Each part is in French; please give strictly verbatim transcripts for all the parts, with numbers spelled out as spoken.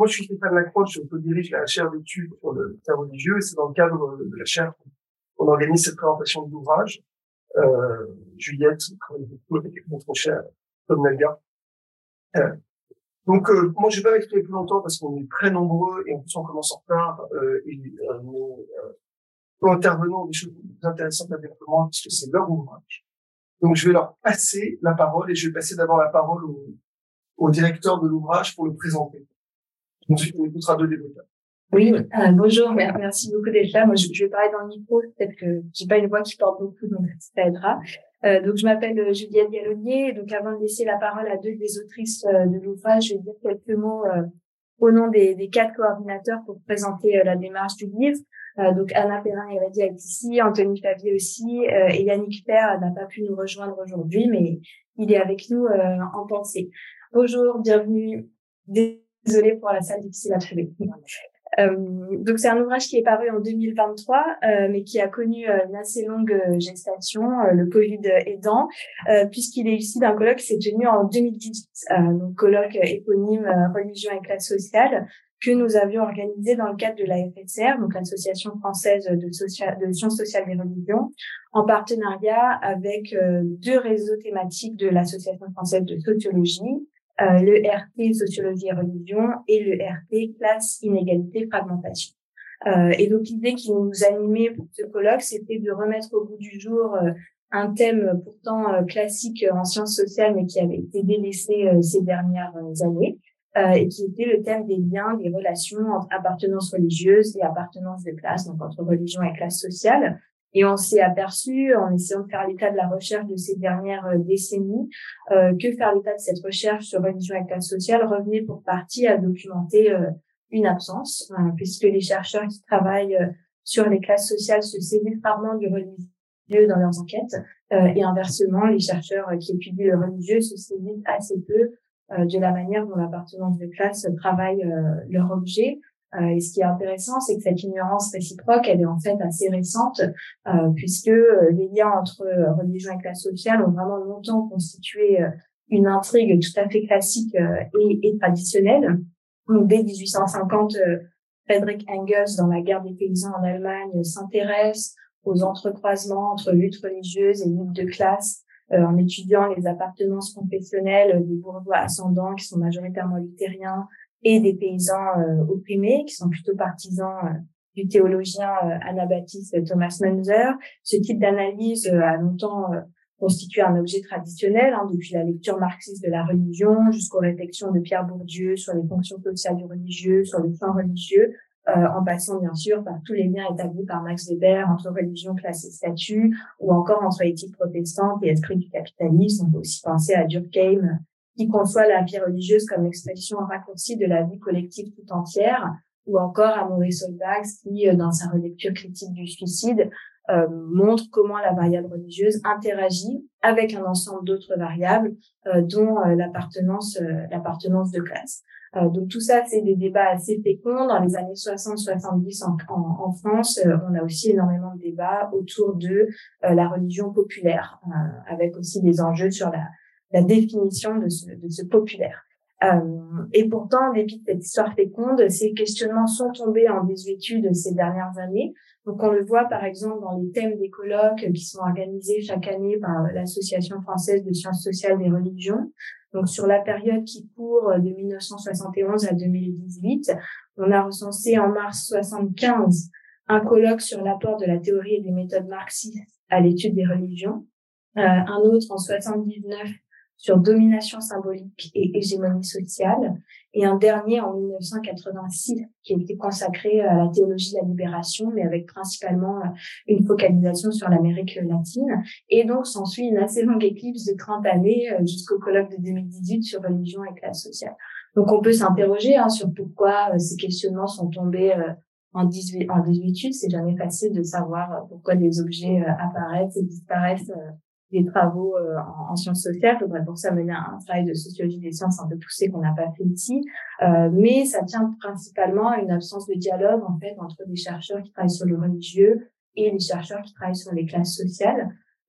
moi, je suis Stéphane Lacroix, je co-dirige la chaire d'études sur le fait religieux, et c'est dans le cadre de la chaire qu'on organise cette présentation de l'ouvrage. Euh, Juliette travaille beaucoup avec notre cher Tom Nalga. Euh, donc, euh, moi, je vais pas m'exprimer plus longtemps parce qu'on est très nombreux et en plus on commence en retard, euh, et euh, nos euh, intervenants ont des choses plus intéressantes à dire que moi parce que c'est leur ouvrage. Donc, je vais leur passer la parole et je vais passer d'abord la parole au, au directeur de l'ouvrage pour le présenter. Ensuite, on écoutera deux débatteurs. Oui, euh, bonjour, merci beaucoup d'être là. Moi, je, je vais parler dans le micro, peut-être que j'ai pas une voix qui porte beaucoup, donc ça aidera. Euh, donc, je m'appelle Juliette Gallonnier. Donc, avant de laisser la parole à deux des autrices euh, de l'ouvrage, je vais dire quelques mots euh, au nom des, des quatre coordinateurs pour présenter euh, la démarche du livre. Euh, donc, Anna Perrin-Hérédia est ici, Anthony Favier aussi, euh, et Yannick Père n'a pas pu nous rejoindre aujourd'hui, mais il est avec nous euh, en pensée. Bonjour, bienvenue. Désolée pour la salle difficile à trouver. Euh, donc c'est un ouvrage qui est paru en deux mille vingt-trois, euh, mais qui a connu euh, une assez longue euh, gestation, euh, le Covid aidant, euh, puisqu'il est issu d'un colloque qui s'est tenu en deux mille dix-huit, euh, donc colloque éponyme euh, religion et classe sociale que nous avions organisé dans le cadre de l'A F S R, donc l'Association française de, social, de sciences sociales des religions, en partenariat avec euh, deux réseaux thématiques de l'Association française de sociologie. Euh, le R T Sociologie et Religion et le R T Classe, Inégalité, Fragmentation. Euh, et donc l'idée qui nous animait pour ce colloque, c'était de remettre au goût du jour euh, un thème pourtant euh, classique en sciences sociales, mais qui avait été délaissé euh, ces dernières années, euh, et qui était le thème des liens, des relations entre appartenance religieuse et appartenance de classe, donc entre religion et classe sociale. Et on s'est aperçu, en essayant de faire l'état de la recherche de ces dernières décennies, euh, que faire l'état de cette recherche sur religion et classe sociale revenait pour partie à documenter euh, une absence, euh, puisque les chercheurs qui travaillent euh, sur les classes sociales se saisissent rarement du religieux dans leurs enquêtes, euh, et inversement, les chercheurs qui étudient le religieux se saisissent assez peu euh, de la manière dont l'appartenance de classe travaille euh, leur objet. Euh, et ce qui est intéressant, c'est que cette ignorance réciproque, elle est en fait assez récente, euh, puisque euh, les liens entre euh, religion et classe sociale ont vraiment longtemps constitué euh, une intrigue tout à fait classique euh, et, et traditionnelle. Donc, dès dix-huit cent cinquante, euh, Friedrich Engels, dans La guerre des paysans en Allemagne, s'intéresse aux entrecroisements entre lutte religieuse et lutte de classe, euh, en étudiant les appartenances confessionnelles des bourgeois ascendants qui sont majoritairement luthériens, et des paysans euh, opprimés, qui sont plutôt partisans euh, du théologien euh, anabaptiste Thomas Müntzer. Ce type d'analyse euh, a longtemps euh, constitué un objet traditionnel, hein, depuis la lecture marxiste de la religion jusqu'aux réflexions de Pierre Bourdieu sur les fonctions sociales du religieux, sur le champ religieux, euh, en passant bien sûr par tous les liens établis par Max Weber entre religion, classe et statut, ou encore entre éthique protestante et esprit du capitalisme. On peut aussi penser à Durkheim, qui conçoit la vie religieuse comme l'expression raccourcie de la vie collective tout entière, ou encore à Maurice Holbach, qui, dans sa relecture critique du suicide, euh, montre comment la variable religieuse interagit avec un ensemble d'autres variables, euh, dont euh, l'appartenance, euh, l'appartenance de classe. Euh, donc tout ça, c'est des débats assez féconds. Dans les années soixante soixante-dix en, en, en France, euh, on a aussi énormément de débats autour de euh, la religion populaire, euh, avec aussi des enjeux sur la la définition de ce, de ce populaire. Euh, et pourtant, en dépit de cette histoire féconde, ces questionnements sont tombés en désuétude ces dernières années. Donc, on le voit, par exemple, dans les thèmes des colloques qui sont organisés chaque année par l'Association française de sciences sociales des religions. Donc, sur la période qui court de mille neuf cent soixante et onze à deux mille dix-huit, on a recensé en mars soixante-quinze un colloque sur l'apport de la théorie et des méthodes marxistes à l'étude des religions. Euh, un autre en soixante-dix-neuf sur domination symbolique et hégémonie sociale, et un dernier en mille neuf cent quatre-vingt-six qui a été consacré à la théologie de la libération, mais avec principalement une focalisation sur l'Amérique latine. Et donc, s'ensuit une assez longue éclipse de trente années jusqu'au colloque de deux mille dix-huit sur religion et classe sociale. Donc, on peut s'interroger hein, sur pourquoi ces questionnements sont tombés euh, en dix-huit, en dix-huit, c'est jamais facile de savoir pourquoi des objets euh, apparaissent et disparaissent euh, des travaux euh, en, en sciences sociales. Il faudrait pour ça mener un, un travail de sociologie des sciences un peu poussé qu'on n'a pas fait ici. Euh, mais ça tient principalement à une absence de dialogue, en fait, entre les chercheurs qui travaillent sur le religieux et les chercheurs qui travaillent sur les classes sociales.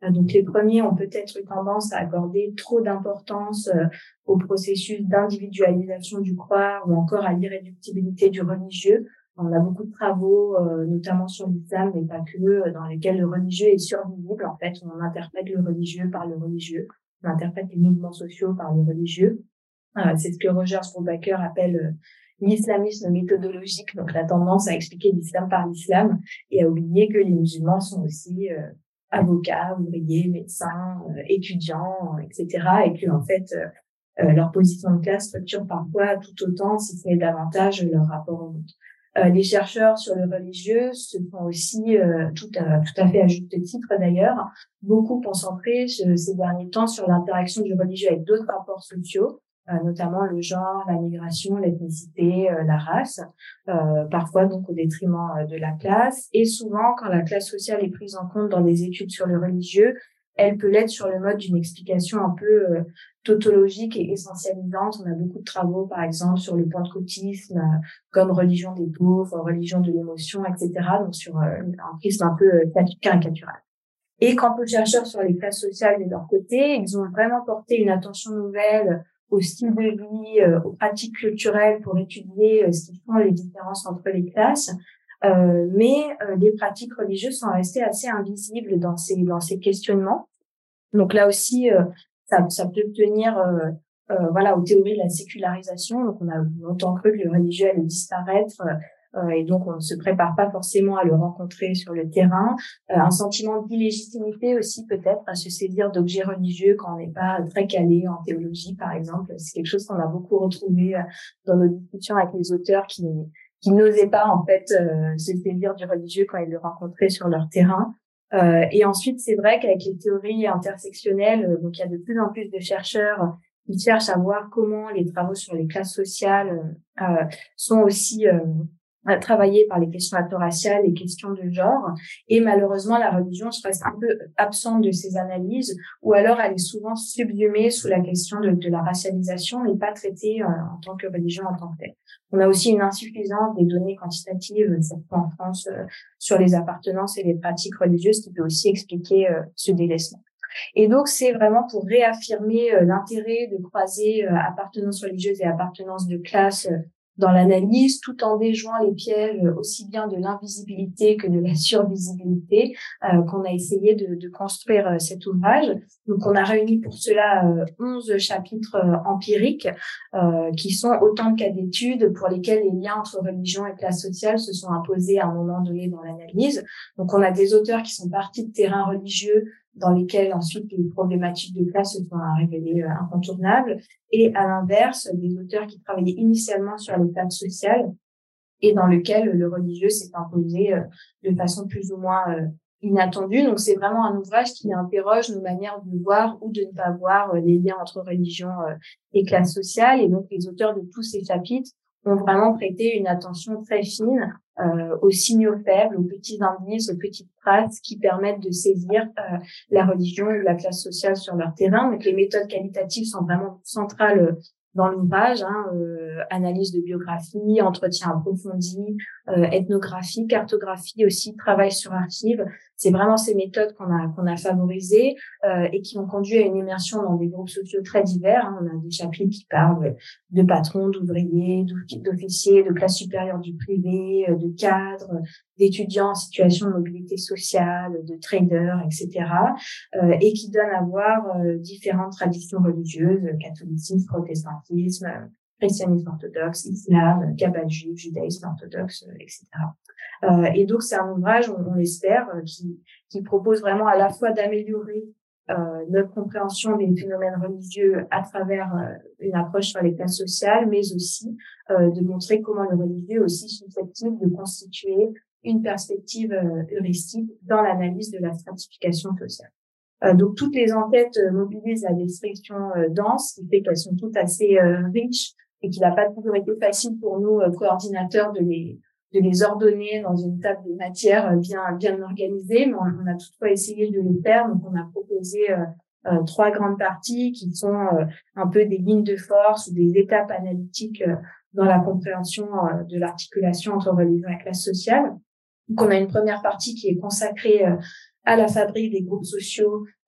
Donc, les premiers ont peut-être eu tendance à accorder trop d'importance euh, au processus d'individualisation du croire ou encore à l'irréductibilité du religieux. On a beaucoup de travaux, euh, notamment sur l'islam, mais pas que, euh, dans lesquels le religieux est survisible. En fait, on interprète le religieux par le religieux, on interprète les mouvements sociaux par le religieux. Euh, c'est ce que Roger Strobacker appelle euh, l'islamisme méthodologique, donc la tendance à expliquer l'islam par l'islam et à oublier que les musulmans sont aussi euh, avocats, ouvriers, médecins, euh, étudiants, et cetera. Et que en fait, euh, euh, leur position de classe structure parfois tout autant, si ce n'est davantage, leur rapport au monde. Euh, les chercheurs sur le religieux se sont aussi, euh, tout, à, tout à fait à juste titre d'ailleurs, beaucoup concentrés ce, ces derniers temps sur l'interaction du religieux avec d'autres rapports sociaux, euh, notamment le genre, la migration, l'ethnicité, euh, la race, euh, parfois donc au détriment euh, de la classe. Et souvent, quand la classe sociale est prise en compte dans les études sur le religieux, elle peut l'être sur le mode d'une explication un peu euh, tautologique et essentialisante. On a beaucoup de travaux, par exemple, sur le pentecôtisme, euh, comme religion des pauvres, religion de l'émotion, et cetera. Donc, sur euh, un prisme un peu euh, caricatural. Et quant aux chercheurs sur les classes sociales de leur côté, ils ont vraiment porté une attention nouvelle au style de vie, euh, aux pratiques culturelles pour étudier euh, ce qui font les différences entre les classes. Euh, mais euh, les pratiques religieuses sont restées assez invisibles dans ces dans ces questionnements. Donc là aussi, euh, ça, ça peut tenir euh, euh, voilà aux théories de la sécularisation. Donc on a longtemps cru que le religieux allait disparaître euh, et donc on ne se prépare pas forcément à le rencontrer sur le terrain. Euh, un sentiment d'illégitimité aussi peut-être à se saisir d'objets religieux quand on n'est pas très calé en théologie par exemple. C'est quelque chose qu'on a beaucoup retrouvé euh, dans nos discussions avec les auteurs qui qui n'osaient pas en fait euh, se saisir du religieux quand ils le rencontraient sur leur terrain. Euh, et ensuite, c'est vrai qu'avec les théories intersectionnelles, euh, donc il y a de plus en plus de chercheurs qui cherchent à voir comment les travaux sur les classes sociales euh, sont aussi euh, travaillés par les questions ethno-raciales, les questions de genre. Et malheureusement, la religion reste un peu absente de ces analyses, ou alors elle est souvent subsumée sous la question de, de la racialisation et pas traitée euh, en tant que religion en tant que telle. On a aussi une insuffisance des données quantitatives, surtout en France, euh, sur les appartenances et les pratiques religieuses, qui peut aussi expliquer euh, ce délaissement. Et donc, c'est vraiment pour réaffirmer euh, l'intérêt de croiser euh, appartenance religieuse et appartenance de classe euh, dans l'analyse, tout en déjouant les pièges aussi bien de l'invisibilité que de la survisibilité, euh, qu'on a essayé de, de construire euh, cet ouvrage. Donc, on a réuni pour cela euh, onze chapitres euh, empiriques euh, qui sont autant de cas d'études pour lesquels les liens entre religion et classe sociale se sont imposés à un moment donné dans l'analyse. Donc, on a des auteurs qui sont partis de terrains religieux dans lesquels ensuite les problématiques de classe se sont révélées euh, incontournables, et à l'inverse, des auteurs qui travaillaient initialement sur les classes sociales et dans lesquels le religieux s'est imposé euh, de façon plus ou moins euh, inattendue. Donc c'est vraiment un ouvrage qui interroge nos manières de voir ou de ne pas voir euh, les liens entre religion euh, et classe sociale, et donc les auteurs de tous ces chapitres ont vraiment prêté une attention très fine euh, aux signaux faibles, aux petits indices, aux petites traces qui permettent de saisir euh, la religion ou la classe sociale sur leur terrain. Donc les méthodes qualitatives sont vraiment centrales dans l'ouvrage, hein, euh, analyse de biographie, entretien approfondi, euh, ethnographie, cartographie aussi, travail sur archives. C'est vraiment ces méthodes qu'on a qu'on a favorisées euh, et qui ont conduit à une immersion dans des groupes sociaux très divers. Hein. On a des chapitres qui parlent de patrons, d'ouvriers, d'officiers, de classe supérieure du privé, de cadres, d'étudiants en situation de mobilité sociale, de traders, et cetera. Euh, et qui donnent à voir euh, différentes traditions religieuses, catholicisme, protestantisme, christianisme orthodoxe, islam, kabbale juif, judaïsme orthodoxe, et cetera. Euh, et donc c'est un ouvrage, on, on l'espère, euh, qui, qui propose vraiment à la fois d'améliorer euh, notre compréhension des phénomènes religieux à travers euh, une approche sur les classes sociales, mais aussi euh, de montrer comment le religieux est aussi susceptible de constituer une perspective euh, heuristique dans l'analyse de la stratification sociale. Euh, donc toutes les enquêtes euh, mobilisent la description euh, dense, ce qui fait qu'elles sont toutes assez euh, riches et qu'il n'a pas toujours été facile pour nous, euh, coordinateurs, de les de les ordonner dans une table de matière bien bien organisée, mais on, on a toutefois essayé de le faire. Donc on a proposé euh, euh, trois grandes parties qui sont euh, un peu des lignes de force ou des étapes analytiques euh, dans la compréhension euh, de l'articulation entre religion et classe sociale. Donc on a une première partie qui est consacrée euh, à la fabrique des groupes sociaux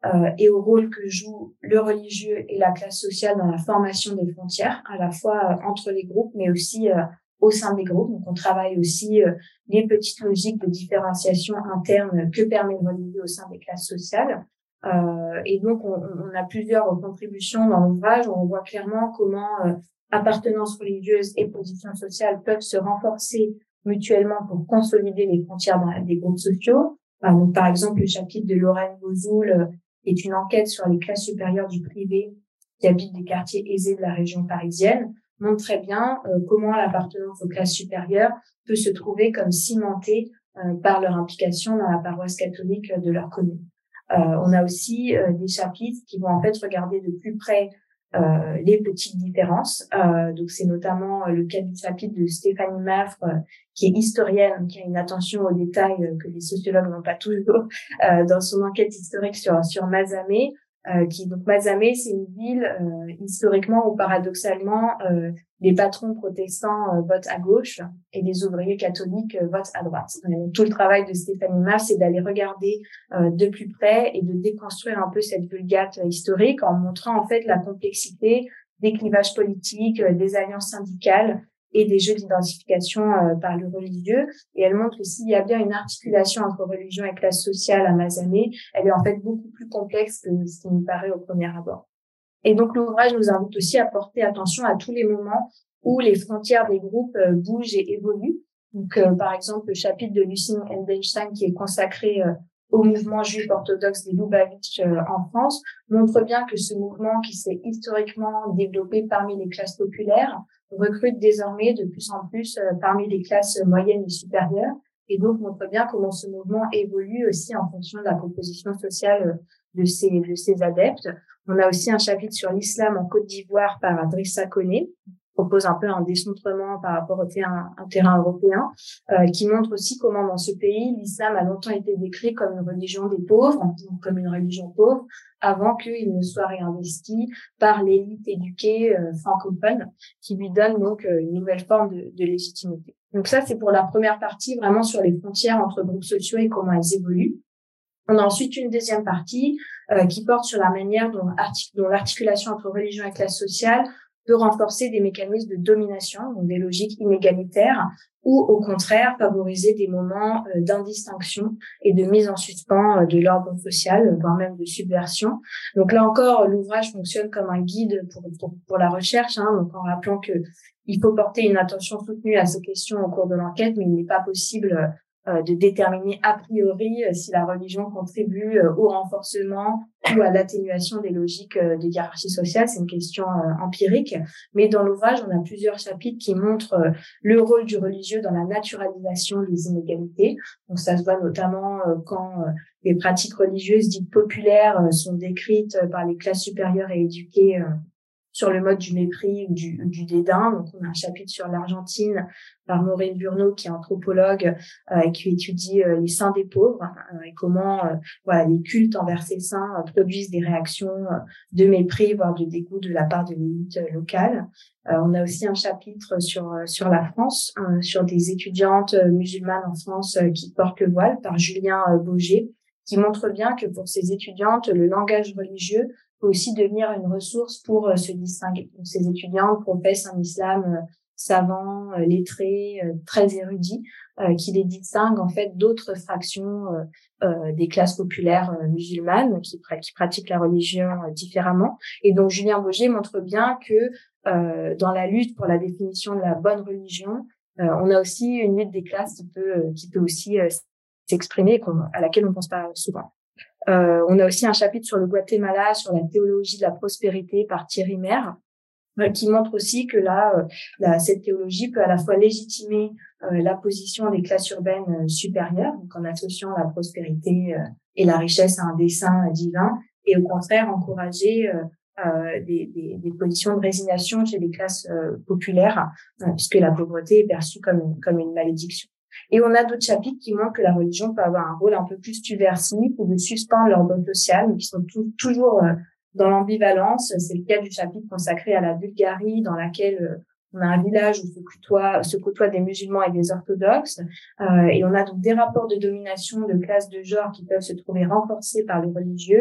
euh, et au rôle que joue le religieux et la classe sociale dans la formation des frontières, à la fois euh, entre les groupes, mais aussi euh, au sein des groupes. Donc, on travaille aussi euh, les petites logiques de différenciation interne que permet le religieux au sein des classes sociales. Euh, et donc, on, on a plusieurs contributions dans l'ouvrage où on voit clairement comment euh, appartenance religieuse et position sociale peuvent se renforcer mutuellement pour consolider les frontières dans, des groupes sociaux. Euh, donc, par exemple, le chapitre de Lorraine Bozoul euh, est une enquête sur les classes supérieures du privé qui habitent des quartiers aisés de la région parisienne, montre très bien euh, comment l'appartenance aux classes supérieures peut se trouver comme cimentée euh, par leur implication dans la paroisse catholique de leur commune. Euh, on a aussi euh, des chapitres qui vont en fait regarder de plus près euh, les petites différences. Euh, donc c'est notamment le cas du chapitre de Stéphanie Maffre, euh, qui est historienne, qui a une attention aux détails euh, que les sociologues n'ont pas toujours euh, dans son enquête historique sur sur Mazamet. Euh, qui donc Mazamet, c'est une ville euh, historiquement où paradoxalement euh, les patrons protestants euh, votent à gauche et les ouvriers catholiques euh, votent à droite. Donc, tout le travail de Stéphanie Maffre, c'est d'aller regarder euh, de plus près et de déconstruire un peu cette vulgate historique en montrant en fait la complexité des clivages politiques, euh, des alliances syndicales et des jeux d'identification euh, par le religieux. Et elle montre que s'il y a bien une articulation entre religion et classe sociale à Mazamet, elle est en fait beaucoup plus complexe que ce qui nous paraît au premier abord. Et donc l'ouvrage nous invite aussi à porter attention à tous les moments où les frontières des groupes euh, bougent et évoluent. Donc euh, par exemple le chapitre de Lucine Endenstein qui est consacré euh, au mouvement juif orthodoxe des Lubavitch euh, en France montre bien que ce mouvement qui s'est historiquement développé parmi les classes populaires recrute désormais de plus en plus euh, parmi les classes moyennes et supérieures, et donc montre bien comment ce mouvement évolue aussi en fonction de la composition sociale de ses, de ses adeptes. On a aussi un chapitre sur l'islam en Côte d'Ivoire par Adrissa Koné, qui propose un peu un décentrement par rapport au terrain, un terrain européen, euh, qui montre aussi comment dans ce pays, l'islam a longtemps été décrit comme une religion des pauvres, donc comme une religion pauvre, avant qu'il ne soit réinvesti par l'élite éduquée euh, francophone, qui lui donne donc euh, une nouvelle forme de, de légitimité. Donc ça, c'est pour la première partie, vraiment sur les frontières entre groupes sociaux et comment elles évoluent. On a ensuite une deuxième partie euh, qui porte sur la manière dont, artic- dont l'articulation entre religion et classe sociale peut renforcer des mécanismes de domination, donc des logiques inégalitaires, ou au contraire favoriser des moments euh, d'indistinction et de mise en suspens euh, de l'ordre social, voire même de subversion. Donc là encore, l'ouvrage fonctionne comme un guide pour, pour, pour la recherche, hein, donc en rappelant que il faut porter une attention soutenue à ces questions au cours de l'enquête, mais il n'est pas possible euh, de déterminer a priori euh, si la religion contribue euh, au renforcement ou à l'atténuation des logiques euh, de hiérarchie sociale. C'est une question euh, empirique. Mais dans l'ouvrage, on a plusieurs chapitres qui montrent euh, le rôle du religieux dans la naturalisation des inégalités. Donc ça se voit notamment euh, quand euh, les pratiques religieuses dites populaires euh, sont décrites euh, par les classes supérieures et éduquées euh, sur le mode du mépris ou du, du dédain. Donc, on a un chapitre sur l'Argentine par Maureen Burneau, qui est anthropologue, euh, et qui étudie euh, les saints des pauvres euh, et comment euh, voilà, les cultes envers ces saints euh, produisent des réactions euh, de mépris, voire de dégoût de la part de l'élite euh, locale. Euh, on a aussi un chapitre sur euh, sur la France, euh, sur des étudiantes euh, musulmanes en France euh, qui portent le voile, par Julien euh, Boger, qui montre bien que pour ces étudiantes, le langage religieux peut aussi devenir une ressource pour euh, se distinguer. Donc, ces étudiants professent un islam euh, savant, euh, lettré, euh, très érudit, euh, qui les distingue en fait d'autres fractions euh, euh, des classes populaires euh, musulmanes qui, pr- qui pratiquent la religion euh, différemment. Et donc Julien Boger montre bien que euh, dans la lutte pour la définition de la bonne religion, euh, on a aussi une lutte des classes qui peut euh, qui peut aussi euh, s'exprimer, à laquelle on ne pense pas souvent. Euh, on a aussi un chapitre sur le Guatemala, sur la théologie de la prospérité par Thierry Maire, euh, qui montre aussi que là, euh, la, cette théologie peut à la fois légitimer euh, la position des classes urbaines euh, supérieures, donc en associant la prospérité euh, et la richesse à un dessein euh, divin, et au contraire encourager euh, euh, des, des, des positions de résignation chez les classes euh, populaires, euh, puisque la pauvreté est perçue comme, comme une malédiction. Et on a d'autres chapitres qui montrent que la religion peut avoir un rôle un peu plus subversif ou de suspendre l'ordre social, mais qui sont tout, toujours euh, dans l'ambivalence. C'est le cas du chapitre consacré à la Bulgarie, dans laquelle euh, on a un village où se côtoient, se côtoient des musulmans et des orthodoxes. Euh, et on a donc des rapports de domination de classes de genre qui peuvent se trouver renforcés par les religieux,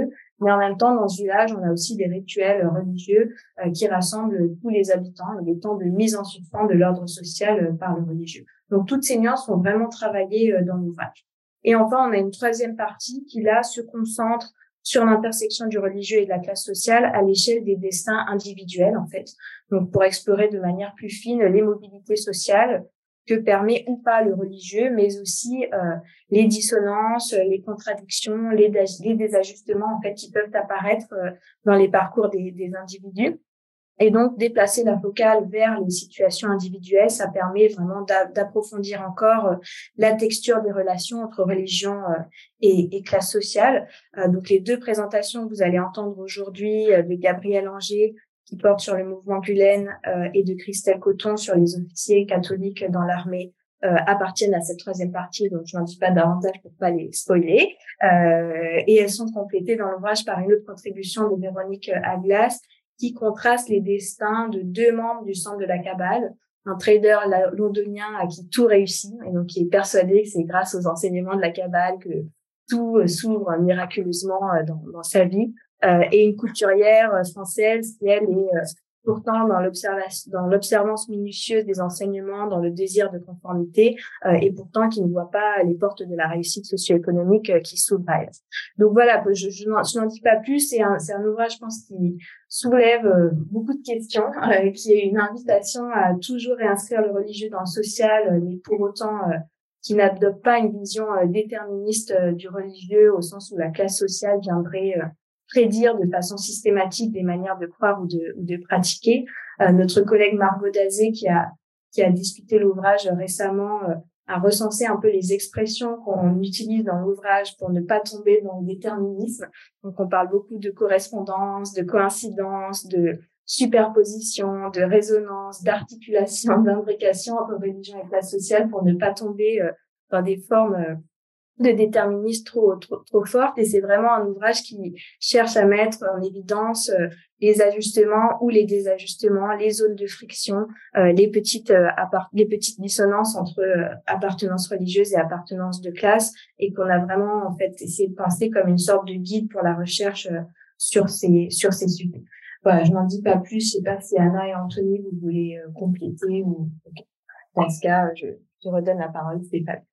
Mais en même temps, dans ce village, on a aussi des rituels religieux euh, qui rassemblent tous les habitants, et des temps de mise en suspens de l'ordre social euh, par le religieux. Donc, toutes ces nuances sont vraiment travaillées euh, dans l'ouvrage. Et enfin, on a une troisième partie qui, là, se concentre sur l'intersection du religieux et de la classe sociale à l'échelle des destins individuels, en fait. Donc, pour explorer de manière plus fine les mobilités sociales que permet ou pas le religieux, mais aussi euh, les dissonances, les contradictions, les, les désajustements, en fait, qui peuvent apparaître euh, dans les parcours des, des individus. Et donc, déplacer la focale vers les situations individuelles, ça permet vraiment d'approfondir encore euh, la texture des relations entre religion euh, et, et classe sociale. Euh, donc, les deux présentations que vous allez entendre aujourd'hui euh, de Gabriel Anger, qui porte sur le mouvement Gulen, euh, et de Christelle Coton sur les officiers catholiques dans l'armée, euh, appartiennent à cette troisième partie, donc je n'en dis pas davantage pour pas les spoiler. Euh, et elles sont complétées dans l'ouvrage par une autre contribution de Véronique Aglas, qui contraste les destins de deux membres du centre de la Kabbale, un trader londonien à qui tout réussit, et donc qui est persuadé que c'est grâce aux enseignements de la Kabbale que tout euh, s'ouvre miraculeusement euh, dans, dans sa vie, euh, et une couturière euh, française qui, elle, est euh, pourtant dans l'observation, dans l'observance minutieuse des enseignements, dans le désir de conformité, euh, et pourtant qui ne voit pas les portes de la réussite socio-économique euh, qui s'ouvrent à elle. Donc voilà, je, je, je n'en dis pas plus. C'est un, c'est un ouvrage, je pense, qui soulève euh, beaucoup de questions, euh, qui est une invitation à toujours réinscrire le religieux dans le social, euh, mais pour autant euh, qui n'adopte pas une vision euh, déterministe euh, du religieux, au sens où la classe sociale viendrait euh, prédire de façon systématique des manières de croire ou de, ou de pratiquer. Euh, notre collègue Margot Dazé, qui a qui a discuté l'ouvrage récemment, euh, a recensé un peu les expressions qu'on utilise dans l'ouvrage pour ne pas tomber dans le déterminisme. Donc, on parle beaucoup de correspondance, de coïncidence, de superposition, de résonance, d'articulation, d'imbrication entre religion et classe sociale pour ne pas tomber euh, dans des formes euh, de déterminisme trop, trop, trop fortes. Et c'est vraiment un ouvrage qui cherche à mettre en évidence euh, les ajustements ou les désajustements, les zones de friction, euh, les petites euh, appart- les petites dissonances entre euh, appartenance religieuse et appartenance de classe, et qu'on a vraiment en fait essayé de penser comme une sorte de guide pour la recherche euh, sur ces sur ces sujets. Voilà, je n'en dis pas plus. Je sais pas si Anna et Anthony vous voulez euh, compléter, ou okay. Dans ce cas, je, je redonne la parole, Stéphane.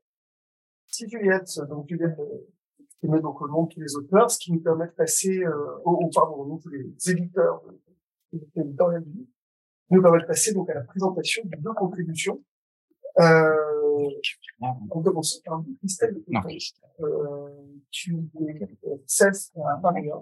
Si Juliette, donc Juliette, euh, qui met donc au nom de tous les auteurs, ce qui nous permet de passer euh, au, au pardon, au nom de tous les éditeurs de, de, de, dans la vie, nous permet de passer donc à la présentation de deux contributions. Euh, on commence par Christelle, euh, tu cesse à Paris,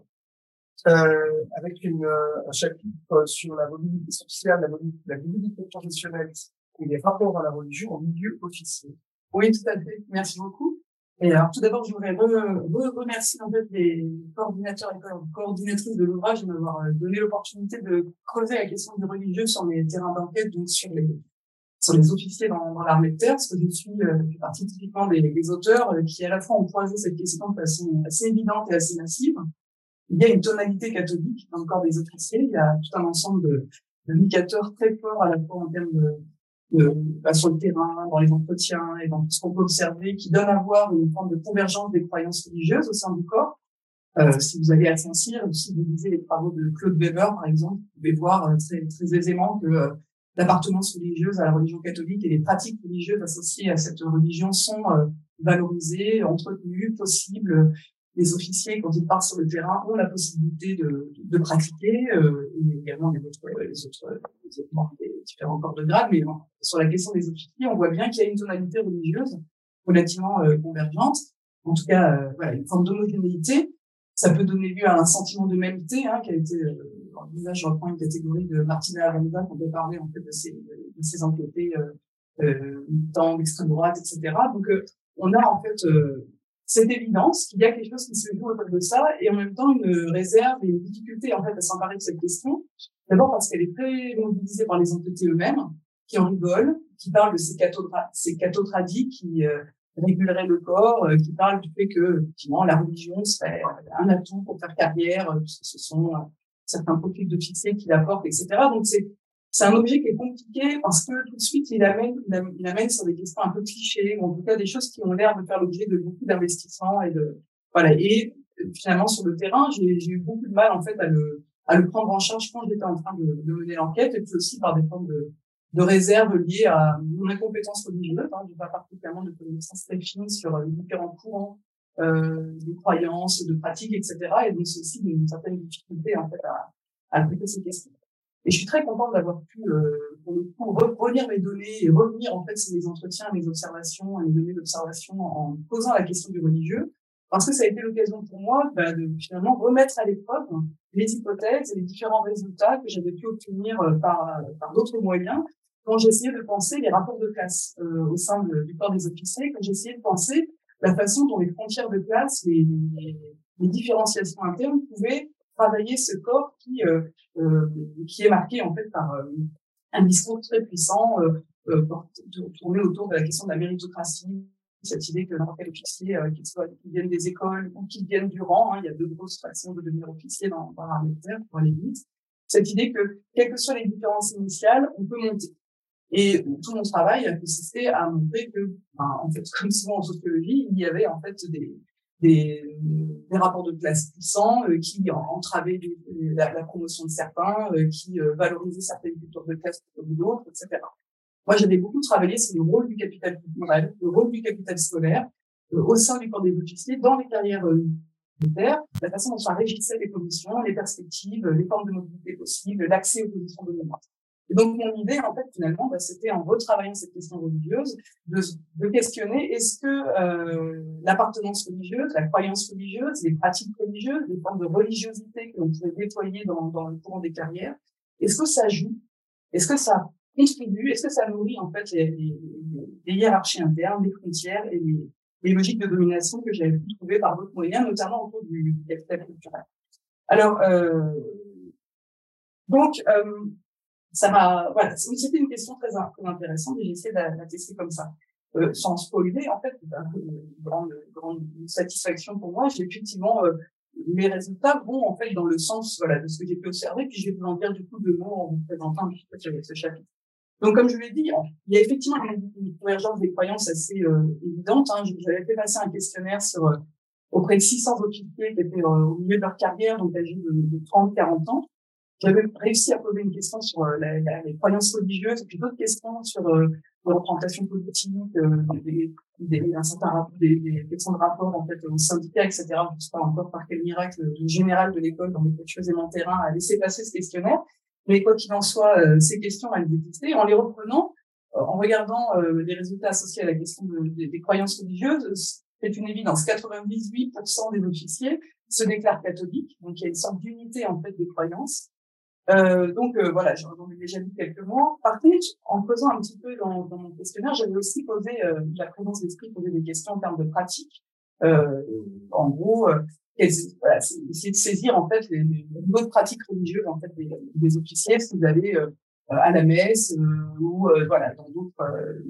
euh, avec une, un chapitre sur la mobilité sociale, la mobilité, la mobilité professionnelle et les rapports dans la religion en milieu officiel. Oui, tout à fait. Merci beaucoup. Et alors, tout d'abord, je voudrais re- remercier en fait les coordinateurs et coordinatrices de l'ouvrage de m'avoir donné l'opportunité de creuser la question du religieux sur mes terrains d'enquête, donc sur les sur les officiers dans, dans l'armée de terre, parce que je suis euh, je fais partie typiquement des, des auteurs euh, qui à la fois ont pointé cette question de façon assez évidente et assez massive. Il y a une tonalité catholique dans le corps des officiers. Il y a tout un ensemble de d'indicateurs très forts à la fois en termes de De, bah, sur le terrain, dans les entretiens et dans tout ce qu'on peut observer, qui donne à voir une forme de convergence des croyances religieuses au sein du corps. Euh, si vous allez à Saint-Cyr, ou si vous lisez les travaux de Claude Weber, par exemple, vous pouvez voir euh, très, très aisément que euh, l'appartenance religieuse à la religion catholique et les pratiques religieuses associées à cette religion sont euh, valorisées, entretenues, possibles. Les officiers, quand ils partent sur le terrain, ont la possibilité de, de, de pratiquer, euh, et également les autres, les autres, les autres membres des différents corps de grade. Mais bon, sur la question des officiers, on voit bien qu'il y a une tonalité religieuse relativement euh, convergente. En tout cas, euh, voilà, une forme d'homogénéité. Ça peut donner lieu à un sentiment de mêmeté, hein, qui a été, euh, là, je reprends une catégorie de Martina Araneda, qu'on peut parler en fait de ces, de ces enquêtés euh, euh, militants d'extrême droite, et cetera. Donc, euh, on a en fait euh, cette évidence qu'il y a quelque chose qui se joue autour de ça, et en même temps une réserve et une difficulté en fait à s'emparer de cette question. D'abord parce qu'elle est très mobilisée par les enquêtés eux-mêmes, qui en rigolent, qui parlent de ces cathotra- ces cathotradis qui euh, réguleraient le corps, euh, qui parlent du fait que effectivement la religion serait un atout pour faire carrière, euh, puisque ce sont euh, certains profils de fixés qui l'apportent, et cetera. Donc c'est c'est un objet qui est compliqué parce que tout de suite il amène il amène, il amène sur des questions un peu clichés, ou en tout cas des choses qui ont l'air de faire l'objet de beaucoup d'investissements et de voilà. Et finalement, sur le terrain, j'ai, j'ai eu beaucoup de mal, en fait, à le, à le prendre en charge quand j'étais en train de, de mener l'enquête, et puis aussi par des formes de, de réserve liées à mon incompétence religieuse. Hein. Je n'ai pas particulièrement de connaissances très fines sur les différents courants euh, de croyances, de pratiques, et cetera. Et donc, c'est aussi une certaine difficulté, en fait, à, à traiter ces questions. Et je suis très contente d'avoir pu, euh, pour le coup, relire mes données et revenir, en fait, sur mes entretiens, mes observations, mes données d'observation en posant la question du religieux. Parce que ça a été l'occasion pour moi bah, de finalement remettre à l'épreuve les hypothèses et les différents résultats que j'avais pu obtenir par, par d'autres moyens quand j'essayais de penser les rapports de classe euh, au sein de, du corps des officiers, quand j'essayais de penser la façon dont les frontières de classe, les, les, les différenciations internes pouvaient travailler ce corps qui, euh, euh, qui est marqué en fait par euh, un discours très puissant euh, euh, tourné autour de la question de la méritocratie. Cette idée que n'importe quel officier, euh, qu'il soit, qu'il vienne des écoles ou qu'il vienne du rang, hein, il y a deux grosses façons de devenir officier dans, dans l'armée de terre, pour aller vite. Cette idée que, quelles que soient les différences initiales, on peut monter. Et tout mon travail a consisté à montrer que, ben, en fait, comme souvent en sociologie, il y avait en fait des, des, des rapports de classe puissants euh, qui entravaient la, la promotion de certains, euh, qui euh, valorisaient certaines cultures de classe plutôt que d'autres, et cetera. Moi, j'avais beaucoup travaillé sur le rôle du capital culturel, le rôle du capital scolaire euh, au sein du corps des officiers, dans les carrières euh, militaires, la façon dont ça régissait les positions, les perspectives, les formes de mobilité possibles, l'accès aux positions dominantes. Et donc, mon idée, en fait, finalement, bah, c'était en retravaillant cette question religieuse, de, de questionner est-ce que euh, l'appartenance religieuse, la croyance religieuse, les pratiques religieuses, les formes de religiosité que l'on pouvait déployer dans, dans le courant des carrières, est-ce que ça joue? Est-ce que ça contribue, est-ce que ça nourrit en fait les, les, les hiérarchies internes, les frontières et les, les logiques de domination que j'avais pu trouver par d'autres moyens, notamment autour du, du capital culturel. Alors, euh, donc, euh, ça m'a, voilà, c'était une question très, très intéressante et j'ai essayé de la, de la tester comme ça. Euh, sans spoiler, en fait, une grande, grande satisfaction pour moi, j'ai effectivement, euh, mes résultats vont en fait dans le sens, voilà, de ce que j'ai pu observer, puis je vais vous en dire du coup deux mots en vous présentant un petit peu ce, ce chapitre. Donc, comme je l'ai dit, il y a effectivement une, une convergence des croyances assez euh, évidente. Hein. J'avais fait passer un questionnaire sur euh, auprès de six cents officiers qui étaient euh, au milieu de leur carrière, donc âgés de, de trente à quarante ans. J'avais réussi à poser une question sur euh, la, la, les croyances religieuses, et puis d'autres questions sur euh, la représentation politique, euh, des, des, un certain des, des questions de rapport en fait aux syndicats, et cetera. Je ne sais pas encore par quel miracle le général de l'école dans lequel je faisais mon terrain a laissé passer ce questionnaire. Mais quoi qu'il en soit, euh, ces questions, elles étaient testées. En les reprenant, euh, en regardant euh, les résultats associés à la question de, de, des croyances religieuses, c'est une évidence. quatre-vingt-dix-huit pour cent des officiers se déclarent catholiques, donc il y a une sorte d'unité en fait des croyances. Euh, donc euh, voilà, j'en ai déjà dit quelques mots. Par contre, en faisant un petit peu dans, dans mon questionnaire, j'avais aussi posé euh, la présence d'esprit, posé des questions en termes de pratique. Euh, en gros, euh, voilà, essayer de saisir en fait les, les autres pratiques religieuses en fait des, des officiers, ce qu'ils avaient euh, à la messe euh, ou euh, voilà dans d'autres, euh,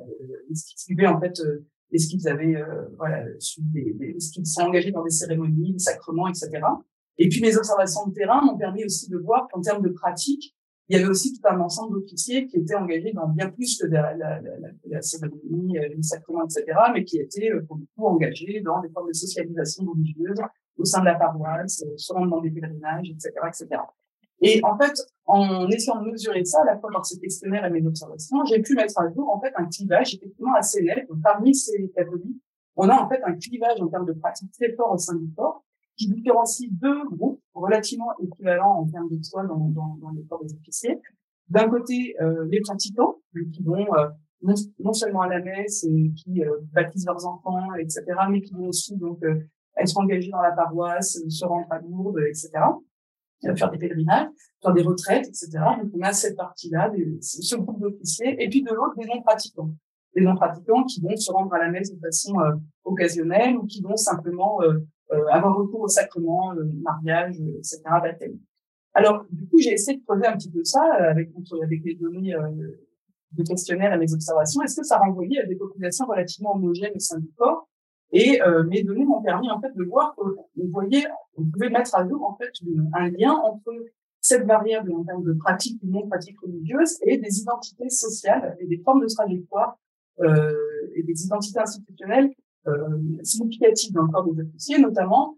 ce qu'ils suivaient en fait, euh, est-ce qu'ils avaient euh, voilà suivi des, des, est-ce qu'ils sont engagés dans des cérémonies, des sacrements, et cetera. Et puis mes observations de terrain m'ont permis aussi de voir qu'en termes de pratique, il y avait aussi tout un ensemble d'officiers qui étaient engagés dans bien plus que la, la, la, la, la cérémonie, les sacrements, et cetera, mais qui étaient pour le coup engagés dans des formes de socialisation religieuse au sein de la paroisse, se rendre dans des pèlerinages, et cetera, et cetera. Et en fait, en essayant de mesurer ça, à la fois par ce questionnaire et mes observations, j'ai pu mettre à jour en fait un clivage effectivement assez net. Parmi ces catholiques, on a en fait un clivage en termes de pratique très fort au sein du corps, qui différencie deux groupes relativement équivalents en termes de poids dans, dans, dans les corps des officiers. D'un côté, euh, les pratiquants, qui vont euh, non, non seulement à la messe et qui euh, baptisent leurs enfants, et cetera, mais qui vont aussi donc euh, être engagés dans la paroisse, se rendre à Lourdes, et cetera, faire des pèlerinages, faire des retraites, et cetera. Donc on a cette partie-là, des, ce groupe d'officiers, et puis de l'autre, des non-pratiquants. Les non-pratiquants qui vont se rendre à la messe de façon euh, occasionnelle ou qui vont simplement euh, Euh, avoir recours au sacrement, le mariage, et cetera, baptême. Alors, du coup, j'ai essayé de creuser un petit peu ça euh, avec, avec les données euh, de questionnaire et mes observations. Est-ce que ça renvoyait à des populations relativement homogènes au sein du corps? Et euh, mes données m'ont permis en fait de voir qu'on voyait, on pouvait mettre à jour en fait un lien entre cette variable en termes de pratique ou non pratique religieuse et des identités sociales et des formes de trajectoire euh, et des identités institutionnelles Euh, significative dans le corps des officiers, notamment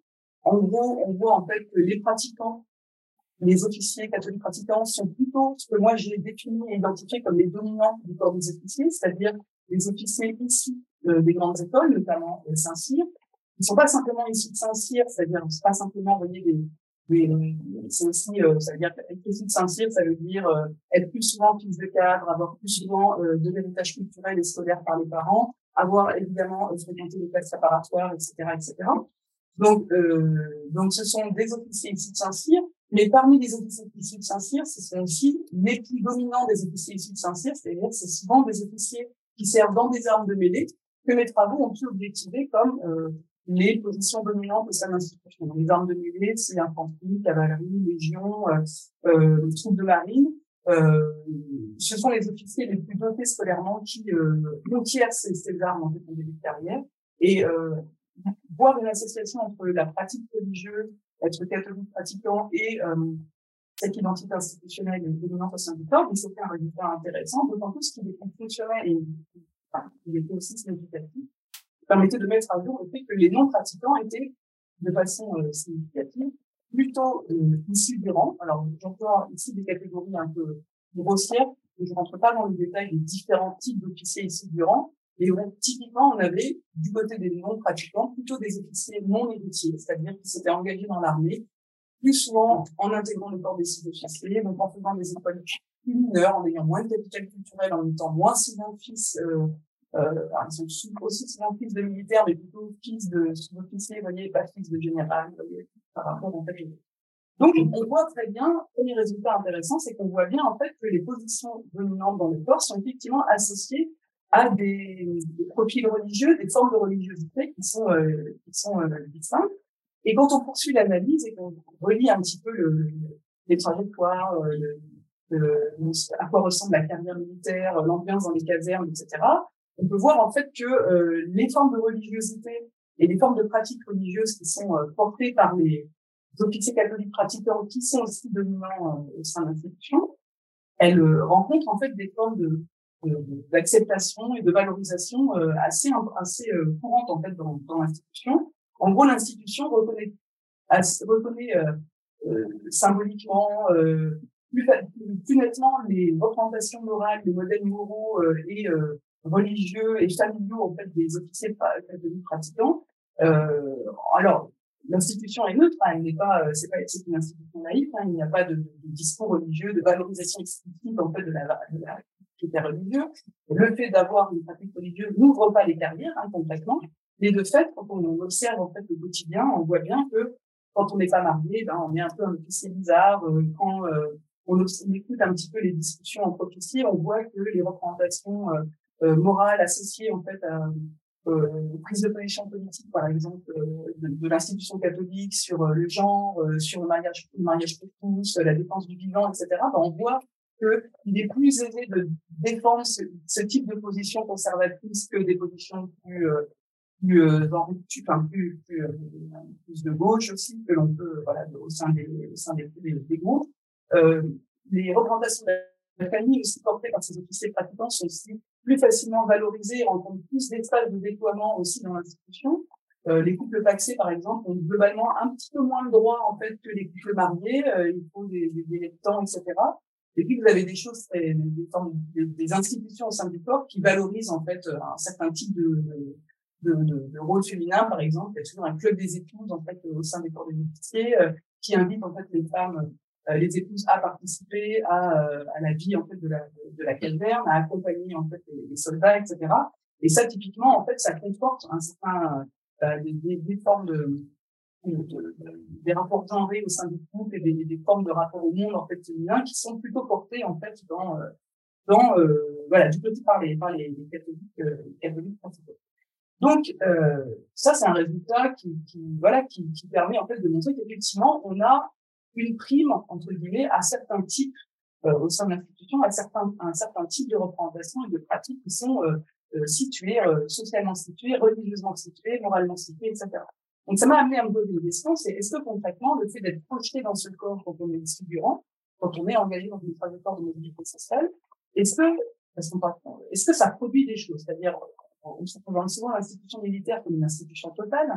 En gros, on voit en fait que les pratiquants, les officiers catholiques pratiquants sont plutôt ce que moi j'ai défini et identifié comme les dominants du corps des officiers, c'est-à-dire les officiers issus euh, des grandes écoles, notamment euh, Saint-Cyr. Ils ne sont pas simplement issus de Saint-Cyr, c'est-à-dire c'est pas simplement, vous voyez, des, des c'est aussi, euh, ça veut dire être issu de Saint-Cyr, ça veut dire euh, être plus souvent fils de cadre, avoir plus souvent euh, de l'héritage culturel et scolaire par les parents, avoir évidemment euh, fréquenté les classes préparatoires, et cetera, et cetera. Donc, euh, donc ce sont des officiers issus de Saint-Cyr. Mais parmi les officiers issus de Saint-Cyr, ce sont aussi les plus dominants des officiers issus de Saint-Cyr, c'est-à-dire c'est souvent des officiers qui servent dans des armes de mêlée que mes travaux ont pu objectiver comme euh, les positions dominantes au sein de l'institution. Les armes de mêlée, c'est infanterie, cavalerie, légion, euh, euh, troupes de marine. Euh, ce sont les officiers les plus dotés scolairement qui euh, conquièrent ces, ces armes en fait en début de carrière. Et euh, voir une association entre la pratique religieuse, être catholique pratiquant et euh, cette identité institutionnelle et dominante au sein du corps, il c'était un résultat intéressant, d'autant plus qu'il était fonctionnel et enfin, il était aussi significatif, permettait de mettre à jour le fait que les non-pratiquants étaient, de façon euh, significative, plutôt euh, issus du rang. Alors, j'emploie ici des catégories un peu grossières, et je ne rentre pas dans le détail des différents types d'officiers issus du rang. Et où, typiquement, on avait, du côté des non-pratiquants, plutôt des officiers non héritiers, c'est-à-dire qui s'étaient engagés dans l'armée, plus souvent en intégrant le corps des sous-officiers, donc en faisant des écoles plus mineures, en ayant moins de capital culturel, en étant moins souvent fils, euh, euh, ils sont aussi souvent fils de militaires, mais plutôt fils de sous-officiers, vous voyez, pas fils de général, vous voyez, par rapport, en fait. Donc, on voit très bien, premier résultat intéressant, c'est qu'on voit bien, en fait, que les positions dominantes dans le corps sont effectivement associées à des, des profils religieux, des formes de religiosité qui sont, euh, qui sont euh, distinctes. Et quand on poursuit l'analyse et qu'on relit un petit peu le, les trajectoires, euh, le, le, à quoi ressemble la carrière militaire, l'ambiance dans les casernes, et cetera, on peut voir en fait que euh, les formes de religiosité et les formes de pratiques religieuses qui sont euh, portées par les officiers catholiques pratiquants, qui sont aussi dominants euh, au sein de l'institution, elles euh, rencontrent en fait des formes de d'acceptation et de valorisation euh, assez assez euh, courantes en fait dans, dans l'institution. En gros, l'institution reconnaît reconnaît euh, euh, symboliquement euh, plus, plus nettement les représentations morales, les modèles moraux euh, et euh, religieux et familiaux en fait des officiers catholiques pratiquants. Euh, alors, l'institution est neutre, hein, elle n'est pas, c'est pas, c'est une institution laïque, hein, il n'y a pas de, de, de discours religieux, de valorisation explicite en fait de la, de la critères religieux. Le fait d'avoir une pratique religieuse n'ouvre pas les carrières, hein, concrètement. Mais de fait, quand on observe en fait le quotidien, on voit bien que quand on n'est pas marié, ben on est un peu un officier bizarre. Euh, quand euh, on, on écoute un petit peu les discussions entre officiers, on voit que les représentations euh, euh, morales associées en fait à euh, prise de position politique, par exemple, euh, de, de l'institution catholique sur euh, le genre, euh, sur le mariage, le mariage pour tous, la défense du vivant, et cetera. Ben, on voit qu'il est plus aisé de défendre ce, ce type de position conservatrice que des positions plus euh, plus euh, en rupture, enfin plus plus, euh, plus de gauche aussi que l'on peut voilà au sein des au sein des, des, des groupes. Euh, les représentations de la famille aussi portées par ces officiers pratiquants sont aussi plus facilement valorisées et rencontrent plus d'espace de déploiement aussi dans l'institution. Euh, les couples pacsés, par exemple, ont globalement un petit peu moins de droits en fait que les couples mariés. Euh, il faut des, des délais de temps, et cetera. Et puis, vous avez des choses, très, des, des, des institutions au sein du corps qui valorisent, en fait, un certain type de, de, de, de rôle féminin, par exemple. Il y a toujours un club des épouses, en fait, au sein des corps des officiers, euh, qui invite, en fait, les femmes, euh, les épouses à participer à, euh, à la vie, en fait, de la, de, de la caserne, à accompagner, en fait, les, les soldats, et cetera. Et ça, typiquement, en fait, ça comporte un certain, euh, des, des, des formes de, De, de, des rapports genrés au sein du couple et des, des formes de rapport au monde en fait féminin qui sont plutôt portées en fait dans euh, dans euh, voilà du côté par les par les, les catholiques euh, catholiques principaux. Donc euh, ça c'est un résultat qui, qui voilà qui, qui permet en fait de montrer qu'effectivement on a une prime entre guillemets à certains types euh, au sein de l'institution, à certains à un certain type de représentation et de pratiques qui sont euh, euh, situées euh, socialement situées, religieusement situées, moralement situées, et cetera. Donc, ça m'a amené à me poser une question, c'est est-ce que concrètement, le fait d'être projeté dans ce corps quand on est figurant, quand on est engagé dans une trajectoire de mobilité sociale, est-ce que, parce qu'on parle, est-ce que ça produit des choses? C'est-à-dire, on se présente souvent l'institution militaire comme une institution totale,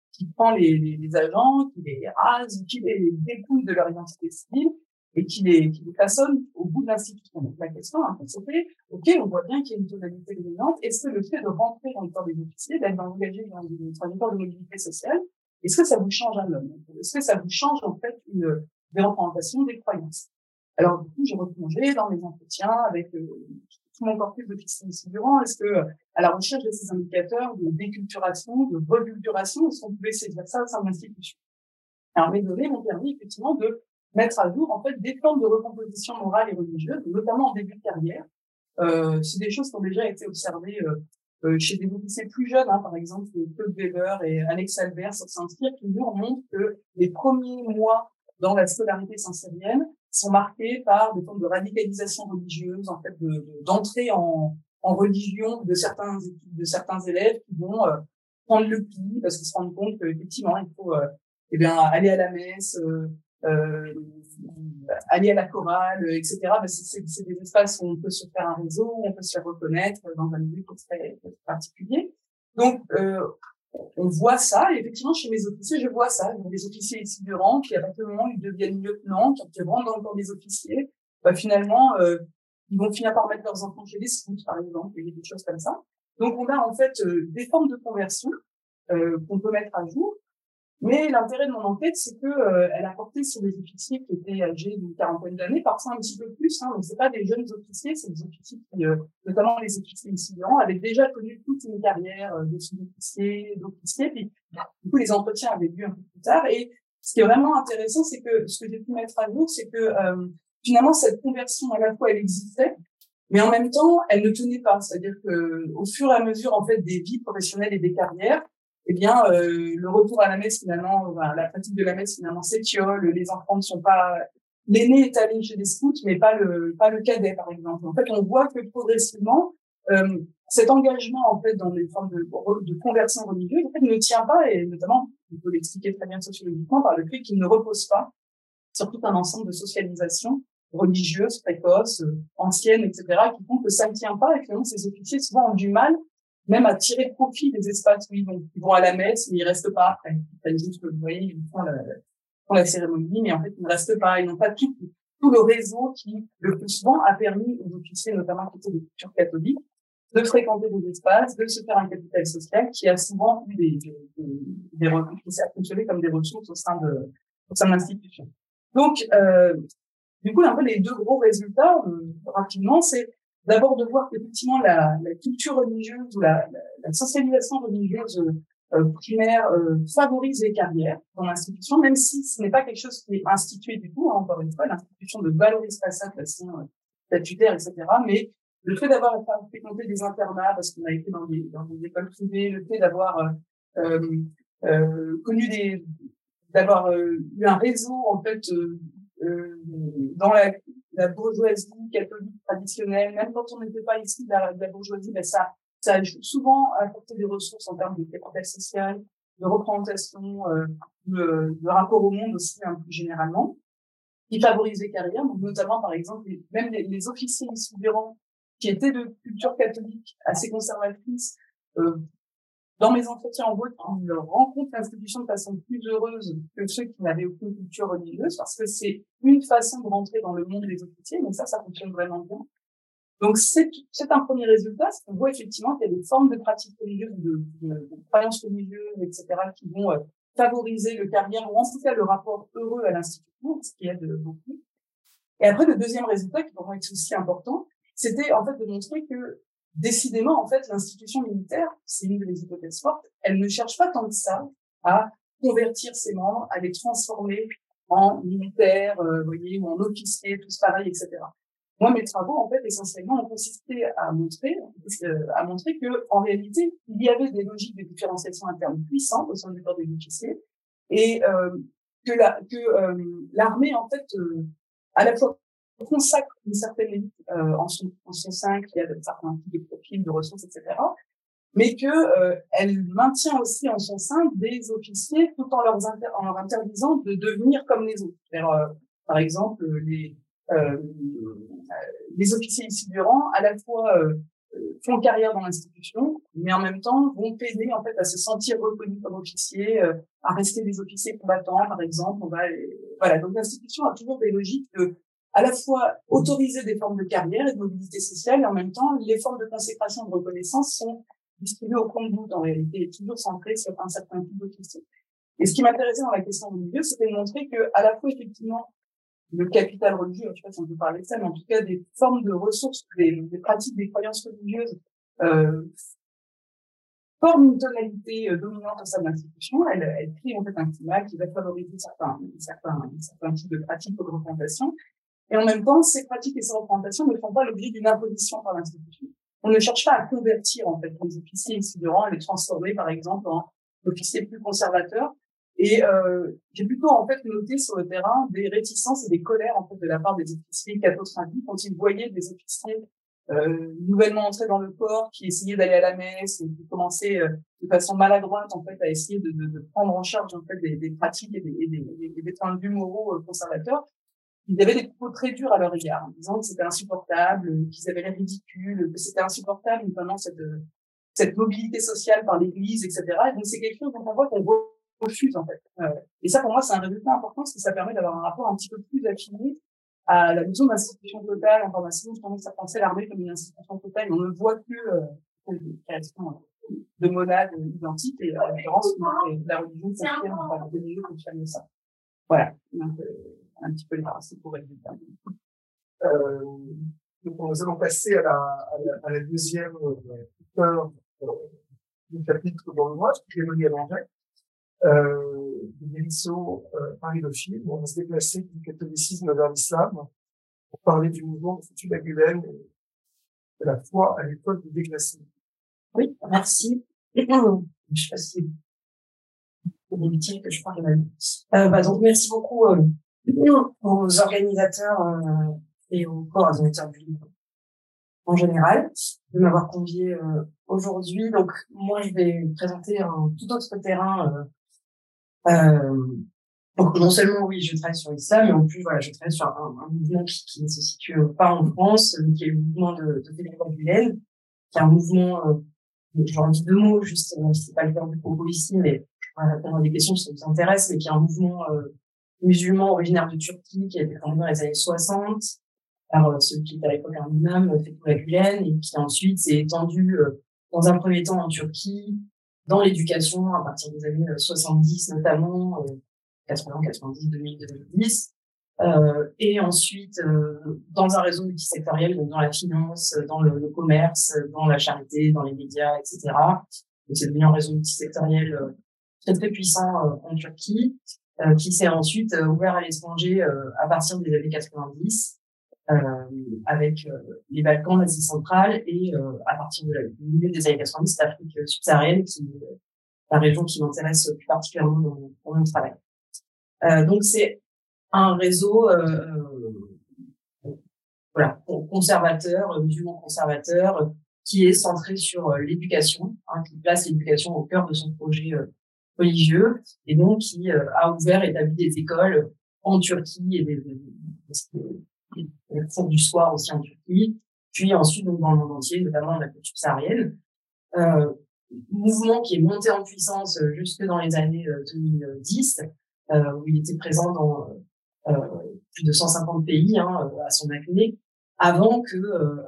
qui prend les, les, les agents, qui les rase, qui les dépouille de leur identité civile et qui les, qui les façonne au bout de l'institution. Donc la question, un peu, c'était, ok, on voit bien qu'il y a une tonalité dominante. Est-ce que le fait de rentrer dans le corps des officiers, d'être engagé dans une trajectoire de mobilité sociale, est-ce que ça vous change un homme? Est-ce que ça vous change en fait une des représentations, des croyances? Alors du coup, j'ai replongé dans mes entretiens avec euh, tout mon corpus d'officiers figurants. Est-ce que, à la recherche de ces indicateurs de déculturation, de reculturation, est-ce qu'on pouvait saisir ça au sein de l'institution? Alors mes données m'ont permis effectivement de mettre à jour en fait des formes de recomposition morale et religieuse, notamment en début de carrière. Euh, c'est des choses qui ont déjà été observées euh, euh, chez des officiers plus jeunes, hein, par exemple Claude Weber et Alex Albert sur Saint-Cyr, qui nous montrent que les premiers mois dans la scolarité saint-cyrienne sont marqués par des formes de radicalisation religieuse, en fait, de, de, d'entrée en, en religion de certains de certains élèves qui vont euh, prendre le pli parce qu'ils se rendent compte qu'effectivement il faut euh, eh bien aller à la messe, euh, euh, aller à la chorale, et cetera. Ben, c'est, c'est, c'est des espaces où on peut se faire un réseau, où on peut se faire reconnaître dans un milieu très, très particulier. Donc, euh, on voit ça, et effectivement, chez mes officiers, je vois ça. Donc, des officiers ici de rang qui, à partir du moment où ils deviennent lieutenants, quand ils rentrent dans le corps des officiers, ben, finalement, euh, ils vont finir par mettre leurs enfants chez les scouts, par exemple, et des choses comme ça. Donc, on a en fait euh, des formes de conversion euh, qu'on peut mettre à jour. Mais l'intérêt de mon enquête, c'est que euh, elle a porté sur des officiers qui étaient âgés d'une quarantaine d'années, parfois un petit peu plus. Hein, donc c'est pas des jeunes officiers, c'est des officiers qui, euh, notamment les officiers incidents, avaient déjà connu toute une carrière euh, de sous-officiers, d'officiers. Puis du coup, les entretiens avaient lieu un peu plus tard. Et ce qui est vraiment intéressant, c'est que ce que j'ai pu mettre à jour, c'est que euh, finalement cette conversion, à la fois, elle existait, mais en même temps, elle ne tenait pas. C'est-à-dire que au fur et à mesure, en fait, des vies professionnelles et des carrières, eh bien, euh, le retour à la messe, finalement, enfin, la pratique de la messe, finalement, s'étiole, les enfants ne sont pas, l'aîné est allé chez les scouts, mais pas le, pas le cadet, par exemple. En fait, on voit que progressivement, euh, cet engagement, en fait, dans les formes de, de conversion religieuse, en fait, ne tient pas, et notamment, on peut l'expliquer très bien sociologiquement par le fait qu'il ne repose pas sur tout un ensemble de socialisation religieuse, précoce, euh, ancienne, et cetera, qui font que ça ne tient pas, et que ces officiers, souvent, ont du mal même à tirer profit des espaces où ils vont, ils vont à la messe, mais ils restent pas après. Ils juste, vous voyez, ils font la, font la cérémonie, mais en fait, ils ne restent pas. Ils n'ont pas tout, tout le réseau qui, le plus souvent, a permis aux officiers, notamment qui étaient de culture catholique, de fréquenter des espaces, de se faire un capital social qui a souvent eu des, des, des, des ressources, qui s'est fonctionné comme des ressources au sein de, au sein de l'institution. Donc, euh, du coup, un peu les deux gros résultats, euh, rapidement, c'est d'abord de voir qu'effectivement la, la culture religieuse ou la, la, la socialisation religieuse euh, primaire euh, favorise les carrières dans l'institution, même si ce n'est pas quelque chose qui est institué du tout, hein, encore une fois, l'institution ne valorise pas ça de façon euh, statutaire, et cetera. Mais le fait d'avoir fréquenté des internats, parce qu'on a été dans des, dans des écoles privées, le fait d'avoir euh, euh, connu des, d'avoir euh, eu un réseau en fait euh, euh, dans la la bourgeoisie catholique traditionnelle, même quand on n'était pas ici de la, de la bourgeoisie, ben ça, ça a souvent apporté des ressources en termes de capital social, de représentation, euh, de, de rapport au monde aussi, hein, plus généralement, qui favorisent les carrières, donc notamment, par exemple, les, même les, les officiers issus des rangs qui étaient de culture catholique assez conservatrice, euh, dans mes entretiens en vote, ils rencontrent l'institution de façon plus heureuse que ceux qui n'avaient aucune culture religieuse, parce que c'est une façon de rentrer dans le monde des officiers, mais ça, ça fonctionne vraiment bien. Donc, c'est, c'est un premier résultat, c'est qu'on voit effectivement qu'il y a des formes de pratiques religieuses, de, de, de croyances religieuses, et cetera, qui vont euh, favoriser le carrière, ou en tout cas le rapport heureux à l'institution, ce qui aide beaucoup. Et après, le deuxième résultat, qui pour moi est aussi important, c'était en fait de montrer que décidément, en fait, l'institution militaire, c'est une de les hypothèses fortes, elle ne cherche pas tant que ça à convertir ses membres, à les transformer en militaires, euh, voyez, ou en officiers, tous pareils, et cetera. Moi, mes travaux, en fait, essentiellement, ont consisté à montrer, euh, à montrer que, en réalité, il y avait des logiques de différenciation interne puissantes au sein du corps des officiers, et euh, que la, que euh, l'armée, en fait, euh, à la fois consacre une certaine élite euh, en son, en son sein, qui a certains types de profils, de ressources, et cetera, mais que euh, elle maintient aussi en son sein des officiers tout en leur, inter- en leur interdisant de devenir comme les autres. Euh, par exemple, les, euh, les officiers issus du rang, à la fois euh, font carrière dans l'institution, mais en même temps vont peiner en fait à se sentir reconnus comme officiers, euh, à rester des officiers combattants, par exemple. On va, euh, voilà. Donc l'institution a toujours des logiques de à la fois autoriser des formes de carrière et de mobilité sociale, et en même temps les formes de consécration de reconnaissance sont distribuées au compte-gouttes en réalité, et toujours centrées sur un certain type de questions. Et ce qui m'intéressait dans la question religieux, c'était de montrer que à la fois effectivement le capital religieux, je sais pas si on peut parler de ça, mais en tout cas des formes de ressources, des, des pratiques, des croyances religieuses euh, forment une tonalité euh, dominante au sein de l'institution. Elle, elle crée en fait un climat qui va favoriser certains, certains, certains types de pratiques ou de représentations. Et en même temps, ces pratiques et ces représentations ne font pas l'objet d'une imposition par l'institution. On ne cherche pas à convertir en fait les officiers itinérants, à les transformer par exemple en officiers plus conservateurs. Et euh, j'ai plutôt en fait noté sur le terrain des réticences et des colères en fait de la part des officiers cathos-tradis quand ils voyaient des officiers euh, nouvellement entrés dans le corps qui essayaient d'aller à la messe et qui commençaient euh, de façon maladroite en fait à essayer de, de, de prendre en charge en fait des, des pratiques et des, et des, et des points de vue moraux euh, conservateurs. Ils avaient des propos très durs à leur égard, en disant que c'était insupportable, qu'ils avaient l'air ridicules, que c'était insupportable, notamment cette cette mobilité sociale par l'Église, et cetera. Et donc c'est quelque chose dont on voit qu'on refuse en fait. Euh, et ça, pour moi, c'est un résultat important parce que ça permet d'avoir un rapport un petit peu plus affiné à la notion d'institution totale en formation. Je pense que ça pensait l'armée comme une institution totale. On ne voit que euh, des créations de monades identiques et en l'occurrence, la religion confirme, enfin, la religion confirme ça. Voilà. Donc, euh, un petit peu les principes pour résultat. Euh, donc, nous allons passer à la, à la, à la deuxième heure euh, du chapitre dans le mois, qui est relié à l'Angers. Euh, de Guérissot, euh, Paris-Dauphine. On va se déplacer du catholicisme vers l'islam pour parler du mouvement de Fethullah Gülen et de la foi à l'époque du déclassé. Oui, merci. Je sais pas si c'est utile que je parle même. Euh, bah, donc, merci beaucoup euh, aux organisateurs euh, et aux coordinateurs du livre en général de m'avoir convié euh, aujourd'hui. Donc, moi, je vais présenter un tout autre terrain. Euh, euh, donc, non seulement, oui, je travaille sur l'islam, mais en plus, voilà, je travaille sur un, un mouvement qui, qui ne se situe pas en France, euh, qui est le mouvement de, de Fethullah Gülen, qui est un mouvement, euh, j'en dis deux mots, juste, euh, c'est pas le cœur du propos ici, mais je vais répondre à des questions si ça vous intéresse, mais qui est un mouvement euh, musulman originaire de Turquie, qui a été fondé dans les années soixante, par euh, celui qui était à l'époque un imam, Fethullah Gülen, et qui ensuite s'est étendu euh, dans un premier temps en Turquie, dans l'éducation, à partir des années soixante-dix notamment, euh, quatre-vingts, quatre-vingt-dix, deux mille, deux mille dix, euh, et ensuite euh, dans un réseau multisectoriel, donc dans la finance, dans le, le commerce, dans la charité, dans les médias, et cetera. Donc c'est devenu un réseau multisectoriel euh, très très puissant euh, en Turquie, euh, qui s'est ensuite euh, ouvert à l'étranger euh, à partir des années quatre-vingt-dix, euh, avec euh, les Balkans, l'Asie centrale, et euh, à partir de la, du milieu des années quatre-vingt-dix, l'Afrique subsaharienne, qui est la région qui m'intéresse plus particulièrement dans, dans mon travail. Euh, donc c'est un réseau euh, euh, voilà, conservateur, musulman conservateur, euh, qui est centré sur euh, l'éducation, hein, qui place l'éducation au cœur de son projet euh, religieux, et donc qui euh, a ouvert et établi des écoles en Turquie et des, des, des, des cours du soir aussi en Turquie, puis ensuite donc dans le monde entier, notamment en Afrique subsaharienne. Euh, mouvement qui est monté en puissance jusque dans les années euh, deux mille dix, euh, où il était présent dans euh, plus de cent cinquante pays hein, à son acmé, avant que euh,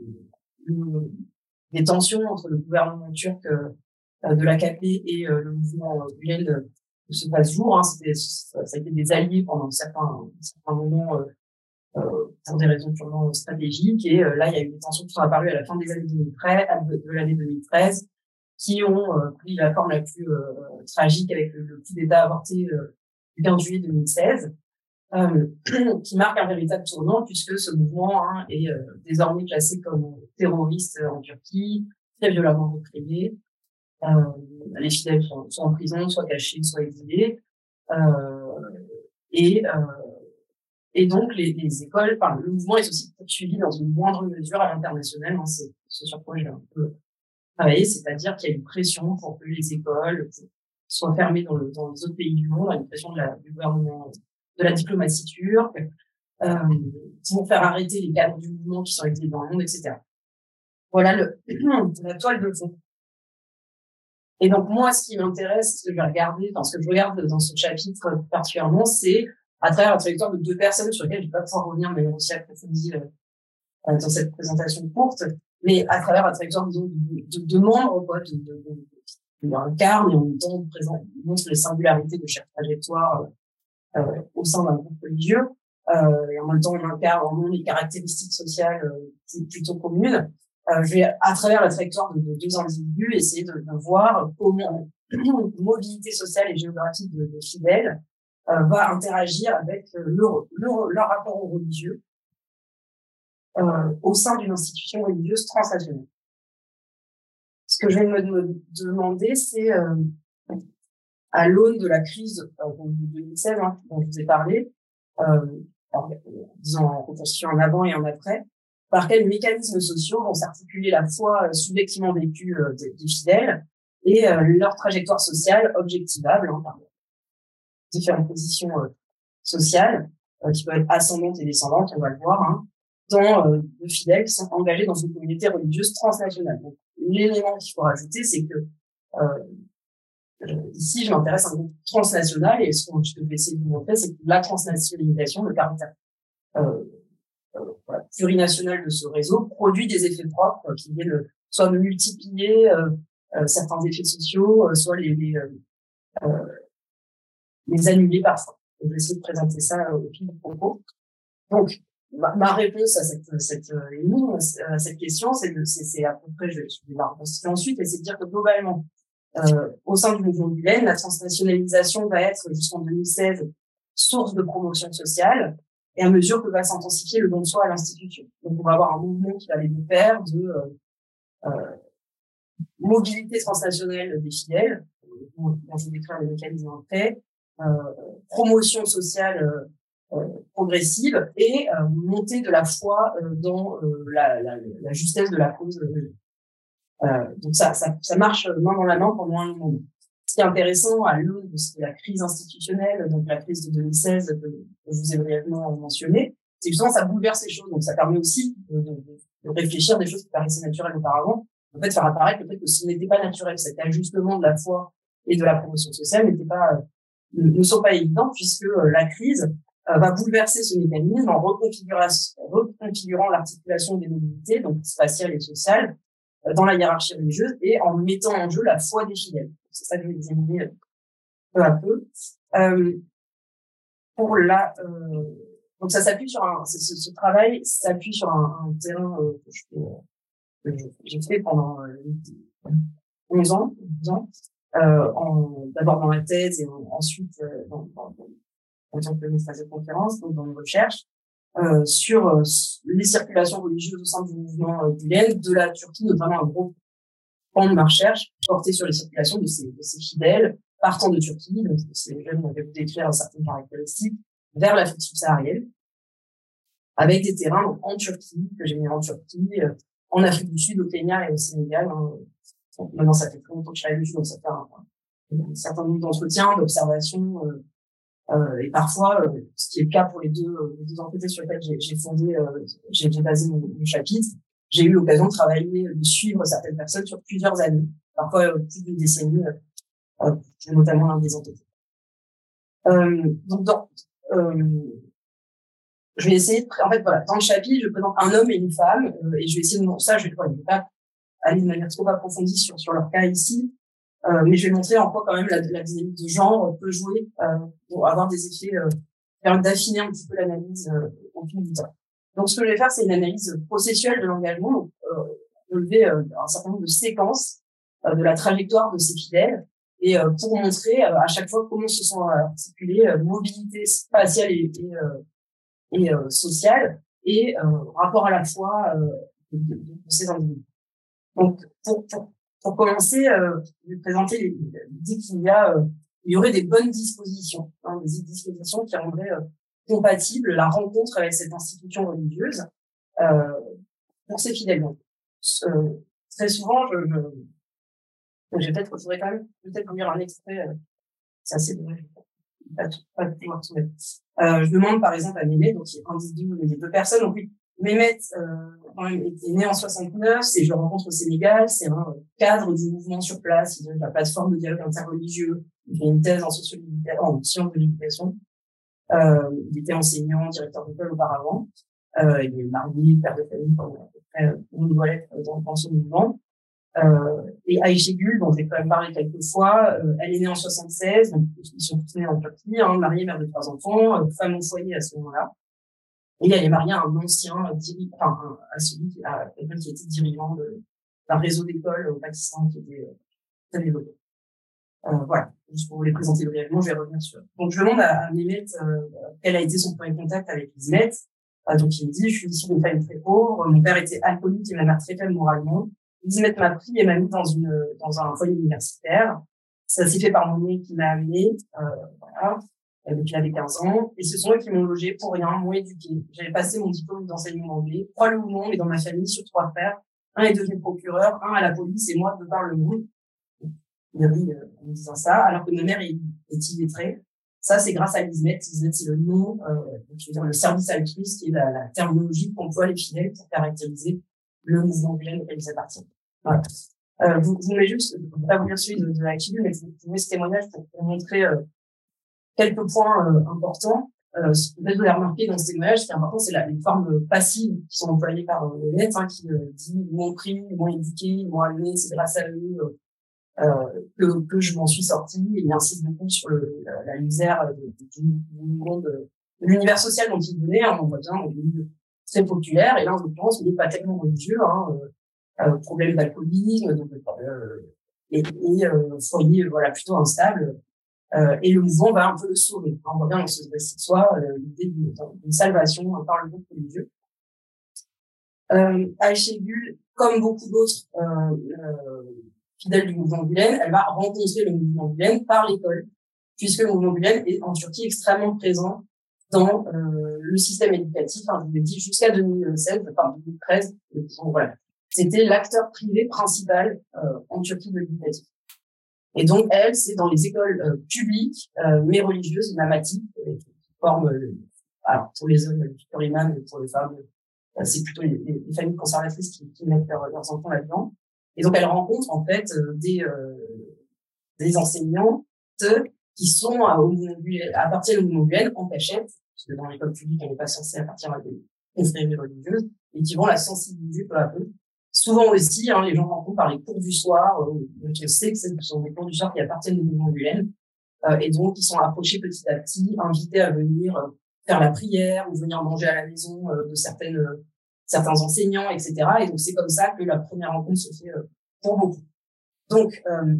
le, les tensions entre le gouvernement turc euh, de l'A K P et euh, le mouvement Gülen euh, se fassent jour. Hein, c'était, ça a été des alliés pendant certains, certains moments euh, euh, pour des raisons purement stratégiques. Et euh, là, il y a eu des tensions qui sont apparues à la fin des années deux mille treize, de l'année deux mille treize, qui ont euh, pris la forme la plus euh, tragique avec le, le coup d'État avorté euh, du quinze juillet deux mille seize, euh, qui marque un véritable tournant puisque ce mouvement hein, est euh, désormais classé comme terroriste en Turquie, très violemment réprimé. Euh, les fidèles sont, sont en prison, soit cachés, soit exilés. Euh, et, euh, et donc, les, les écoles, enfin, le mouvement est aussi poursuivi dans une moindre mesure à l'international. Hein, c'est ce sur quoi j'ai un peu travaillé, c'est-à-dire qu'il y a une pression pour que les écoles soient fermées dans, le, dans les autres pays du monde, une pression de la, du gouvernement, de la diplomatie turque, euh, pour faire arrêter les cadres du mouvement qui sont exilés dans le monde, et cetera. Voilà le, la toile de fond. Et donc, moi, ce qui m'intéresse, ce que je vais regarder, enfin, ce que je regarde dans ce chapitre particulièrement, c'est à travers la trajectoire de deux personnes sur lesquelles je vais pas pouvoir revenir, mais aussi approfondir euh, dans cette présentation courte, mais à travers la trajectoire, disons, de, de, de membres, quoi, de, de, de, de incarne et en même temps présente, montre les singularités de chaque trajectoire euh, au sein d'un groupe religieux, euh, et en même temps, on incarne vraiment les caractéristiques sociales euh, plutôt communes. Euh, je vais, à travers la trajectoire de, de deux individus, essayer de, de voir comment une mobilité sociale et géographique de, de fidèles euh, va interagir avec euh, leur, leur, leur rapport au religieux euh, au sein d'une institution religieuse transnationale. Ce que je vais me, me demander, c'est euh, à l'aune de la crise euh, de deux mille seize, hein, dont je vous ai parlé, euh, alors, disons en reconstituant en avant et en après, par quels mécanismes sociaux vont s'articuler la foi euh, subjectivement vécue euh, des, des fidèles et euh, leur trajectoire sociale objectivable, hein, par différentes positions euh, sociales euh, qui peuvent être ascendantes et descendantes, on va le voir, hein, dans euh, de fidèles qui sont engagés dans une communauté religieuse transnationale. Donc, l'élément qu'il faut rajouter, c'est que euh, ici, je m'intéresse à un groupe transnational et ce que je vais essayer de vous montrer, c'est que la transnationalisation, le caractère euh, euh, voilà, plurinational de ce réseau produit des effets propres euh, qui viennent soit multiplier euh, euh, certains effets sociaux, euh, soit les, les, euh, les annuler parfois. Je vais essayer de présenter ça euh, au fil du propos. Donc, ma, ma réponse à cette, cette énigme, à cette question, c'est, c'est à peu près, je vais, je vais la reconstituer ensuite, et c'est de dire que globalement, euh, au sein du mouvement du L E N, la transnationalisation va être jusqu'en deux mille seize source de promotion sociale, et à mesure que va s'intensifier le don de soi à l'institution. Donc, on va avoir un mouvement qui va aller de pair de euh, euh, mobilité transnationale des fidèles, dont je vais décrire les mécanismes après, euh, promotion sociale euh, euh, progressive et euh, montée de la foi euh, dans euh, la, la, la justesse de la cause. Euh, donc ça, ça, ça marche main dans la main pendant un moment. Ce qui est intéressant à l'aune de la crise institutionnelle, donc la crise de deux mille seize que, que je vous ai brièvement mentionné, c'est justement ça bouleverse les choses. Donc ça permet aussi de, de, de réfléchir des choses qui paraissaient naturelles auparavant. En fait, faire apparaître le fait que ce n'était pas naturel, cet ajustement de la foi et de la promotion sociale n'était pas, euh, ne sont pas évidents puisque euh, la crise euh, va bouleverser ce mécanisme en reconfigurant, reconfigurant l'articulation des mobilités, donc spatiale et sociale, euh, dans la hiérarchie religieuse et en mettant en jeu la foi des fidèles. C'est ça que je vais examiner euh, peu à peu. Euh, pour la, euh, donc ça s'appuie sur un, ce, ce travail s'appuie sur un, un terrain euh, que je fais, euh, que j'ai fait pendant euh, onze ans, douze ans, euh, en, d'abord dans la thèse et en, ensuite euh, dans, dans, dans, en tant que maîtresse de conférence, donc dans les recherches, euh, sur euh, les circulations religieuses au sein du mouvement euh, du L E N, de la Turquie, notamment un gros pan de ma recherche porté sur les circulations de ces, de ces fidèles partant de Turquie, donc ces jeunes avaient décrire certaines caractéristiques, vers l'Afrique subsaharienne, avec des terrains donc, en Turquie, que j'ai mis en Turquie, euh, en Afrique du Sud, au Kenya et au Sénégal. Hein. Donc, maintenant, ça fait très longtemps que je travaille dessus, donc ça fait un, un certain nombre d'entretiens, d'observations, euh, euh, et parfois, euh, ce qui est le cas pour les deux, euh, les deux entités sur lesquelles j'ai, j'ai fondé, euh, j'ai, j'ai basé mon, mon chapitre, j'ai eu l'occasion de travailler, de suivre certaines personnes sur plusieurs années, parfois euh, plus d'une décennie, euh, euh, notamment l'un des entités. Euh, donc, dans, euh, je vais essayer de, en fait, voilà, dans le chapitre, je présente un homme et une femme, euh, et je vais essayer de montrer ça, je vais, voilà, je vais pas aller de manière trop approfondie sur, sur leur cas ici, euh, mais je vais montrer en quoi quand même la, la dynamique de genre peut jouer, euh, pour avoir des effets, euh, permettre d'affiner un petit peu l'analyse, euh, au fil du temps. Donc, ce que je vais faire, c'est une analyse processuelle de l'engagement, donc, euh, relever, euh, un certain nombre de séquences, euh, de la trajectoire de ces fidèles, et euh, pour montrer euh, à chaque fois comment se sont articulées euh, mobilité spatiale et, et, euh, et euh, sociale et euh, rapport à la foi euh, de, de, de ces individus. Donc, pour, pour, pour commencer, euh, je vais présenter l'idée qu'il y a, euh, il y aurait des bonnes dispositions, hein, des dispositions qui rendraient euh, compatible la rencontre avec cette institution religieuse euh, pour ces fidèles. Donc, euh, très souvent, je, je donc, j'ai peut-être, il faudrait quand même peut-être vous lire un extrait, euh, c'est assez dommage, pas tout, pas pouvoir tout mettre. Euh, je demande par exemple à Mémé, donc il y a un des deux, les deux personnes, donc oui, Mehmet euh, quand même était né en soixante-neuf, et je le rencontre au Sénégal, c'est un cadre du mouvement sur place, il dirige la plateforme de dialogue interreligieux, il fait une thèse en sociologie, en sciences de l'éducation, euh, il était enseignant, directeur d'école auparavant, euh, il est marié, père de famille, pendant à peu près une doit être dans, dans ce mouvement. Euh, et Ayşe Gül, dont j'ai quand même parlé quelques fois, euh, elle est née en soixante-seize, donc ils sont tous nés en Turquie, hein, mariée, mère de trois enfants, euh, femme au foyer à ce moment-là. Et elle est mariée à un ancien dirigeant, enfin, à celui qui a, quelqu'un qui était dirigeant de, d'un réseau d'écoles au Pakistan qui était euh, très développé. Euh, voilà. Juste pour vous les présenter brièvement, je vais revenir sur. Donc, je demande à, à Mehmet, euh, quel a été son premier contact avec Hizmet. Euh, donc, il me dit, je suis issu d'une famille très pauvre, mon père était alcoolique et ma mère très faible moralement. Hizmet m'a pris et m'a mis dans une, dans un foyer universitaire. Ça s'est fait par mon mec qui m'a amené, euh, voilà. Donc, il avait quinze ans, et ce sont eux qui m'ont logé pour rien, m'ont éduqué. J'avais passé mon diplôme d'enseignement anglais, crois-le ou non, mais dans ma famille, sur trois frères, un est devenu procureur, un à la police, et moi, de par le monde. Il rit euh, en me disant ça, alors que ma mère est, est illettrée. Ça, c'est grâce à Hizmet. Hizmet, c'est le nom, euh, je veux dire, le service altruiste, qui est la, la terminologie qu'emploient les fidèles pour caractériser le mouvement Gulen auquel ils appartiennent. Voilà. Euh, vous, vous voulez juste, je ne vais pas vous lire celui de, de la Chibule, mais vous voulez ce témoignage pour, pour montrer euh, quelques points euh, importants. Euh, ce que vous avez remarqué dans ce témoignage, ce qui est important, c'est la, les formes passives qui sont employées par euh, le net, hein, qui euh, dit ils m'ont pris, ils m'ont éduqué, ils m'ont amené, c'est grâce à eux euh, que, que je m'en suis sortie. Et il insiste beaucoup sur le, la, la misère de, de, du monde, de l'univers social dont il venait. Hein, on voit bien, on est très populaire, et là, en l'occurrence, on n'est pas tellement religieux, hein, euh, euh, problème d'alcoolisme, donc, euh, et, et euh, foyer, voilà, plutôt instable. Euh, et le mouvement va un peu le sauver. On voit bien dans ce récit de soi euh, l'idée d'une, d'une salvation euh, par le groupe religieux. Euh, Ayşe Gül, comme beaucoup d'autres euh, euh, fidèles du mouvement Gülen, elle va rencontrer le mouvement Gülen par l'école, puisque le mouvement Gülen est en Turquie extrêmement présent dans euh, le système éducatif. Hein, je vous l'ai dit, jusqu'à deux mille seize, enfin deux mille treize, donc, voilà. C'était l'acteur privé principal euh, en Turquie de l'éducatif. Et donc, elle, c'est dans les écoles euh, publiques, euh, mais religieuses, mamatiques, euh, qui forment, euh, alors, pour les hommes, le imam, et pour les femmes, euh, c'est plutôt les, les, les familles conservatrices qui, qui mettent leur, leurs enfants là-dedans. Et donc, elle rencontre, en fait, euh, des, euh, des enseignantes qui sont à, au à partir du mouvement Gülen en cachette, parce que dans l'école publique, on n'est pas censé appartenir à des confréries religieuses, et qui vont la sensibiliser peu à peu. Souvent aussi, hein, les gens rencontrent par les cours du soir. Euh, je sais que ce sont des cours du soir qui appartiennent au mouvement Gülen, euh, et donc ils sont approchés petit à petit, invités à venir euh, faire la prière ou venir manger à la maison euh, de certaines euh, certains enseignants, et cetera. Et donc c'est comme ça que la première rencontre se fait euh, pour beaucoup. Donc, euh,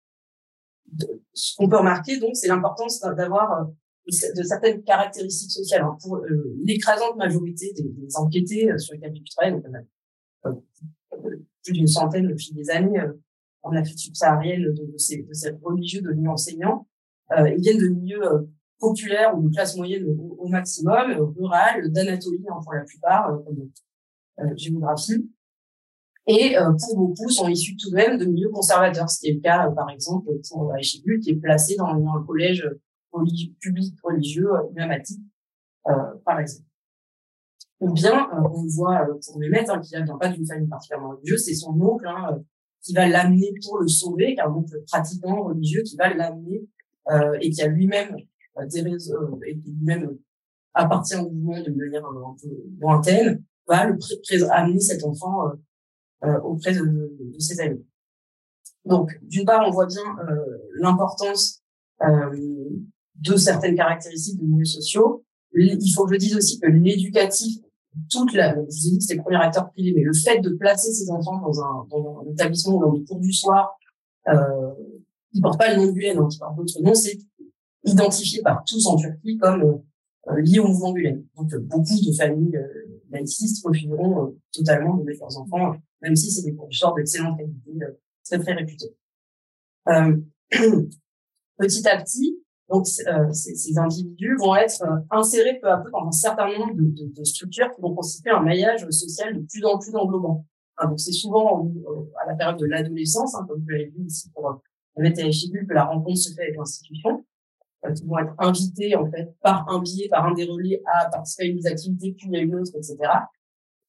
de, ce qu'on peut remarquer, donc, c'est l'importance d'avoir euh, de certaines caractéristiques sociales. Hein, pour euh, l'écrasante majorité des, des enquêtés euh, sur lesquels je travaille, donc on a euh, plus d'une centaine au fil des années euh, en Afrique subsaharienne de, de, ces, de ces religieux devenus enseignants. Euh, ils viennent de milieux euh, populaires ou de classe moyenne au, au maximum, euh, rural, d'Anatolie hein, pour la plupart, euh, comme euh, géographie. Et euh, pour beaucoup sont issus tout de même de milieux conservateurs. C'était le cas, euh, par exemple, pour Ayşe Gül, qui est placé dans, dans un collège religieux, public religieux euh, mammatique, euh, par exemple. Ou bien, euh, on voit euh, pour Mehmet, hein, qui ne vient pas d'une famille particulièrement religieuse, c'est son oncle hein, euh, qui va l'amener pour le sauver, qui est un oncle pratiquant religieux, qui va l'amener euh, et qui a lui-même euh, des réseaux, euh, et qui lui-même euh, appartient au mouvement d'une manière euh, un peu lointaine, va le pré- pré- amener cet enfant euh, euh, auprès de, de, de ses amis. Donc, d'une part, on voit bien euh, l'importance euh, de certaines caractéristiques de milieux sociaux. Il faut que je dise aussi que l'éducatif, toute la, je vous ai dit que c'est le premier acteur privé, mais le fait de placer ses enfants dans un, dans un établissement, dans les cours du soir, euh, qui porte pas le nom de Gülen, hein, qui porte d'autres noms, c'est identifié par tous en Turquie comme euh, lié au mouvement Gülen. Donc, euh, beaucoup de familles euh, laïcistes refuseront euh, totalement de mettre leurs enfants, même si c'est des cours du soir d'excellente qualité, euh, très très réputés. Euh, petit à petit, donc euh, ces, ces individus vont être euh, insérés peu à peu dans un certain nombre de, de, de structures qui vont constituer un maillage social de plus en plus englobant. Hein, donc c'est souvent euh, à la période de l'adolescence, hein, comme vous l'avez vu ici pour Mehmet et Ayşe Gül, que la rencontre se fait avec l'institution, euh, qui vont être invités en fait par un biais, par un des relais à participer à une des activités puis à une autre, et cetera.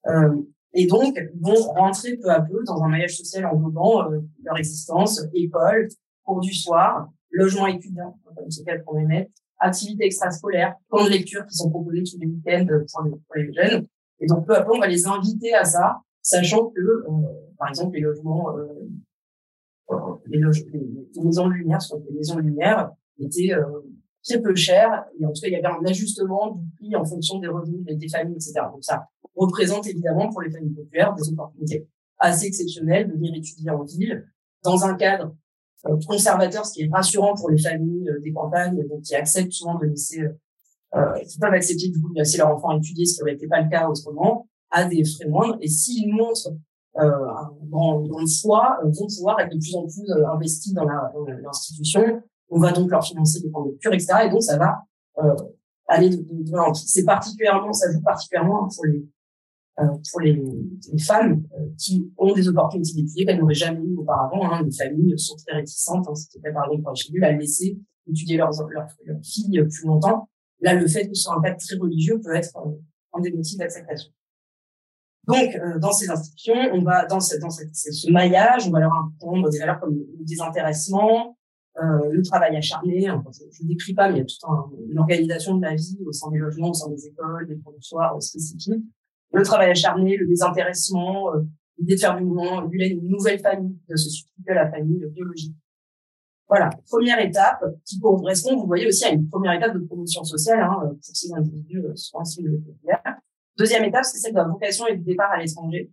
Euh, et donc, ils vont rentrer peu à peu dans un maillage social englobant euh, leur existence, école, cours du soir, logement étudiant, comme c'est le qu'on émet, activités extrascolaires, camps de lecture qui sont proposés tous les week-ends pour les, pour les jeunes. Et donc, peu à peu, on va les inviter à ça, sachant que, euh, par exemple, les logements, euh, les, loge les, les maisons de lumière, ce qu'on appelle les maisons de lumière, étaient euh, très peu chères. Et en tout cas, il y avait un ajustement du prix en fonction des revenus des familles, et cetera. Donc, ça représente évidemment pour les familles populaires des opportunités assez exceptionnelles de venir étudier en ville, dans un cadre euh, conservateur, ce qui est rassurant pour les familles euh, des campagnes, donc qui acceptent souvent de laisser, euh, qui peuvent accepter du coup de laisser leur enfant étudier, ce qui n'aurait été pas le cas autrement, à des frais moindres. Et s'ils montrent euh, un grand, grand foi, euh, vont pouvoir être de plus en plus euh, investis dans l'institution. On va donc leur financer des camps de lecture, et cetera. Et donc ça va euh, aller de, de, de c'est particulièrement, ça joue particulièrement pour les euh, pour les, les femmes euh, qui ont des opportunités d'étudier qu'elles n'auraient jamais eu auparavant. Hein. Les familles sont très réticentes, hein, c'était par exemple pour les à laisser étudier leurs, leurs, leurs filles plus longtemps. Là, le fait que ce soit un cadre très religieux peut être euh, un des motifs d'acceptation. Donc, euh, dans ces institutions, on va dans, ce, dans cette, ce maillage, on va leur apprendre des valeurs comme le désintéressement, euh, le travail acharné. Enfin, je ne décris pas, mais il y a toute un, une organisation de la vie au sein des logements, au sein des écoles, des cours du soir spécifiques. Le travail acharné, le désintéressement, euh, l'idée de faire du mouvement, une nouvelle famille, de se substituer à la famille biologique. Voilà, première étape qui correspond, vous voyez aussi à une première étape de promotion sociale hein, pour ces individus euh, sur un site populaire. Deuxième étape, c'est celle de la vocation et du départ à l'étranger.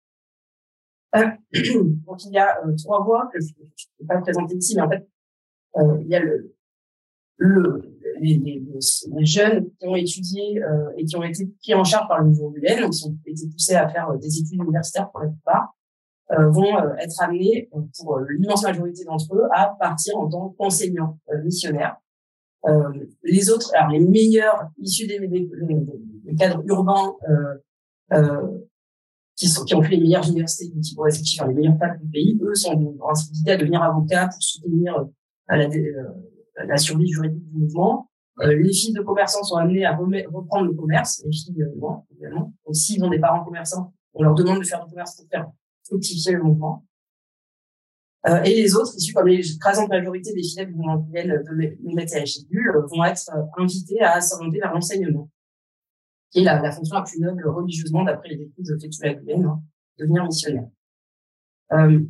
Euh, donc il y a euh, trois voies que je ne vais pas présenter ici, mais en fait, euh, il y a le, le les, les, les jeunes qui ont étudié euh, et qui ont été pris en charge par le mouvement U L, donc qui ont été poussés à faire euh, des études universitaires pour la plupart, euh, vont euh, être amenés, pour euh, l'immense majorité d'entre eux, à partir en tant qu'enseignants euh, missionnaires. Euh, les autres, alors les meilleurs issus des, des, des, des cadres urbains euh, euh, qui, sont, qui ont fait les meilleures universités du type réceptif, les meilleures facs du pays, eux sont incités à devenir avocats pour soutenir euh, à la, euh, la survie juridique du mouvement. Euh, les filles de commerçants sont amenées à reprendre le commerce, les filles euh, non, évidemment. Donc s'ils ont des parents commerçants, on leur demande de faire du commerce pour faire fructifier le mouvement. Euh, et les autres, issus comme l'écrasante majorité des fidèles du mouvement de Metz et H euh, vont être euh, invités à s'orienter vers l'enseignement, qui est la, la fonction la plus noble religieusement d'après les études de Fethullah Gulen, hein, devenir missionnaire. Euh,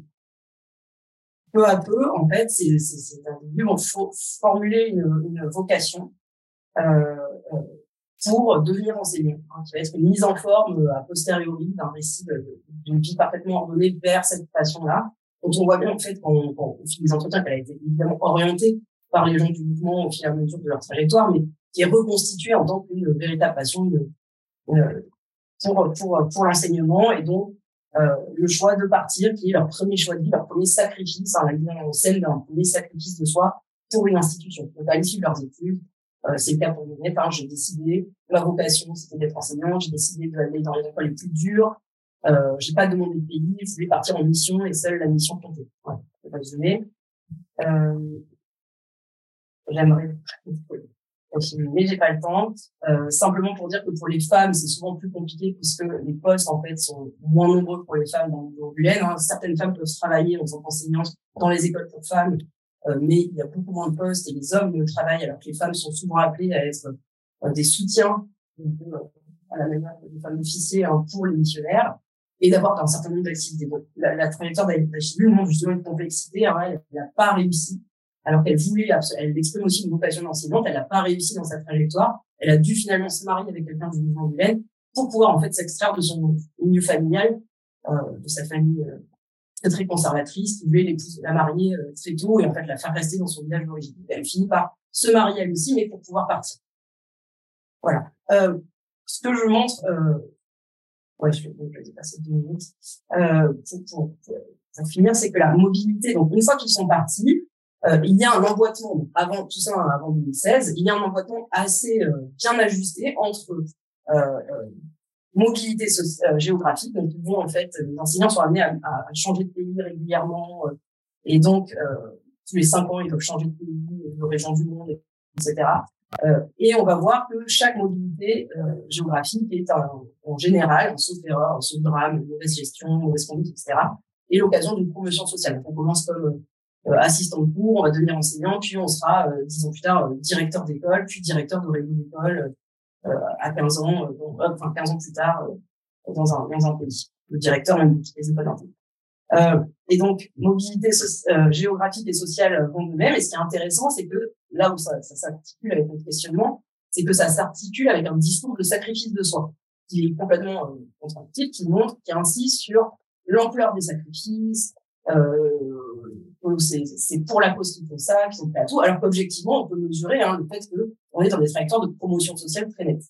peu à peu, en fait, ces, ces, ces individus vont fo formuler une, une vocation euh, pour devenir enseignant, hein, qui va être une mise en forme a posteriori d'un récit d'une vie parfaitement ordonnée vers cette passion-là. Donc on voit bien en fait quand on, quand on fait des entretiens qu'elle a été évidemment orientée par les gens du mouvement au fur et à mesure de leur trajectoire, mais qui est reconstituée en tant qu'une véritable passion de, de, pour pour pour l'enseignement et donc euh, le choix de partir qui est leur premier choix de vie, leur premier sacrifice, hein, la vie en scène d'un premier sacrifice de soi pour une institution. Donc à l'issue de leurs études, euh, c'est le cas pour Minette, hein, j'ai décidé, ma vocation c'était d'être enseignant, j'ai décidé d'aller dans les écoles les plus dures. Euh, j'ai pas demandé de pays, je voulais partir en mission et seule la mission comptait. Ouais, je vais résumer. Euh, J'aimerais mais j'ai pas le temps. Euh, simplement pour dire que pour les femmes, c'est souvent plus compliqué puisque les postes en fait sont moins nombreux pour les femmes dans le U L. Hein. Certaines femmes peuvent travailler en tant qu'enseignantes dans les écoles pour femmes, euh, mais il y a beaucoup moins de postes et les hommes ne travaillent alors que les femmes sont souvent appelées à être euh, des soutiens euh, à la manière des femmes officiers hein, pour les missionnaires. Et d'avoir un certain nombre d'activités. Donc, la, la trajectoire d'Achille montre justement une complexité. Hein, elle n'a pas réussi, alors qu'elle voulait, elle exprime aussi une vocation d'enseignante, elle n'a pas réussi dans sa trajectoire. Elle a dû finalement se marier avec quelqu'un du mouvement U L pour pouvoir en fait s'extraire de son milieu familial, euh, de sa famille euh, très très conservatrice, qui voulait l'épouser, la marier euh, très tôt et en fait la faire rester dans son village d'origine. Elle finit par se marier elle aussi, mais pour pouvoir partir. Voilà. Euh, ce que je montre. Euh, Ouais, je vais, je vais dépasser deux minutes. Euh, pour, pour, pour finir, c'est que la mobilité, donc une fois qu'ils sont partis, euh, il y a un emboîtement, donc avant tout ça, avant deux mille seize, il y a un emboîtement assez euh, bien ajusté entre euh, euh, mobilité euh, géographique, donc ils vont en fait, les enseignants sont amenés à, à, à changer de pays régulièrement, euh, et donc euh, tous les cinq ans ils doivent changer de pays, de région du monde, et cetera. Euh, et on va voir que chaque mobilité euh, géographique est en, en général, sauf erreur, sauf drame, mauvaise gestion, mauvaise conduite, et cetera, est l'occasion d'une promotion sociale. Donc, on commence comme euh, assistant de cours, on va devenir enseignant, puis on sera, euh, dix ans plus tard, euh, directeur d'école, puis directeur de réseau d'école euh, à quinze ans, euh, donc, enfin quinze ans plus tard, euh, dans un dans un pays. Le directeur même de toutes les écoles d'intégration. Euh, et donc, mobilité so- euh, géographique et sociale vont de même. Et ce qui est intéressant, c'est que là où ça, ça s'articule avec notre questionnement, c'est que ça s'articule avec un discours de sacrifice de soi, qui est complètement euh, contradictif, qui montre, qui insiste sur l'ampleur des sacrifices, euh, c'est, c'est pour la cause qu'ils font ça, qu'ils sont prêts à tout, alors qu'objectivement, on peut mesurer hein, le fait qu'on est dans des trajectoires de promotion sociale très nettes.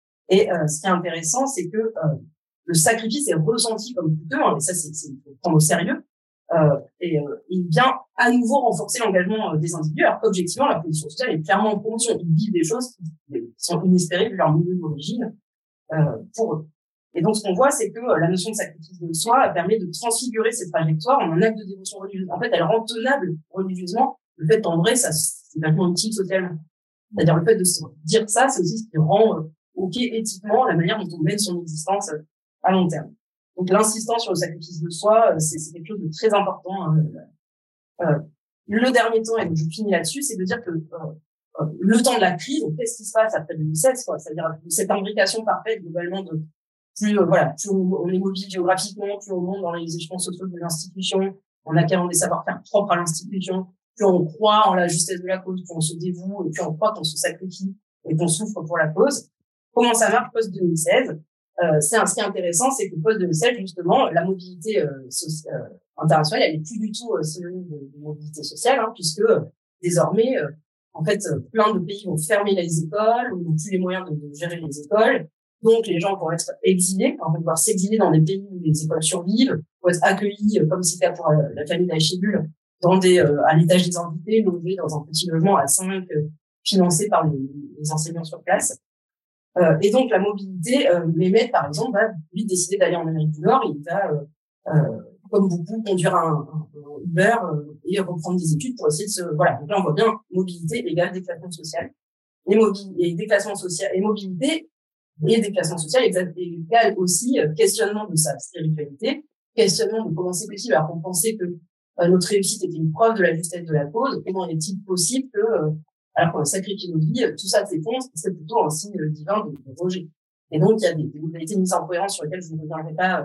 Et euh, ce qui est intéressant, c'est que euh, le sacrifice est ressenti comme coûteux, hein, et ça, c'est, c'est faut prendre au sérieux, euh, et euh, il vient à nouveau renforcer l'engagement euh, des individus, alors qu'objectivement, la position sociale est clairement en promotion. Ils vivent des choses qui, qui sont inespérées vu leur milieu d'origine euh, pour eux. Et donc, ce qu'on voit, c'est que euh, la notion de sacrifice de soi permet de transfigurer ces trajectoires en un acte de dévotion religieuse. En fait, elle rend tenable religieusement le fait qu'en vrai, ça, c'est vachement utile socialement. C'est-à-dire le fait de se dire ça, c'est aussi ce qui rend euh, OK éthiquement la manière dont on mène son existence euh, à long terme. Donc l'insistance sur le sacrifice de soi, euh, c'est, c'est quelque chose de très important. Hein. Euh, le dernier temps, et donc je finis là-dessus, c'est de dire que euh, euh, le temps de la crise, donc qu'est-ce qui se passe après deux mille seize, quoi, c'est-à-dire cette imbrication parfaite globalement de plus euh, voilà, plus on, on est mobile géographiquement, plus on monte dans les échelons sociaux de l'institution, on acquiert des savoir-faire propres à l'institution, plus on croit en la justesse de la cause, plus on se dévoue, et plus on croit qu'on se sacrifie et qu'on souffre pour la cause. Comment ça marche post deux mille seize? Euh, c'est un, ce qui est intéressant, c'est que post deux mille seize, justement, la mobilité euh, soci- euh, internationale, elle est plus du tout euh, synonyme de, de mobilité sociale, hein, puisque euh, désormais, euh, en fait, euh, plein de pays vont fermer les écoles, ou n'ont plus les moyens de, de gérer les écoles. Donc, les gens vont être exilés, enfin, vont devoir s'exiler dans des pays où les écoles survivent, vont être accueillis, euh, comme c'était pour euh, la famille d'Achébul, dans des, euh, à l'étage des invités, logés dans un petit logement à cinq, euh, financé par les, les enseignants sur place. Euh, et donc, la mobilité, euh, Mehmet, par exemple, va lui décider d'aller en Amérique du Nord et il va, euh, euh, comme beaucoup, conduire un, un, un Uber euh, et reprendre des études pour essayer de se... Voilà, donc là, on voit bien mobilité égale déclassement social. Et, mobi- et déclassement social et mobilité et déclassement social égale aussi euh, questionnement de sa spiritualité, questionnement de comment c'est possible, alors qu'on pensait que euh, notre réussite était une preuve de la justesse de la cause, comment est-il possible que... Euh, alors qu'on a sacrifié notre vie, tout ça s'effondre, c'est plutôt un signe divin de, de rejet. Et donc, il y a des, des modalités de mise en cohérence sur lesquelles je ne reviendrai pas euh,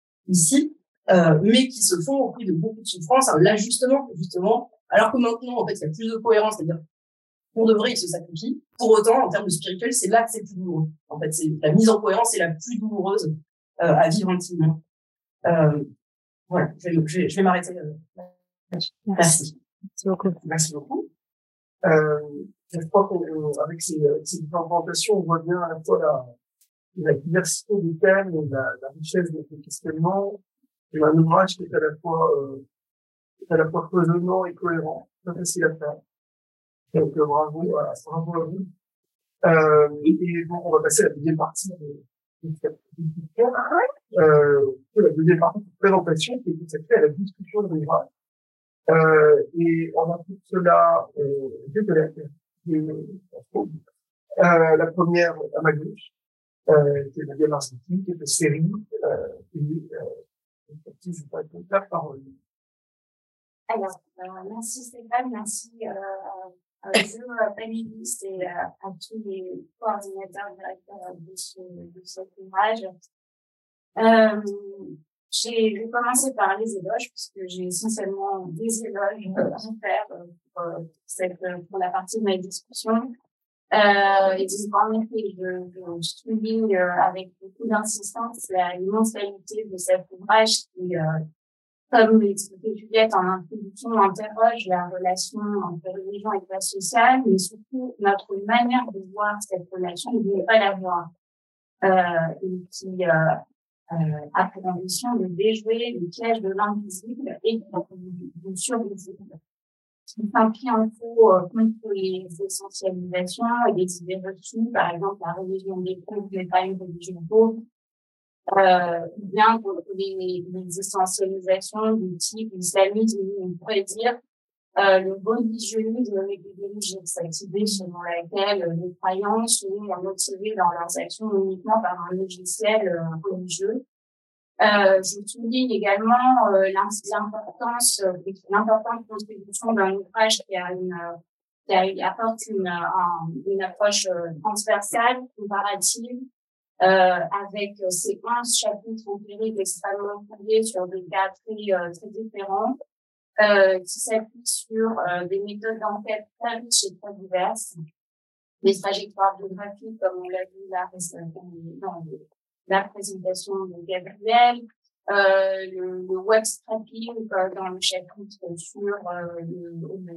ici, euh, mais qui se font au prix de beaucoup de souffrance, hein, l'ajustement, justement, alors que maintenant, en fait, il y a plus de cohérence, c'est-à-dire, pour de vrai, il se sacrifie. Pour autant, en termes de spirituel, c'est là que c'est le plus douloureux. En fait, c'est la mise en cohérence est la plus douloureuse euh, à vivre intimement. Euh, voilà, je vais, je vais, je vais m'arrêter. Euh, Merci. Merci beaucoup. Merci beaucoup. Euh, je crois qu'avec ces, ces présentations, on voit bien à la fois la, la diversité des thèmes et la, la richesse des questionnements. C'est un ouvrage qui est à la fois, euh, à la fois foisonnant et cohérent, pas facile à faire. Donc euh, bravo, à, bravo à vous. Euh, et bon, on va passer à la deuxième partie de, de cette discussion. Euh, la deuxième partie de présentation qui est consacrée à la discussion de l'ouvrage. Euh, et on a tout cela euh, deux collègues. Euh, la première à ma gauche, euh, qui est la Diane Arsetti, qui est de série, euh, et euh, je vais pas te faire parole. Alors, euh, merci Stéphane, merci euh, à vous, panélistes et euh, à tous les coordinateurs directeurs de, ce, de cet ouvrage. Euh, J'ai, je vais commencer par les éloges, puisque j'ai essentiellement des éloges à faire pour, cette, pour la partie de ma discussion. Euh, et donc, en effet, je, je souligne avec beaucoup d'insistance la immense qualité de cet ouvrage qui, euh, comme l'expliquait Juliette en introduction, interroge la relation entre religion et classe sociale, mais surtout notre manière de voir cette relation, de ne pas la voir. Euh, et qui, euh, Euh, a pour ambition de déjouer le piège de l'invisible et du, du survisible. Qui s'implique en faux euh, contre les essentialisations et les idées reçues, par exemple la religion des pauvres n'est pas une religion pauvre, euh, bien contre les, les essentialisations du type islamisme, on pourrait dire Euh, le religionisme avec des dérives activées selon laquelle euh, les croyants sont motivés dans leurs actions uniquement par un logiciel euh, religieux. Euh, je souligne également euh, l'importance, euh, l'importante contribution d'un ouvrage qui a une, qui a, apporte une, un, une approche euh, transversale, comparative, euh, avec euh, ces onze chapitres empiriques extrêmement fondés sur des cas très, euh, très différents, euh, qui s'appuient sur euh, des méthodes d'enquête très riches et très diverses, des trajectoires biographiques, comme on l'a vu là dans la présentation de Gabriel, euh, le, le web scraping euh, dans le chapitre sur euh, le, le,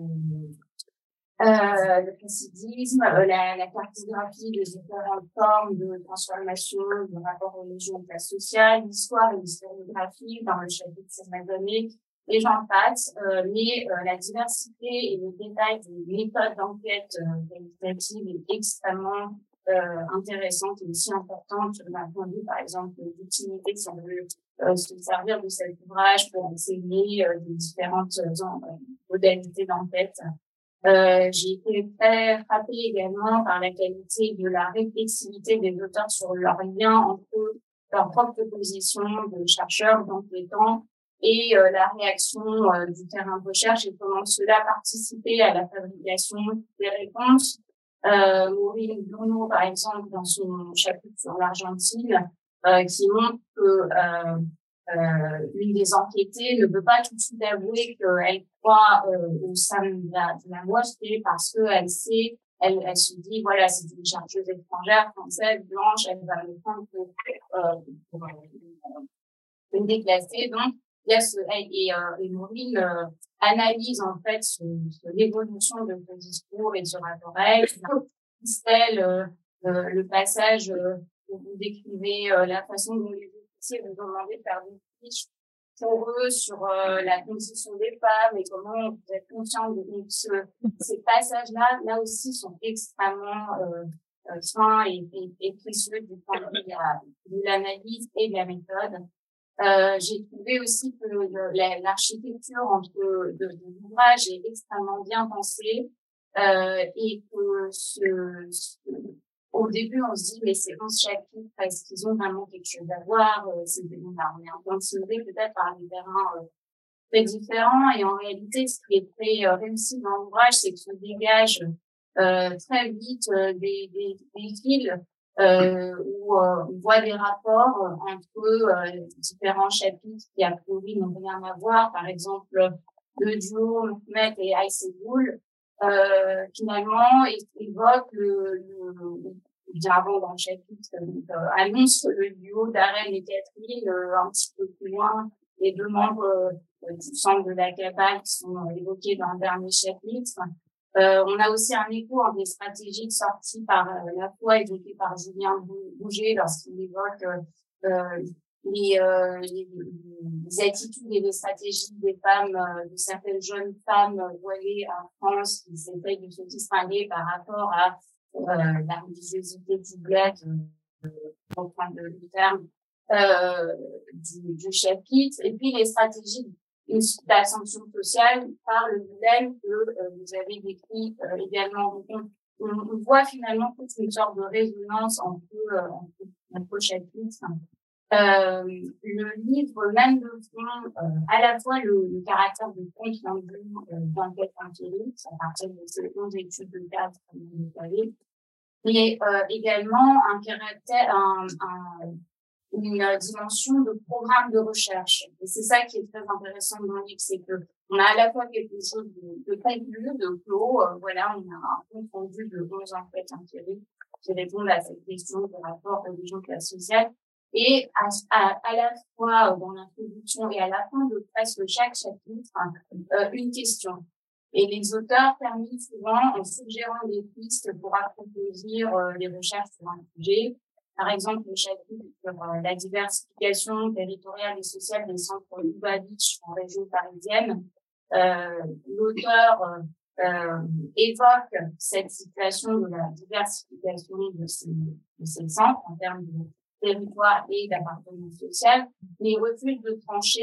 euh, le fascisme, euh, la, la cartographie des différentes formes de transformation de rapport religion et classe sociale, l'histoire et l'historiographie dans le chapitre sur ma donnée, et j'en passe, euh, mais euh, la diversité et le détail des méthodes d'enquête euh, qualitative est extrêmement euh, intéressante et aussi importante d'un point de vue, par exemple, d'utilité si on veut euh, se servir de cet ouvrage pour enseigner euh, des différentes euh, modalités d'enquête. Euh, j'ai été très frappée également par la qualité de la réflexivité des auteurs sur leur lien entre leur propre position de chercheurs, d'enquêtants, et euh, la réaction euh, du terrain de recherche et comment cela participait à la fabrication des réponses. Euh, Maureen Bruno, par exemple, dans son chapitre sur l'Argentine, euh, qui montre que euh, euh, une des enquêtées ne peut pas tout de suite avouer qu'elle croit euh, au sein de la, de la mosquée parce qu'elle sait, elle, elle se dit, voilà, c'est une chercheuse étrangère, française, blanche, elle va me prendre pour, euh, pour euh, une déclassée. Donc, il y a ce, et, euh, et Maureen euh, analyse en fait ce, ce, l'évolution de ce discours et de ce rapport à elle. Christelle, euh, euh, le passage euh, où vous décrivez euh, la façon dont les officiers vous ont demandé de faire des fiches pour eux sur euh, la condition des femmes et comment vous êtes conscient de donc, ce, ces passages-là, là aussi, sont extrêmement euh, euh, fins et, et, et précieux du point de vue de l'analyse et de la méthode. Euh, j'ai trouvé aussi que le, la, l'architecture entre de, de l'ouvrage est extrêmement bien pensée euh, et que ce, ce, au début on se dit mais c'est onze chapitres est-ce qu'ils ont vraiment quelque chose à voir euh, c'est, on, a, on est un peu intimidé peut-être par des terrains euh, très différents et en réalité ce qui est très euh, réussi dans l'ouvrage c'est que se dégage euh, très vite euh, des, des, des fils Euh, où euh, on voit des rapports euh, entre euh, différents chapitres qui a priori n'ont rien à voir. Par exemple, le duo Mohamed et Aïssegoul, euh, finalement, évoque le, le, le avant dans le chapitre, euh, annonce le duo Darren et Catherine euh, un petit peu plus loin, les deux membres euh, du centre de la Cabale qui sont euh, évoqués dans le dernier chapitre. Euh, on a aussi un écho en des stratégies sorties par euh, la fois évoquées par Julien Bouget lorsqu'il évoque euh, euh, les, euh, les, les attitudes et les stratégies des femmes, euh, de certaines jeunes femmes voilées en France qui s'essayent de se distinguer par rapport à euh, la religiosité du bled, euh, au point de vue terme, euh, du, du chapitre, et puis les stratégies d'ascension sociale par le modèle que euh, vous avez décrit euh, également. Donc, on, on, on voit finalement toute une sorte de résonance entre, euh, entre, entre chapitres. Euh, le livre même de fond, euh, à la fois le, le caractère de compte rendu euh, d'enquête empirique, à partir de ces onze études de cadre, comme vous le savez, mais euh, également un caractère, un, un une dimension de programme de recherche. Et c'est ça qui est très intéressant dans le livre, c'est que on a à la fois quelque chose de, de conclu, de clos, euh, voilà, on a un compte rendu de onze enquêtes empiriques qui répondent à cette question de rapport religion-classe sociale. Et à, à, à la fois dans l'introduction et à la fin de presque chaque chapitre, euh, une question. Et les auteurs terminent souvent en suggérant des pistes pour approfondir euh, les recherches sur un sujet. Par exemple, le chapitre sur euh, la diversification territoriale et sociale des centres Lubavitch en région parisienne. Euh, l'auteur euh, euh, évoque cette situation de la diversification de ces, de ces centres en termes de territoire et d'appartenance sociale, mais refuse de trancher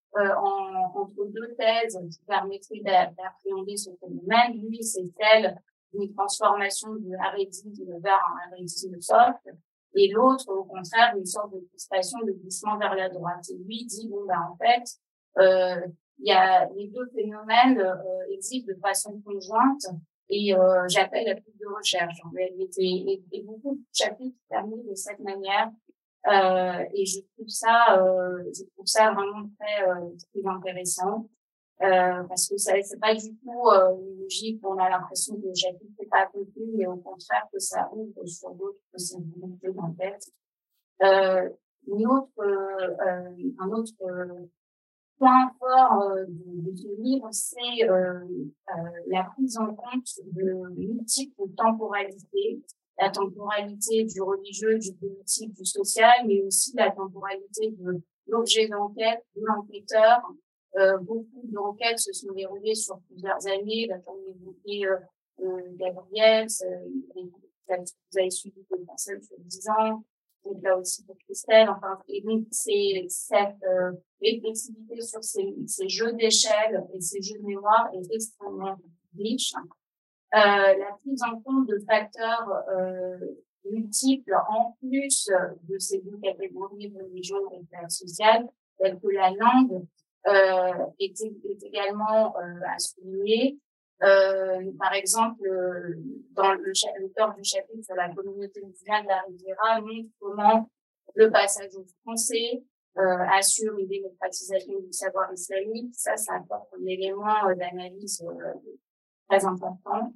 euh, en, entre deux thèses qui permettraient d'appréhender ce phénomène. Lui, c'est celle d'une transformation de hardisme vers un hardisme soft, et l'autre, au contraire, une sorte de crispation, de glissement vers la droite. Et lui dit, bon, ben, en fait, euh, il y a les deux phénomènes euh, existent de façon conjointe, et euh, j'appelle à plus de recherche. En réalité, et, et beaucoup de chapitres terminent de cette manière. Euh, et je trouve ça, euh, je trouve ça vraiment très, euh, très intéressant, euh, parce que ça, c'est pas du tout euh, une logique où on a l'impression que le chapitre n'est pas accompli, mais au contraire que ça ouvre sur d'autres possibilités dans le texte. Euh, une autre, euh, un autre euh, point fort euh, de, de ce livre, c'est euh, euh, la prise en compte de multiples temporalités. La temporalité du religieux, du politique, du social, mais aussi la temporalité de l'objet d'enquête, de l'enquêteur. Euh, beaucoup d'enquêtes se sont déroulées sur plusieurs années. Là, comme évoqué euh, euh, Gabriel, euh, vous avez suivi des personnes sur dix ans, et là aussi pour Christelle. Enfin, et donc c'est cette euh, réflexivité sur ces, ces jeux d'échelle et ces jeux de mémoire est extrêmement riche. Euh, la prise en compte de facteurs euh, multiples en plus de ces deux catégories religieuses et sociales, telles que la langue, euh, est, est également euh, à souligner. Euh, par exemple, euh, dans le l'auteur du chapitre sur la communauté musulmane de la Riviera montre comment le passage au français euh, assure une démocratisation du savoir islamique. Ça, ça apporte un élément d'analyse euh, très important.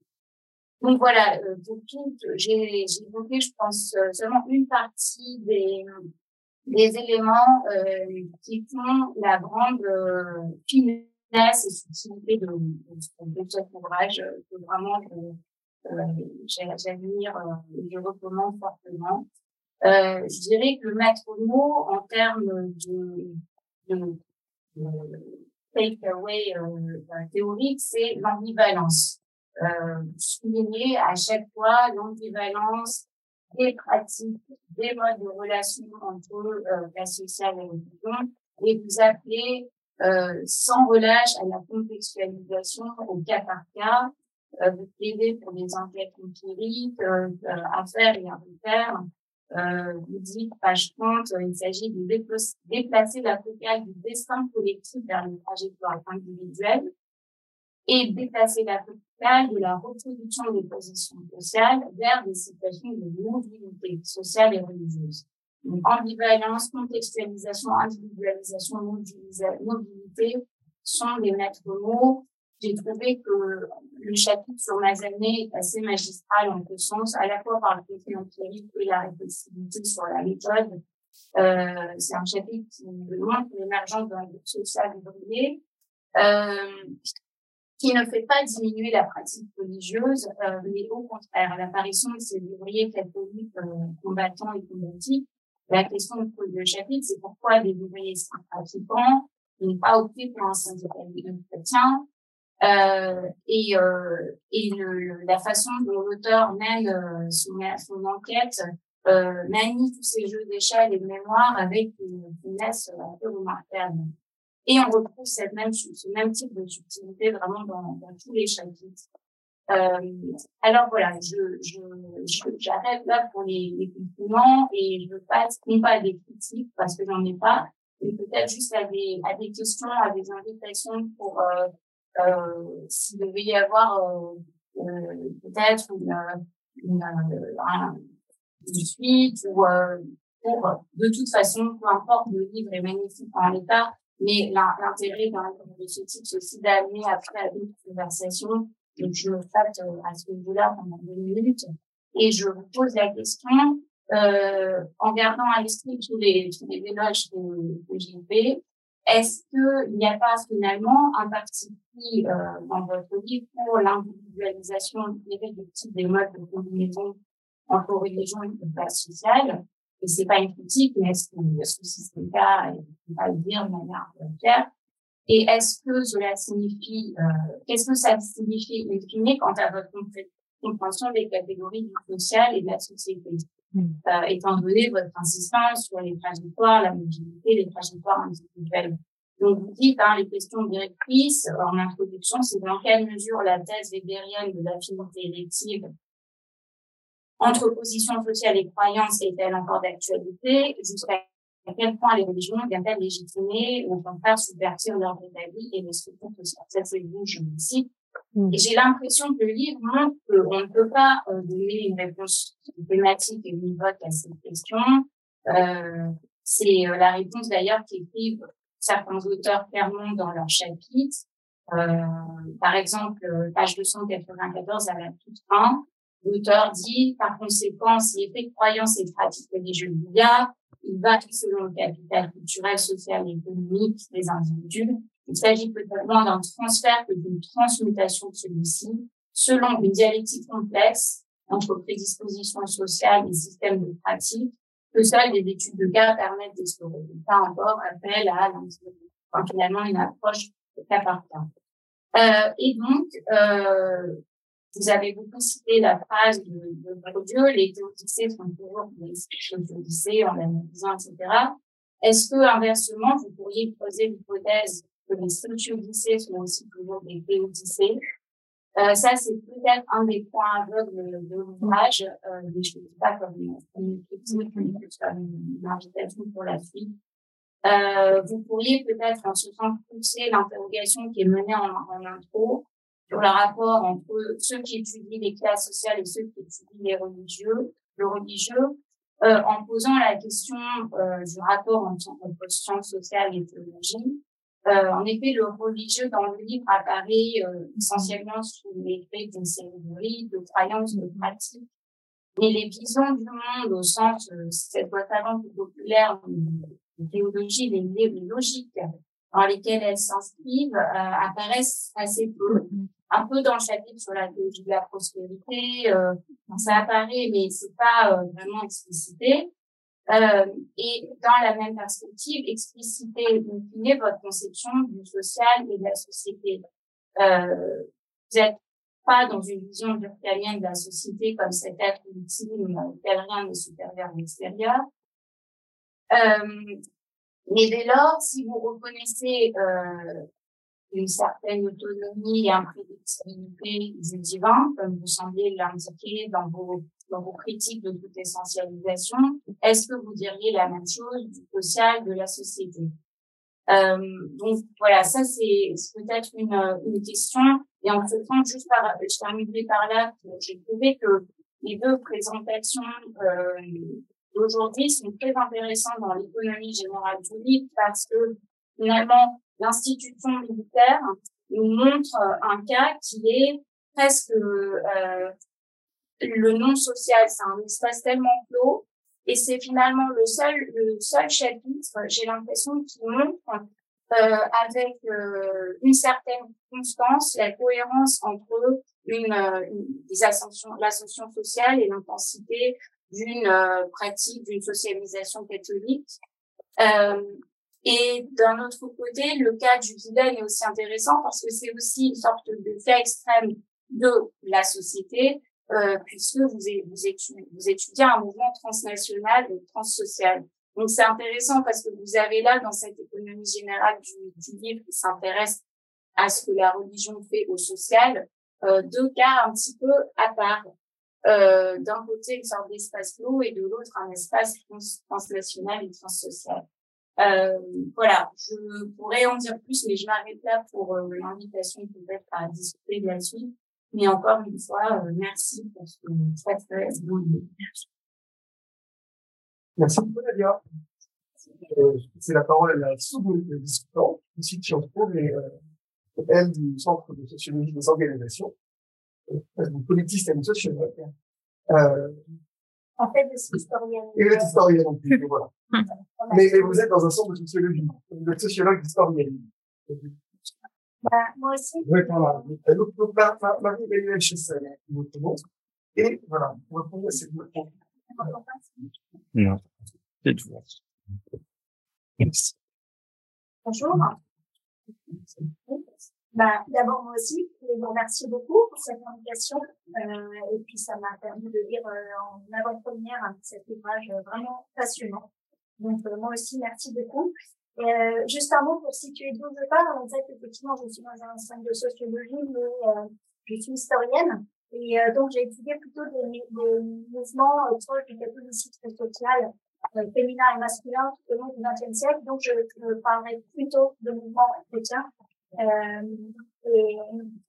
Donc voilà, euh, pour tout, j'ai évoqué, je pense, euh, seulement une partie des, des éléments euh, qui font la grande euh, finesse et subtilité de, de, de cet ouvrage, euh, que vraiment euh, j'admire euh, et je recommande fortement. Euh, je dirais que le maître mot en termes de, de, de take-away euh, théorique, c'est l'ambivalence. Euh, souligner à chaque fois l'ambivalence des pratiques, des modes de relation entre euh, la sociale et la religion, et vous appelez euh, sans relâche à la contextualisation au cas par cas, euh, vous plaidez pour des enquêtes empiriques, euh, à faire et à refaire. Euh, vous dites, page trente, euh, il s'agit de déplacer la focale du destin collectif vers une trajectoire individuelle et déplacer la focale de la reproduction des positions sociales vers des situations de mobilité sociale et religieuse. Donc, ambivalence, contextualisation, individualisation, mobilité sont des maîtres mots. J'ai trouvé que le chapitre sur Mazané est assez magistral en ce sens, à la fois par le côté empirique et la réflexivité sur la méthode. Euh, c'est un chapitre qui montre l'émergence d'un groupe social ouvrier, euh, qui ne fait pas diminuer la pratique religieuse, euh, mais au contraire, l'apparition de ces ouvriers catholiques euh, combattants et combatifs. La question que pose le chapitre, c'est pourquoi des ouvriers pratiquants n'ont pas opté pour un syndicalisme chrétien. Euh, et euh, et le, la façon dont l'auteur mène euh, son, son enquête euh, manie tous ces jeux d'échelle et de mémoire avec une finesse un peu remarquable. Et on retrouve cette même, ce même type de subtilité vraiment dans, dans tous les chapitres. Euh, alors voilà, je, je, je, j'arrête là pour les, les compliments et je passe non pas à des critiques parce que j'en ai pas, mais peut-être juste à des, à des questions, à des invitations pour, euh, euh, s'il devait y avoir, euh, euh, peut-être une, une, une, une suite ou, euh, pour, de toute façon, peu importe, le livre est magnifique en l'état, mais l'intérêt d'un livre de ce type, c'est aussi d'amener après à une conversation. Donc, je me fâte à ce niveau-là pendant deux minutes et je vous pose la question, euh, en gardant à l'esprit tous les, tous les éloges que, que j'ai fait. Est-ce qu'il n'y a pas finalement un parti pris, euh, dans votre livre pour l'individualisation irréductible des modes de combinaison entre religion et classe sociale? Et c'est pas une critique, mais est-ce que, est-ce que c'est le cas, et on va le dire de manière un peu claire? Et est-ce que cela signifie, euh, qu'est-ce que ça signifie in fine quant à votre compréhension des catégories du social et de la société, mmh. euh, étant donné votre insistance sur les trajectoires, la mobilité, les trajectoires individuelles. Donc, vous dites, hein, les questions directrices, en introduction, c'est dans quelle mesure la thèse weberienne de l'affinité élective entre position sociale et croyance est-elle encore d'actualité? Jusqu'à quel point les religions viennent-elles légitimer ou au contraire subvertir l'ordre établi et les structures sociales? Ça, c'est vous, je vous cite. Et j'ai l'impression que le livre montre qu'on ne peut pas euh, donner une réponse thématique et univoque à cette question. Euh, c'est euh, la réponse d'ailleurs qu'écrivent certains auteurs clairement dans leur chapitre. Euh, par exemple, page deux cent quatre-vingt-quatorze à la toute fin, l'auteur dit, par conséquent, si effet de croyance et de pratique religieuse il y a, il varie selon le capital culturel, social et économique des individus. Il s'agit peut-être moins d'un transfert que d'une transmutation de celui-ci, selon une dialectique complexe entre prédispositions sociales et systèmes de pratique, que seules les études de cas permettent d'explorer. Pas encore appel à enfin, finalement une approche cas par cas. Euh, et donc, euh, vous avez beaucoup cité la phrase de, de Bourdieu, les théodicées sont toujours des théodicées en analysant, et cetera. Est-ce que, inversement, vous pourriez poser l'hypothèse que les sociodicées sont aussi toujours des théodicées? Euh, ça, c'est peut-être un des points aveugles de l'ouvrage, euh, mais je ne dis pas comme une critique, mais comme une invitation pour la suite. Euh, vous pourriez peut-être, en ce sens, pousser l'interrogation qui est menée en, en intro sur le rapport entre ceux qui étudient les classes sociales et ceux qui étudient les religieux, le religieux, euh, en posant la question euh, du rapport entre, entre sciences sociales et théologie. Euh, en effet, le religieux dans le livre apparaît euh, essentiellement sous l'effet d'une série de rites, de croyances, de pratiques. Mais les visions du monde, au sens, euh, cette boîte à gants populaire, les théologies, les idées logiques dans lesquelles elles s'inscrivent, euh, apparaissent assez peu. Un peu dans le chapitre sur la théologie de la prospérité, euh, ça apparaît, mais c'est pas euh, vraiment explicité. Euh, et dans la même perspective, expliciter in fine votre conception du social et de la société. Euh, vous n'êtes pas dans une vision durkheimienne de la société comme cet être ultime, tel rien n'est supérieur à l'extérieur. Euh, mais dès lors, si vous reconnaissez euh, une certaine autonomie et imprédictibilité du divin, comme vous semblez l'indiquer dans vos, dans vos critiques de toute essentialisation, est-ce que vous diriez la même chose du social de la société? Euh, donc voilà, ça c'est peut-être une, une question. Et en ce temps, juste par, je terminerai par là, j'ai trouvé que les deux présentations euh, d'aujourd'hui sont très intéressantes dans l'économie générale du livre parce que finalement, l'institution militaire nous montre un cas qui est presque euh, le non social. C'est un espace tellement clos et c'est finalement le seul le seul chapitre, j'ai l'impression, qui montre euh, avec euh, une certaine constance la cohérence entre une, une des ascensions, l'ascension sociale et l'intensité d'une euh, pratique, d'une socialisation catholique. Euh, Et d'un autre côté, le cas du Vilaine est aussi intéressant parce que c'est aussi une sorte de fait extrême de la société, euh, puisque vous, vous, étudiez, vous étudiez un mouvement transnational et transsocial. Donc c'est intéressant parce que vous avez là, dans cette économie générale du, du livre qui s'intéresse à ce que la religion fait au social, euh, deux cas un petit peu à part. Euh, d'un côté, une sorte d'espace clos et de l'autre, un espace trans, transnational et transsocial. Euh, voilà, je pourrais en dire plus, mais je m'arrête là pour euh, l'invitation peut-être à discuter de la suite. Mais encore une fois, euh, merci pour ce que vous faites. Merci. Merci beaucoup, Nadia. Euh, c'est la parole à la seconde discutante, aussi qui en trouve, et euh, elle du Centre de sociologie des organisations, euh, une politiste et une sociologue. Euh, En fait, je suis historienne. Et vous êtes historienne en plus, voilà. mais, mais vous êtes dans un centre de sociologie. Vous êtes sociologue historienne. Bah, moi aussi. Oui, voilà. Donc, donc Marie-Emmanuelle Chessel, votre nom. Et voilà, pour répondre à cette question. Non, c'est tout. Merci. Bonjour. Bah, d'abord, moi aussi, je vous remercie beaucoup pour cette invitation. Euh, et puis, ça m'a permis de lire euh, en avant-première hein, cet ouvrage euh, vraiment passionnant. Donc, euh, moi aussi, merci beaucoup. Euh, juste un mot pour situer d'où je parle. En fait, effectivement, je suis dans un centre de sociologie, mais euh, je suis historienne. Et euh, donc, j'ai étudié plutôt des, des mouvements autour du catholicisme social euh, féminin et masculin tout au long du vingtième siècle. Donc, je, je parlerai plutôt de mouvements chrétiens. Euh, et,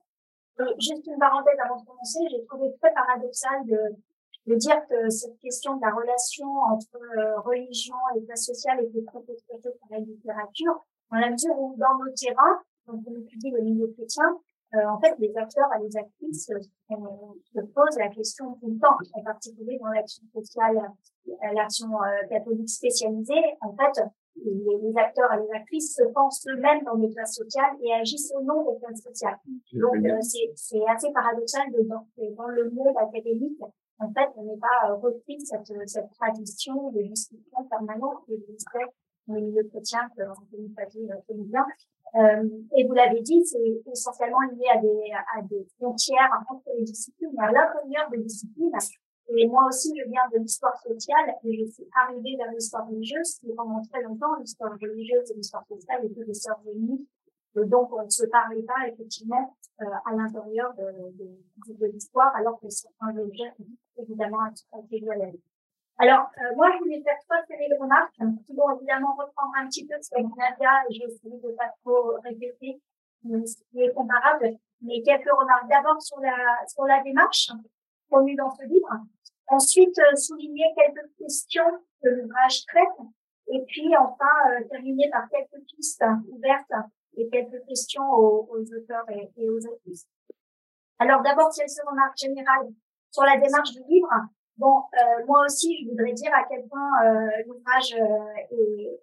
et juste une parenthèse avant de commencer, j'ai trouvé très paradoxal de de dire que cette question de la relation entre euh, religion et classe sociale était trop traitée par la littérature, dans la mesure où dans nos terrains, donc on étudie le milieu chrétien, euh, en fait les acteurs et les actrices euh, se posent la question tout le temps, en particulier dans l'action sociale, l'action euh, catholique spécialisée, en fait les, les acteurs et les actrices se pensent eux-mêmes dans les classes sociales et agissent au nom des classes sociales. Donc euh, c'est, c'est assez paradoxal de, dans, dans le monde académique. En fait, on n'est pas euh, repris cette, cette tradition de discussion permanente qui existait dans le milieu chrétien que Anthony Pagé connaît bien. Euh, et vous l'avez dit, c'est essentiellement lié à des, à des frontières entre les disciplines, à l'intérieur des disciplines. Et moi aussi, je viens de l'histoire sociale et je suis arrivée vers l'histoire religieuse, qui pendant très longtemps, l'histoire religieuse et l'histoire sociale étaient des sœurs ennemies. Et donc, on ne se parlait pas effectivement euh, à l'intérieur de, de, de l'histoire, alors que certains objets évidemment assez dualisés. Alors, euh, moi, je voulais faire trois séries de remarques qui vont évidemment reprendre un petit peu ce qu'a dit Nadia, et je vais essayer de pas trop répéter ce qui est comparable, mais quelques remarques d'abord sur la sur la démarche promue dans ce livre. Ensuite, euh, souligner quelques questions que l'ouvrage traite, et puis enfin euh, terminer par quelques pistes ouvertes et quelques questions aux, aux auteurs et, et aux autrices. Alors d'abord, quelques remarques générales sur la démarche du livre. Bon, euh, moi aussi, je voudrais dire à quel point euh, l'ouvrage euh, est,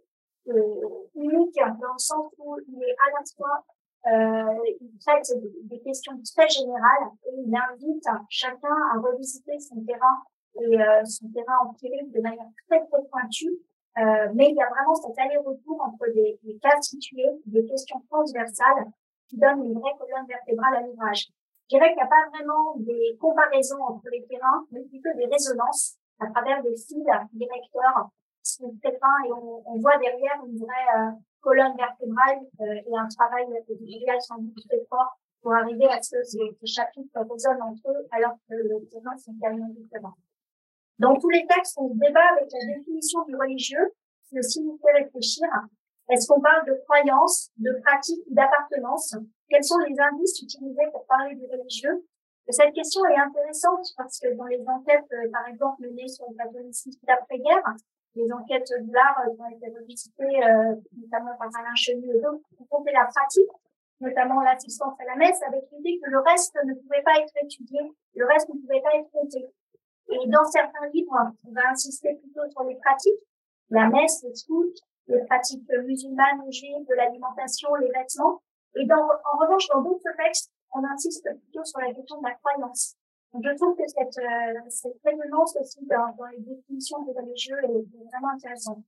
est unique dans le sens où il est à la fois, euh, il traite des, des questions très générales et il invite chacun à revisiter son terrain et euh, son terrain empirique de manière très très pointue. Euh, mais il y a vraiment cet aller-retour entre des, des cas situés, des questions transversales qui donnent une vraie colonne vertébrale à l'ouvrage. Je dirais qu'il n'y a pas vraiment des comparaisons entre les terrains, mais plutôt des résonances à travers des fils directeurs qui sont très fins et on, on voit derrière une vraie euh, colonne vertébrale euh, et un travail éditorial sans doute très fort pour arriver à ce que ces, ces chapitres résonnent entre eux alors que les terrains sont tellement différents. Dans tous les textes, on se débat avec la définition du religieux, qui aussi nous fait réfléchir. Est-ce qu'on parle de croyance, de pratique ou d'appartenance? Quels sont les indices utilisés pour parler du religieux? Et cette question est intéressante parce que dans les enquêtes, euh, par exemple, menées sur le catholicisme d'après-guerre, les enquêtes de l'art euh, qui ont été revisitées, euh, notamment par Alain Chenu et d'autres, ont compté la pratique, notamment l'assistance à la messe, avec l'idée que le reste ne pouvait pas être étudié, le reste ne pouvait pas être compté. Et dans certains livres, on va insister plutôt sur les pratiques, la messe, le scout, les pratiques musulmanes ou juives, de l'alimentation, les vêtements. Et dans, en revanche, dans d'autres textes, on insiste plutôt sur la question de la croyance. Donc, je trouve que cette, euh, cette résonance aussi dans, dans les définitions des religieux est, est vraiment intéressante.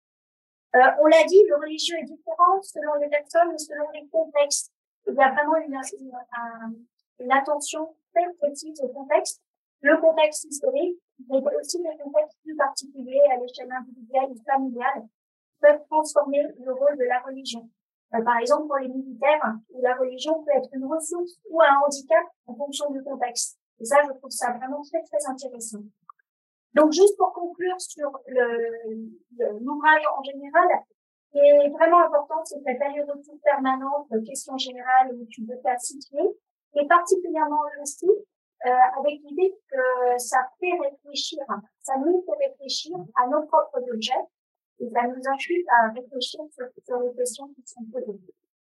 Euh, on l'a dit, le religieux est différent selon les personnes et selon les contextes. Il y a vraiment une, une, un, une attention très précise au contexte. Le contexte historique, mais aussi les contextes plus particuliers à l'échelle individuelle ou familiale peuvent transformer le rôle de la religion. Euh, par exemple, pour les militaires, où la religion peut être une ressource ou un handicap en fonction du contexte. Et ça, je trouve ça vraiment très, très intéressant. Donc, juste pour conclure sur le, le, l'ouvrage en général, ce qui est vraiment important, c'est cet aller-retour permanent de questions générales ou tu peux pas situer, et particulièrement aussi, Euh, avec l'idée que ça fait réfléchir, ça nous fait réfléchir à nos propres objets et ça nous incite à réfléchir sur, sur les questions qui sont posées.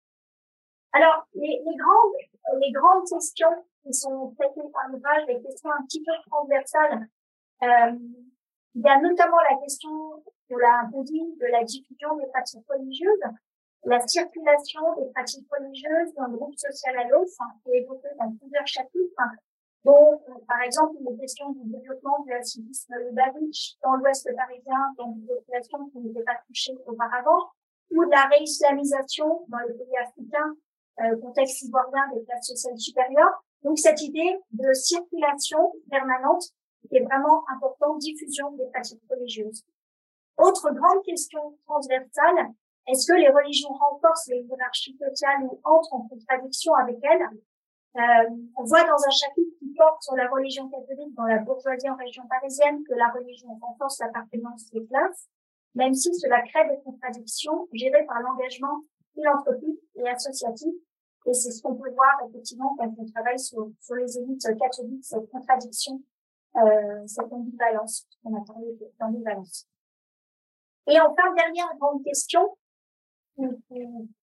Alors, les, les grandes, les grandes questions qui sont traitées par l'ouvrage, les questions un petit peu transversales, euh, il y a notamment la question, on l'a un peu dit, de la diffusion des pratiques religieuses, la circulation des pratiques religieuses d'un groupe social à l'autre, qui est évoquée dans plusieurs chapitres. Donc, par exemple, il est question du développement du hasidisme lubavitch dans l'ouest parisien, dans des populations qui n'étaient pas touchées auparavant, ou de la réislamisation dans les pays africains, euh, contexte ivoirien des classes sociales supérieures. Donc, cette idée de circulation permanente qui est vraiment importante, diffusion des pratiques religieuses. Autre grande question transversale, est-ce que les religions renforcent les hiérarchies sociales ou entrent en contradiction avec elles? Euh, on voit dans un chapitre qui porte sur la religion catholique dans la bourgeoisie en région parisienne que la religion renforce l'appartenance des classes, même si cela crée des contradictions gérées par l'engagement philanthropique et associatif. Et c'est ce qu'on peut voir effectivement quand on travaille sur, sur les élites catholiques, cette contradiction, euh, cette ambivalence, qu'on a parlé d'ambivalence. Et enfin, dernière grande question, qui, qui,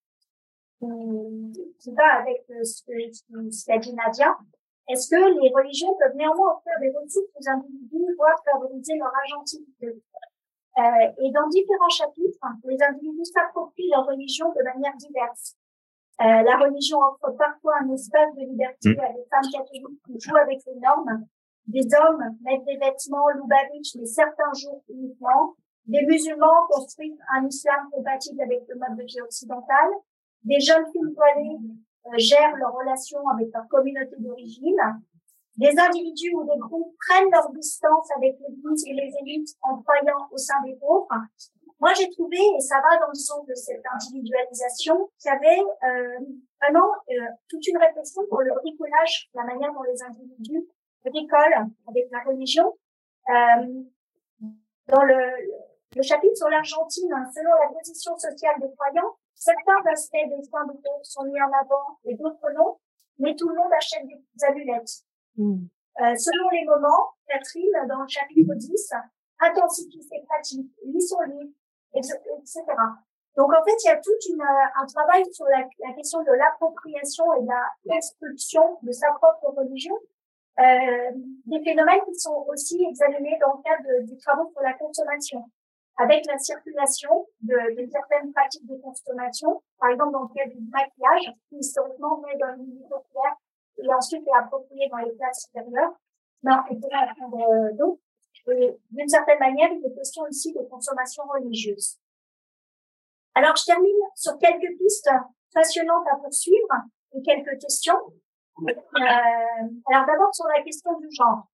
qui va avec ce que ce qu'a dit Nadia. Est-ce que les religions peuvent néanmoins offrir des ressources aux individus, voire favoriser leur agentivité? Euh, et dans différents chapitres, les individus s'approprient leur religion de manière diverse. Euh, la religion offre parfois un espace de liberté à des femmes catholiques qui jouent avec les normes. Des hommes mettent des vêtements Lubavitch, mais certains jours uniquement. Des musulmans construisent un islam compatible avec le mode de vie occidental. Des jeunes filles voilées euh, gèrent leurs relations avec leur communauté d'origine. Des individus ou des groupes prennent leur distance avec l'Église et les élites en croyant au sein des pauvres. Moi, j'ai trouvé, et ça va dans le sens de cette individualisation, qu'il y avait euh, vraiment euh, toute une réflexion pour le bricolage, la manière dont les individus bricolent avec la religion. Euh, dans le, le chapitre sur l'Argentine, selon la position sociale des croyants, certains aspects des soins de pauvres sont mis en avant et d'autres non, mais tout le monde achète des amulettes. Mm. Euh, selon les moments, Catherine, dans le chapitre dix, intensifie ses pratiques, lit son livre, et cetera. Donc en fait, il y a tout une, un travail sur la, la question de l'appropriation et de l'expulsion de sa propre religion, euh, des phénomènes qui sont aussi examinés dans le cadre de, du travail sur la consommation, avec la circulation de, de certaines pratiques de consommation, par exemple dans le cadre du maquillage, qui historiquement naît dans le milieu populaire et ensuite est approprié dans les classes supérieures. Non, et pour apprendre euh, d'autres. Et d'une certaine manière, il est question ici de consommation religieuse. Alors, je termine sur quelques pistes passionnantes à poursuivre et quelques questions. Euh, alors, d'abord, sur la question du genre.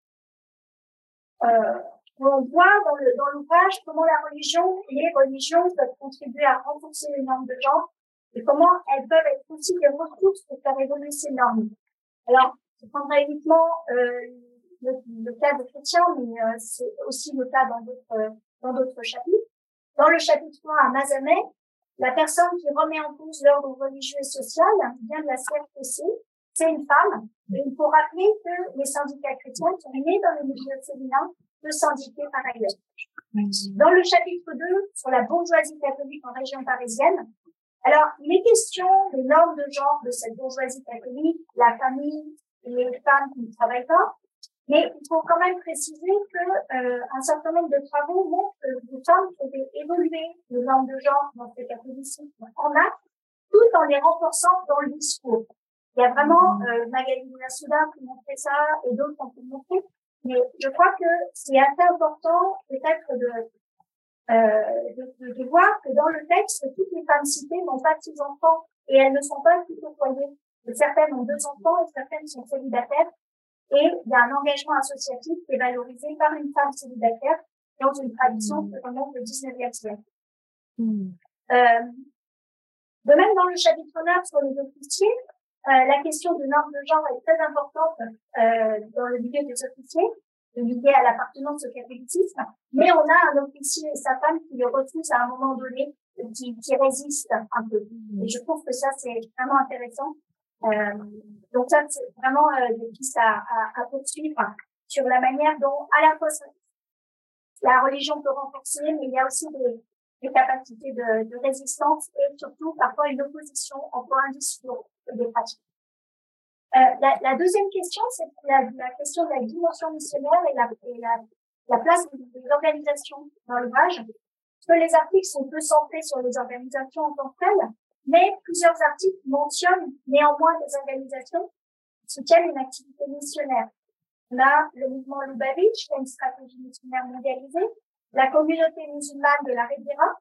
Euh, on voit dans le, dans l'ouvrage comment la religion et les religions peuvent contribuer à renforcer les normes de genre et comment elles peuvent être aussi des ressources pour faire évoluer ces normes. Alors, je prendrai uniquement euh, Le, le cas de chrétiens, mais euh, c'est aussi le cas dans d'autres euh, dans d'autres chapitres. Dans le chapitre trois à Mazamet, la personne qui remet en cause l'ordre religieux et social vient de la C R P C, c'est une femme. Et il faut rappeler que les syndicats chrétiens sont nés dans le milieu féminin de syndiquer par ailleurs. Dans le chapitre deux, sur la bourgeoisie catholique en région parisienne, alors il est question des normes de genre de cette bourgeoisie catholique, la famille et les femmes qui ne travaillent pas. Mais il faut quand même préciser que euh, un certain nombre de travaux montrent que les femmes pouvaient évoluer les normes de genre dans ce catholicisme en acte, tout en les renforçant dans le discours. Il y a vraiment euh, Magali Souda qui montrait ça et d'autres qui ont pu le montrer. Mais je crois que c'est assez important peut-être de, euh, de, de, de voir que dans le texte, toutes les femmes citées n'ont pas six enfants et elles ne sont pas toutes au foyer. Certaines ont deux enfants et certaines sont célibataires. Et il y a un engagement associatif qui est valorisé par une femme célibataire dans une tradition qui remonte au dix-neuvième siècle. Mm. Euh, de même, dans le chapitre neuf sur les officiers, euh, la question de normes de genre est très importante euh, dans le milieu des officiers, liée à l'appartenance au catholicisme, mais on a un officier et sa femme qui le refusent à un moment donné, qui, qui résistent un peu. Et je trouve que ça, c'est vraiment intéressant. Euh, donc ça, c'est vraiment euh, des pistes à, à, à poursuivre sur la manière dont, à la fois, la religion peut renforcer, mais il y a aussi des, des capacités de, de résistance et surtout parfois une opposition entre un discours et des pratiques. Euh, la, la deuxième question, c'est la, la question de la dimension missionnaire et la, et la, la place des organisations dans l'ouvrage. Parce que les articles sont peu centrés sur les organisations en tant que telles, mais plusieurs articles mentionnent néanmoins des organisations qui soutiennent une activité missionnaire. On a le mouvement Lubavitch, qui a une stratégie missionnaire mondialisée, la communauté musulmane de la Riviera,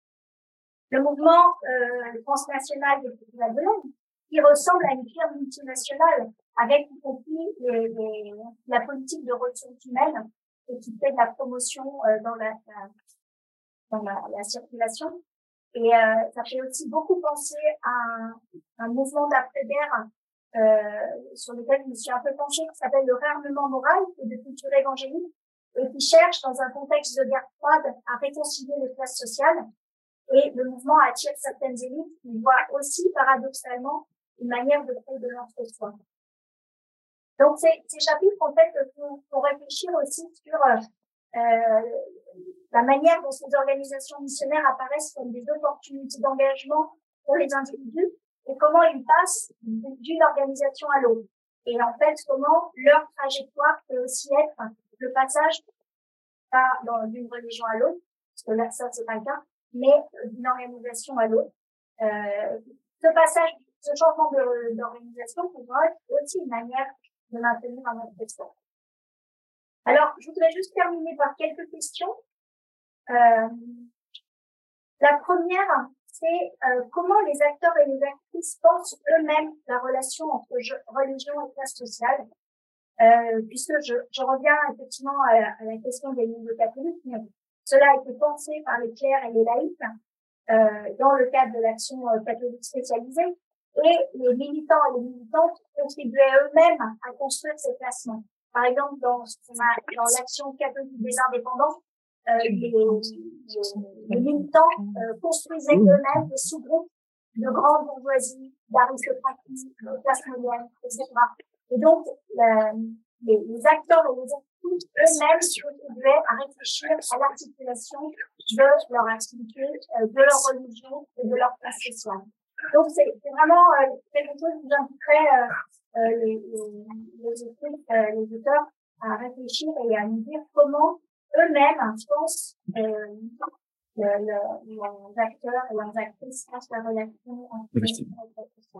le mouvement euh, transnational des Festivals de l'Homme, qui ressemble à une firme multinationale, avec y compris les, les, la politique de ressources humaines et qui fait de la promotion euh, dans, la, la, dans la, la circulation. Et euh, ça fait aussi beaucoup penser à un, un mouvement d'après-guerre euh, sur lequel je me suis un peu penchée, qui s'appelle le réarmement moral, qui est de culture évangélique, et qui cherche, dans un contexte de guerre froide, à réconcilier les classes sociales. Et le mouvement attire certaines élites qui voient aussi, paradoxalement, une manière de créer de l'entre-soi. Donc, ces, ces chapitres, en fait, font, font réfléchir aussi sur euh, la manière dont ces organisations missionnaires apparaissent comme des opportunités d'engagement pour les individus et comment ils passent d'une organisation à l'autre. Et en fait, comment leur trajectoire peut aussi être le passage pas dans, d'une religion à l'autre, parce que là, ça, c'est pas le cas, mais d'une organisation à l'autre. Euh, ce passage, ce changement de, d'organisation pourrait être aussi une manière de maintenir un autre espoir. Alors, je voudrais juste terminer par quelques questions. Euh, la première, c'est euh, comment les acteurs et les actrices pensent eux-mêmes la relation entre religion et classe sociale. Euh, puisque je, je reviens effectivement à la, à la question des milieux catholiques, mais cela a été pensé par les clercs et les laïcs euh, dans le cadre de l'action euh, catholique spécialisée, et les militants et les militantes contribuaient eux-mêmes à construire ces classements. Par exemple, dans, dans l'action catholique des indépendants, euh, les, les, les militants euh, construisaient eux-mêmes des sous-groupes de grande bourgeoisie, d'aristocratie, de classe moyenne, et cetera. Et donc, la, les, les acteurs et les actrices eux-mêmes contribuaient à réfléchir à l'articulation de leur activité, euh, de leur religion et de leur classe sociale. Donc, c'est, c'est vraiment euh, quelque chose qui inviterait euh, euh, les, les, les, équipes, euh, les auteurs à réfléchir et à nous dire comment eux-mêmes pensent euh, le, le, les acteurs et leurs actrices pensent la relation entre les sociales.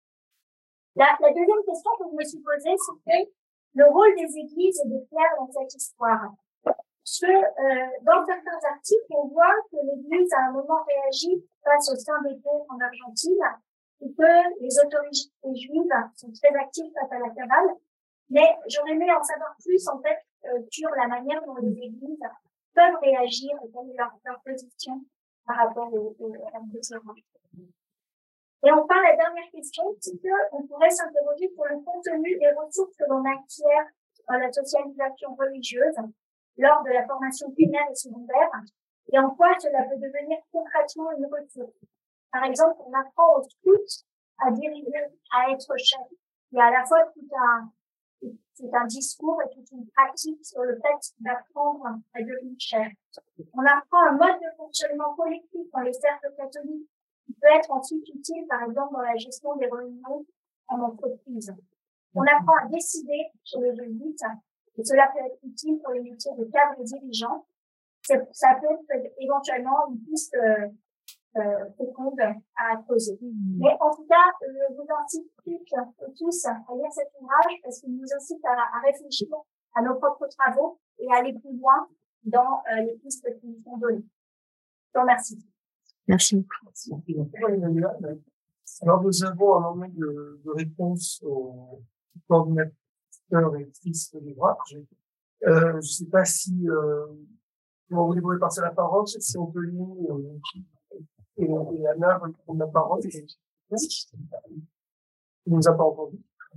La, la deuxième question que je me suis posée, c'était le rôle des églises et des clercs dans cette histoire. Parce que euh, dans certains articles, on voit que l'Église à un moment réagit face au Saint-Béthé en Argentine et que les autorités juives sont très actives face à la cabale. Mais j'aurais aimé en savoir plus en fait euh, sur la manière dont les églises peuvent réagir et quelle est leur, leur position par rapport aux différents. Et enfin, la dernière question, c'est qu'on pourrait s'interroger sur le contenu des ressources que l'on acquiert dans la socialisation religieuse lors de la formation primaire et secondaire, et en quoi cela peut devenir concrètement une ressource. Par exemple, on apprend aux scouts à diriger, à être chef. Il y a à la fois tout un, tout un discours et toute une pratique sur le fait d'apprendre à devenir chef. On apprend un mode de fonctionnement collectif dans les cercles catholiques qui peut être ensuite utile, par exemple, dans la gestion des réunions en entreprise. On apprend à décider chez les jésuites, et cela peut être utile pour les métiers de cadre et dirigeants. C'est, ça peut être éventuellement une piste euh, euh, féconde à creuser. Mais en tout cas, je vous incite tous à lire cet ouvrage parce qu'il nous incite à, à réfléchir à nos propres travaux et à aller plus loin dans euh, les pistes qui nous sont données. Je vous remercie. Merci beaucoup. Alors, nous avons un moment de, de réponse aux coordinateurs et actrices de l'ouvrage. Euh, je ne sais pas si, euh, comment vous voulez passer la parole, si Anthony euh, et, et Anna veulent prendre la parole. Vous ne nous a pas entendu.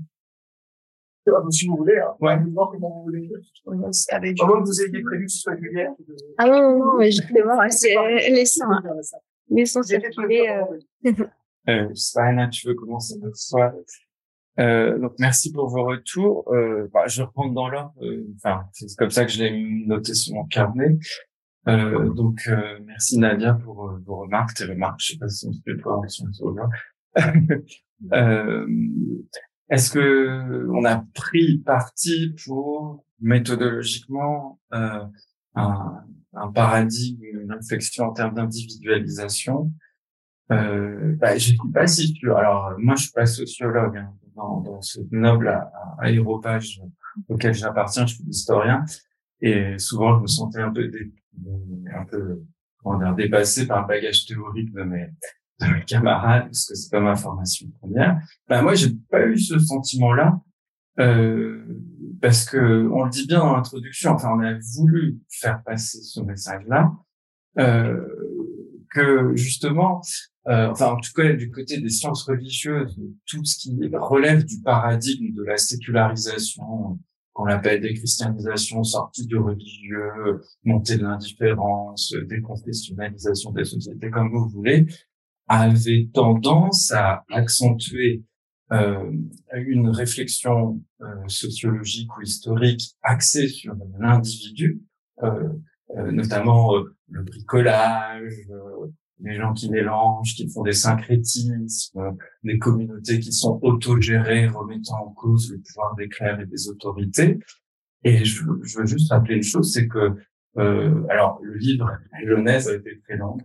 Ah, si vous voulez, hein. Ouais. Voir comment vous voulez. À moins que vous ayez prévu que ce soit Juliette. De... Ah non, non, non, mais je vais voir, c'est laissant, laissant circuler. Euh... Euh, Anna, tu veux commencer par toi? Euh, donc merci pour vos retours. Euh, bah, je reprends dans l'ordre. Euh, enfin, c'est comme ça que je l'ai noté sur mon carnet. Euh, donc euh, merci Nadia pour euh, vos remarques, tes remarques. Je sais pas si on peut voir sur le euh, Est-ce que on a pris parti pour méthodologiquement euh, un, un paradigme, une réflexion en termes d'individualisation? Euh, bah, je suis pas si sûr. Alors, moi, je suis pas sociologue, hein, dans, dans ce noble aéropage auquel j'appartiens, je suis historien, et souvent, je me sentais un peu, dé, un peu, comment dire, dépassé par le bagage théorique de mes, de mes camarades, parce que c'est pas ma formation première. Bah, moi, j'ai pas eu ce sentiment-là, euh, parce que, on le dit bien dans l'introduction, enfin, on a voulu faire passer ce message-là, euh, que justement, euh, enfin en tout cas du côté des sciences religieuses, tout ce qui relève du paradigme de la sécularisation, qu'on appelle déchristianisation, sortie du religieux, montée de l'indifférence, déconfessionnalisation des sociétés, comme vous voulez, avait tendance à accentuer euh, une réflexion euh, sociologique ou historique axée sur l'individu, euh, euh, notamment euh, le bricolage, euh, les gens qui mélangent, qui font des syncrétismes, euh, des communautés qui sont autogérées, remettant en cause le pouvoir des clercs et des autorités. Et je, je veux juste rappeler une chose, c'est que euh, alors le livre la Genèse a été très long,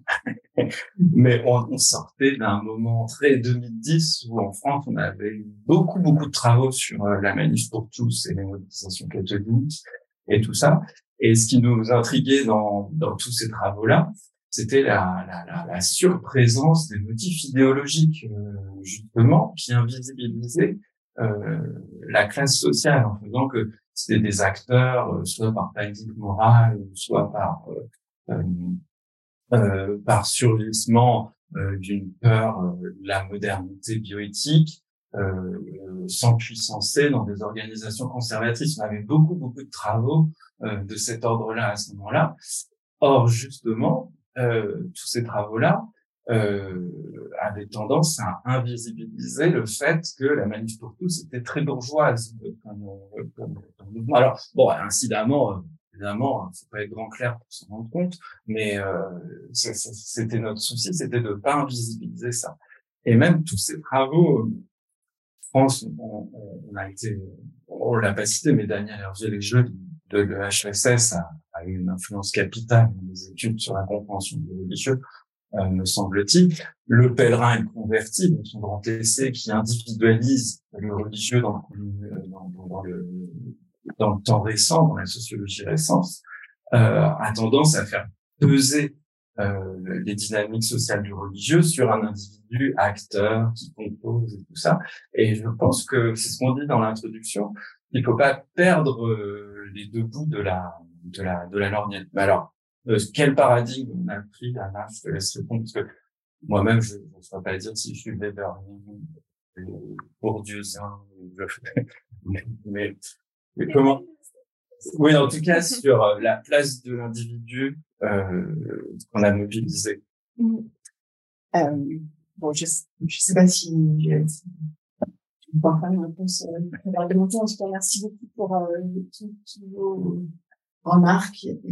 mais on, on sortait d'un moment très deux mille dix où en France on avait eu beaucoup beaucoup de travaux sur euh, la manif pour tous et les mobilisations catholiques et tout ça. Et ce qui nous intriguait dans dans tous ces travaux-là, c'était la, la, la, la surprésence des motifs idéologiques euh, justement qui invisibilisaient euh, la classe sociale en faisant que c'était des acteurs, euh, soit par panique morale, soit par euh, euh, euh, par surgissement euh, d'une peur euh, de la modernité bioéthique, euh, euh, s'empuissancer dans des organisations conservatrices. On avait beaucoup, beaucoup de travaux euh, de cet ordre-là à ce moment-là. Or, justement, euh, tous ces travaux-là euh, avaient tendance à invisibiliser le fait que la Manif pour tous était très bourgeoise comme, comme, comme mouvement. Alors, bon, incidemment, euh, évidemment, il faut pas être grand clair pour s'en rendre compte, mais euh, c'était notre souci, c'était de pas invisibiliser ça. Et même tous ces travaux, euh, France, on, on a été, on l'a pas cité, mais Daniel Hergé-Léger de l'E H S S a, a eu une influence capitale dans les études sur la compréhension du religieux, euh, me semble-t-il. Le pèlerin et le converti, donc son grand essai qui individualise le religieux dans, dans, dans, le, dans le temps récent, dans la sociologie récente, euh, a tendance à faire peser euh, les dynamiques sociales du religieux sur un individu acteur qui compose et tout ça. Et je pense que c'est ce qu'on dit dans l'introduction, il faut pas perdre euh, les deux bouts de la de la de la lorgnette. Mais alors, euh, quel paradigme on a pris, Anna, je te laisse répondre, parce que moi-même, je ne saurais pas dire si je suis Weberien, bourdieusien, mais, mais, mais comment? Oui, en tout cas, sur euh, la place de l'individu euh, qu'on a mobilisé. Mmh. Euh, bon, je je sais pas si je je vais pouvoir faire une réponse euh, argumentée. En tout cas, merci beaucoup pour euh, toutes vos remarques et,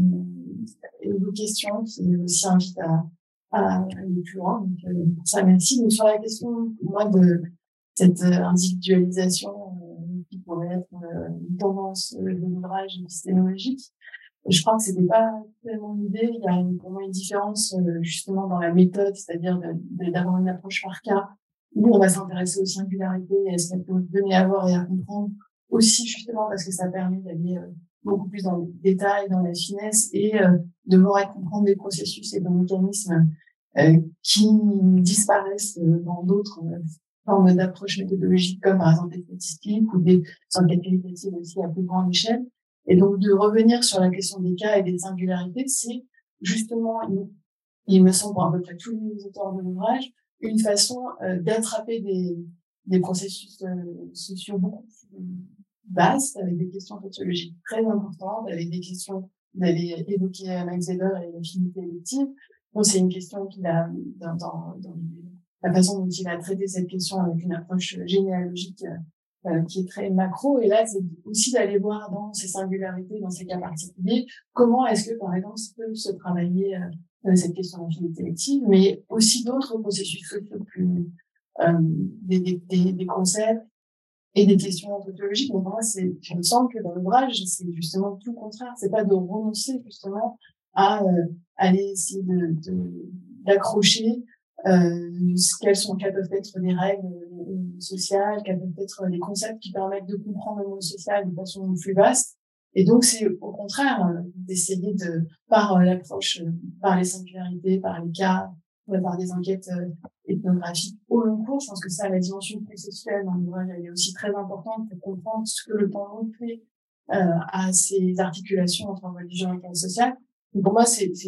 et vos questions qui aussi invitent à, à aller plus loin. Donc, euh, pour ça, merci. Donc, sur la question, pour moi, de cette euh, individualisation euh, qui pourrait être euh, une tendance euh, de l'ouvrage épistémologique, je crois que c'était pas tellement l'idée. Il y a une, pour moi une différence euh, justement dans la méthode, c'est-à-dire de, de, d'avoir une approche par cas où on va s'intéresser aux singularités et à ce qu'elles peuvent donner à voir et à comprendre, aussi justement parce que ça permet d'aller euh, beaucoup plus dans le détail, dans la finesse et euh, de voir et comprendre des processus et des mécanismes euh, qui disparaissent euh, dans d'autres euh, formes d'approche méthodologique comme par exemple des statistiques ou des enquêtes qualitatives aussi à plus grande échelle. Et donc de revenir sur la question des cas et des singularités, c'est justement, il, il me semble pour à peu près tous les auteurs de l'ouvrage, une façon euh, d'attraper des, des processus euh, sociaux beaucoup plus vastes, avec des questions sociologiques très importantes, avec des questions, vous avez évoqué Max Weber et l'affinité élective. Donc c'est une question qu'il a dans, dans, dans la façon dont il a traité cette question avec une approche généalogique euh, qui est très macro. Et là, c'est aussi d'aller voir dans ces singularités, dans ces cas particuliers, comment est-ce que, par exemple, peut se travailler euh, cette question d'affinité élective, mais aussi d'autres processus sociaux plus euh, des, des, des, des concepts et des questions anthropologiques. Donc moi, c'est, il me semble que dans l'ouvrage, c'est justement tout le contraire. C'est pas de renoncer justement à euh, aller essayer de, de d'accrocher euh, quelles sont, quelles peuvent être les règles euh, sociales, quels peuvent être les concepts qui permettent de comprendre le monde social de façon plus vaste. Et donc c'est au contraire euh, d'essayer de, par euh, l'approche, euh, par les singularités, par les cas, euh, par des enquêtes euh, ethnographiques au long cours. Je pense que ça, la dimension processuelle dans l'ouvrage, elle est aussi très importante pour comprendre ce que le temps long fait euh, à ces articulations entre religion et classe sociale. Donc pour moi, c'est, c'est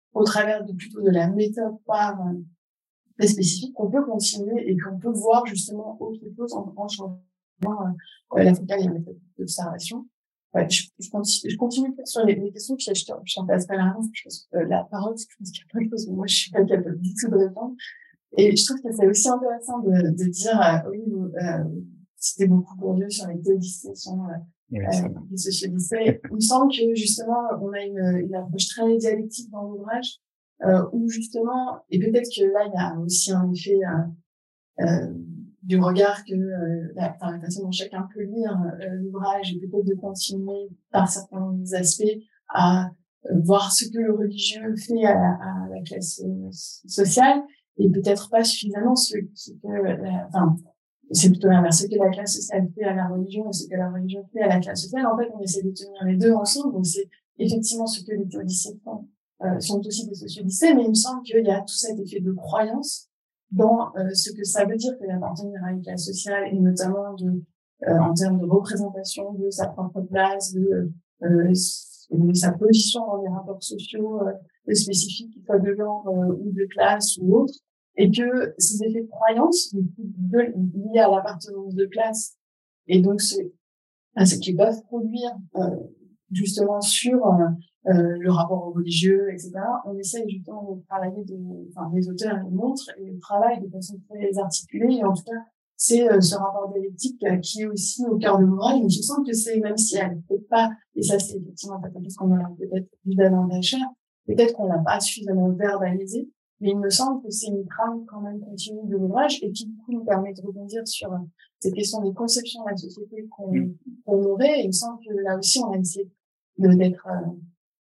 au travers de plutôt de la méthode par euh, très spécifique, qu'on peut continuer et qu'on peut voir justement autre chose en, en changeant euh, la focale et la méthode d'observation. Ouais, je, je, continue, je continue sur les, les questions, puis je, je, je t'en passe pas la réponse, je pense que euh, la parole, c'est que je pense qu'il y a plein de choses, mais moi je suis pas capable du tout de répondre. Et je trouve que c'est aussi intéressant de, de dire, euh, oui, euh, c'était beaucoup Bourdieu sur les théodicées, sur euh, Oui, euh, les socialistes. Il me semble que justement, on a une, une approche très dialectique dans l'ouvrage, euh, où justement, et peut-être que là, il y a aussi un effet euh, euh, du regard que euh, la, enfin, la façon dont chacun peut lire euh, l'ouvrage, et peut-être de continuer par certains aspects à euh, voir ce que le religieux fait à la, à la classe euh, sociale, et peut-être pas suffisamment ce, ce que, la, enfin, c'est plutôt l'inverse, ce que la classe sociale fait à la religion et ce que la religion fait à la classe sociale. En fait, on essaie de tenir les deux ensemble, donc c'est effectivement ce que les théodicées font, euh, sont aussi des sociodicées, mais il me semble qu'il y a tout cet effet de croyance dans euh, ce que ça veut dire que d'appartenir à une classe sociale, et notamment de, euh, en termes de représentation de sa propre place, de, euh, de sa position dans les rapports sociaux euh, spécifiques, qu'ils soient de genre euh, ou de classe ou autre, et que ces effets de croyance liés à l'appartenance de classe, et donc ce, ce qu'ils peuvent produire euh, justement sur euh, euh, le rapport au religieux, et cetera. On essaye justement de travailler, de, enfin les auteurs les montrent et travaillent de façon très articulée, et en tout cas c'est euh, ce rapport dialectique euh, qui est aussi au cœur de l'ouvrage. Mais je sens que c'est, même si elle ne peut pas, et ça c'est effectivement quelque chose qu'on a peut-être vu davantage, peut-être qu'on l'a pas suffisamment verbalisé, mais il me semble que c'est une trame quand même continue de l'ouvrage, et qui du coup nous permet de rebondir sur euh, cette question des conceptions de la société qu'on, qu'on aurait. Et il me semble que là aussi on a essayé de, d'être euh,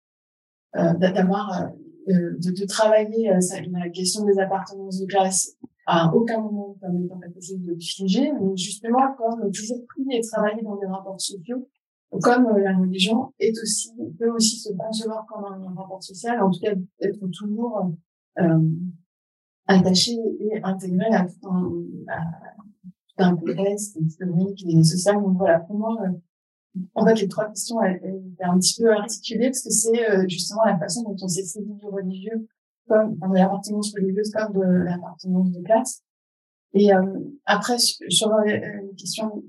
euh, d'avoir euh, de, de travailler euh, la question des appartenances de classe à aucun moment comme étant quelque chose de figé, mais justement comme toujours pris et travailler dans des rapports sociaux, comme euh, la religion est aussi peut aussi se concevoir comme un, un rapport social, en tout cas être toujours euh, attaché et intégré à tout un, à, tout un contexte historique et social. Donc voilà, pour moi, euh, en fait, les trois questions, elles, elles étaient un petit peu articulées, parce que c'est euh, justement la façon dont on s'est saisi du religieux, comme de l'appartenance religieuse, comme de l'appartenance de classe. Et euh, après, sur euh, les questions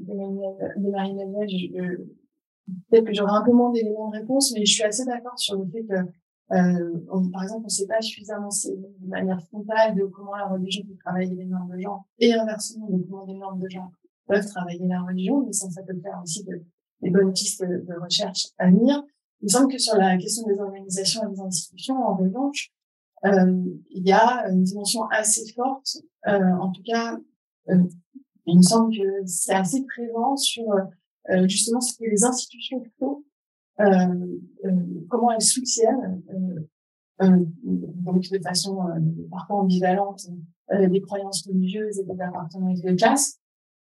de Marie-Emmanuelle, je, peut-être que j'aurai un peu moins d'éléments de réponse, mais je suis assez d'accord sur le fait que, euh, on, par exemple, on ne sait pas suffisamment de manière frontale de comment la religion peut travailler les normes de genre, et inversement, de comment les normes de genre peuvent travailler la religion, mais ça, ça peut faire aussi de, des bonnes pistes de, de recherche à venir. Il me semble que sur la question des organisations et des institutions, en revanche, euh, il y a une dimension assez forte, euh, en tout cas, euh, il me semble que c'est assez présent sur euh, justement ce que les institutions font, euh, euh, comment elles soutiennent, euh, euh, donc de façon euh, parfois ambivalente, euh, des croyances religieuses et des appartenances de classe,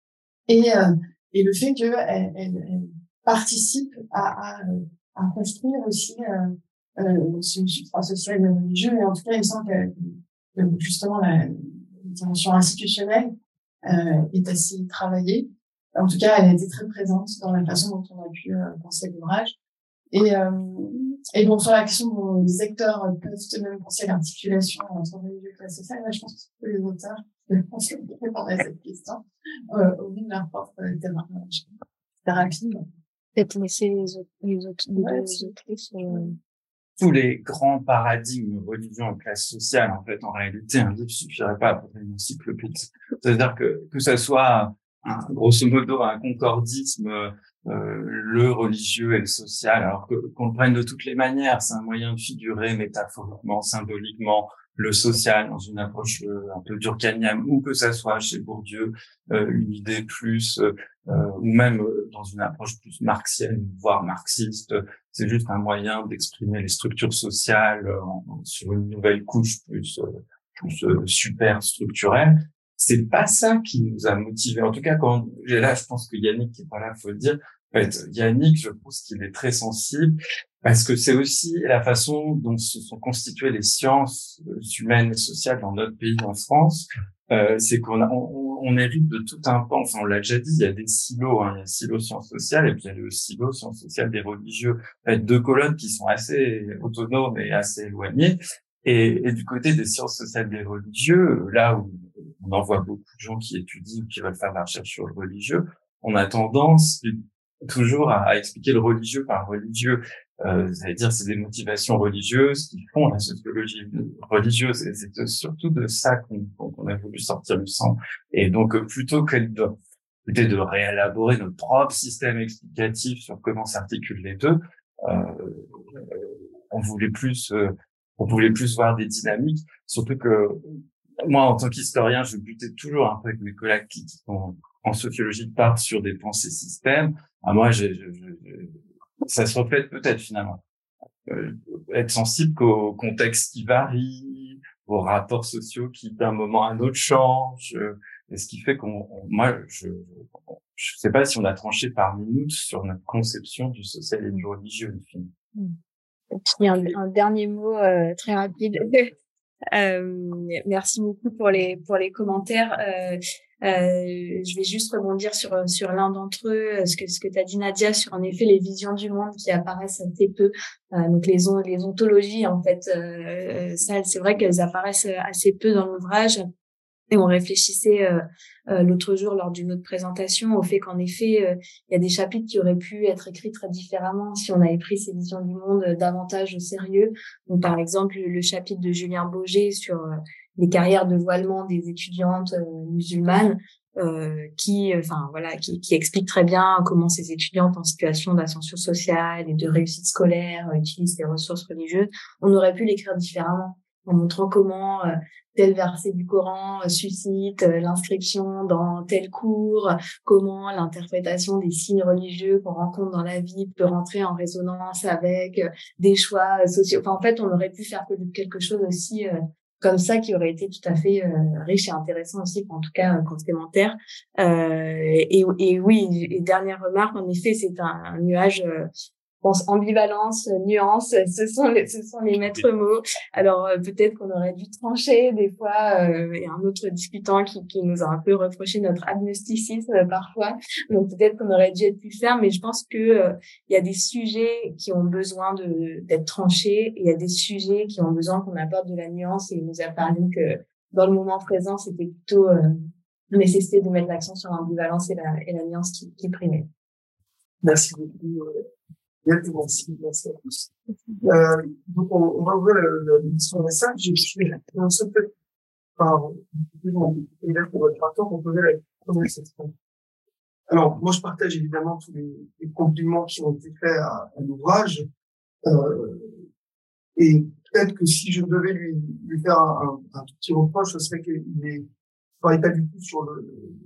et, euh, et le fait qu'elles elles, elles participent à, à, à construire aussi euh, euh, ce substrat social et religieux. Et en tout cas, il me semble que, que justement la, la dimension institutionnelle euh, est assez travaillée. En tout cas, elle a été très présente dans la façon dont on a pu euh, penser l'ouvrage. Et, euh, et donc, sur la question dont les acteurs peuvent eux-mêmes penser l'articulation entre religieux et classe sociale, là, je pense que c'est plutôt les auteurs qui pensent répondre à cette question, euh, au vu de leur propre terrain. C'est rapide. Peut-être laisser les autres, les autres, les Ouais, deux autrices, euh... tous les grands paradigmes religion et classe sociale, en fait, en réalité, un livre suffirait pas pour une encyclopédie. C'est-à-dire que, que ça soit un, grosso modo, un concordisme, euh, le religieux et le social, alors que, qu'on le prenne de toutes les manières, c'est un moyen de figurer métaphoriquement, symboliquement, le social dans une approche euh, un peu durkheimienne, ou que ça soit chez Bourdieu, euh, une idée plus, euh, ou même euh, dans une approche plus marxienne, voire marxiste. C'est juste un moyen d'exprimer les structures sociales euh, en, sur une nouvelle couche plus, euh, plus euh, super structurelle. C'est pas ça qui nous a motivés. En tout cas, quand et là, je pense que Yannick qui est pas là, faut le dire. En fait, Yannick, je pense qu'il est très sensible parce que c'est aussi la façon dont se sont constituées les sciences humaines et sociales dans notre pays, en France. Euh, c'est qu'on a, on, on hérite de tout un pan. Enfin, on l'a déjà dit, il y a des silos, hein. Il y a le silo sciences sociales et puis il y a le silo sciences sociales des religieux. En fait, deux colonnes qui sont assez autonomes et assez éloignées. Et, et du côté des sciences sociales des religieux, là où on en voit beaucoup de gens qui étudient ou qui veulent faire de la recherche sur le religieux, on a tendance toujours à, à expliquer le religieux par religieux. Euh, c'est-à-dire c'est des motivations religieuses qui font la sociologie religieuse. Et c'est surtout de ça qu'on, qu'on a voulu sortir le sang. Et donc, plutôt que de, peut-être de réélaborer notre propre système explicatif sur comment s'articulent les deux, euh, on voulait plus... Euh, on voulait plus voir des dynamiques, surtout que moi, en tant qu'historien, je butais toujours un peu avec mes collègues qui, qui sont en sociologie, partent sur des pensées systèmes. À moi, je, je, je, ça se reflète peut-être finalement. Euh, être sensible qu'au contexte qui varie, aux rapports sociaux qui d'un moment à un autre changent, et ce qui fait qu'on, on, moi, je, je sais pas si on a tranché par minute sur notre conception du social et du religieux, mmh. Et puis un, un dernier mot euh, très rapide. euh, merci beaucoup pour les pour les commentaires. Euh, euh, je vais juste rebondir sur sur l'un d'entre eux, ce que ce que t'as dit Nadia, sur en effet les visions du monde qui apparaissent assez peu. Euh, donc les on, les ontologies en fait, euh, ça c'est vrai qu'elles apparaissent assez peu dans l'ouvrage. Et on réfléchissait euh, euh, l'autre jour lors d'une autre présentation au fait qu'en effet, euh, il y a des chapitres qui auraient pu être écrits très différemment si on avait pris ces visions du monde euh, davantage au sérieux. Donc, par exemple, le chapitre de Julien Boger sur euh, les carrières de voilement des étudiantes euh, musulmanes, euh, qui, enfin voilà, qui, qui explique très bien comment ces étudiantes en situation d'ascension sociale et de réussite scolaire euh, utilisent les ressources religieuses. On aurait pu l'écrire différemment, en montrant comment euh, tel verset du Coran euh, suscite euh, l'inscription dans tel cours, comment l'interprétation des signes religieux qu'on rencontre dans la vie peut rentrer en résonance avec euh, des choix euh, sociaux. Enfin, en fait, on aurait pu faire quelque chose aussi euh, comme ça qui aurait été tout à fait euh, riche et intéressant aussi, en tout cas euh, complémentaire. Euh, et, et oui, et dernière remarque, en effet, c'est un, un nuage... Euh, Je pense ambivalence, nuance, ce sont les, ce sont les maîtres mots. Alors euh, peut-être qu'on aurait dû trancher des fois. Euh, il y a un autre discutant qui, qui nous a un peu reproché notre agnosticisme euh, parfois. Donc peut-être qu'on aurait dû être plus ferme. Mais je pense que euh, il y a des sujets qui ont besoin de d'être tranchés. Et il y a des sujets qui ont besoin qu'on apporte de la nuance. Et il nous a parlé que dans le moment présent, c'était plutôt euh, nécessité de mettre l'accent sur l'ambivalence et la, et la nuance qui, qui primait. Merci beaucoup. Merci, merci à tous. Euh, donc, on, on va ouvrir l'édition message. J'ai commencé peut-être par élève pour votre rapport, on posait la première question. Alors, moi, je partage évidemment tous les, les compliments qui ont été faits à, à l'ouvrage. Euh, et peut-être que si je devais lui, lui faire un, un, un tout petit reproche, ce serait qu'il ne travaille pas du tout sur le,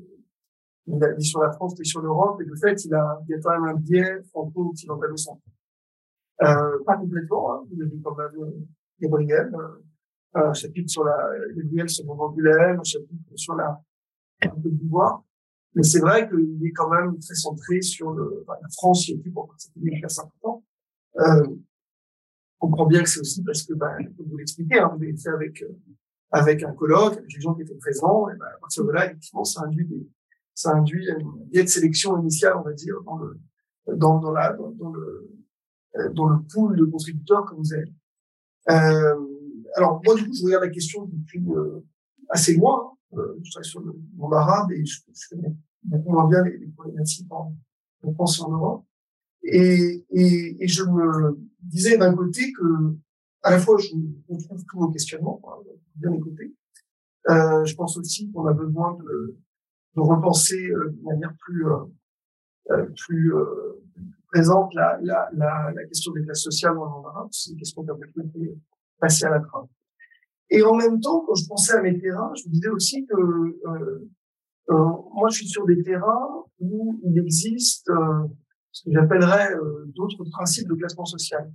il a dit sur la France et sur l'Europe, et de fait, il a, il y a quand même un biais franco-occidentalo-central. Euh, pas complètement, hein. Vous avez quand même Gabriel, un chapitre sur la, Gabriel sur le vocabulaire, un chapitre sur la, un peu de pouvoir. Mais c'est vrai qu'il est quand même très centré sur le, enfin, la France, il y a plus pour particulier il y a cinquante ans. Euh, on comprend bien que c'est aussi parce que, ben, comme vous l'expliquez, hein, vous l'avez fait avec, euh, avec un colloque, avec les gens qui étaient présents, et ben, à partir de là, effectivement, ça induit des, ça induit un biais de sélection initiale, on va dire, dans le, dans, dans la, dans, dans le, dans le pool de contributeurs que vous avez. Euh, alors, moi, du coup, je regarde la question depuis, euh, assez loin, euh, je travaille sur le monde arabe et je, je connais beaucoup moins bien les, les problématiques en, en France et en Europe. Et, et, et je me disais d'un côté que, à la fois, je retrouve tous vos questionnements, hein, bien écouter. Euh, je pense aussi qu'on a besoin de, de repenser euh, de manière plus euh, plus euh, présente la, la, la, la question des classes sociales dans le monde arabe. C'est une question qui a beaucoup été passée à la trappe. Et en même temps, quand je pensais à mes terrains, je me disais aussi que euh, euh, moi, je suis sur des terrains où il existe euh, ce que j'appellerais euh, d'autres principes de classement social.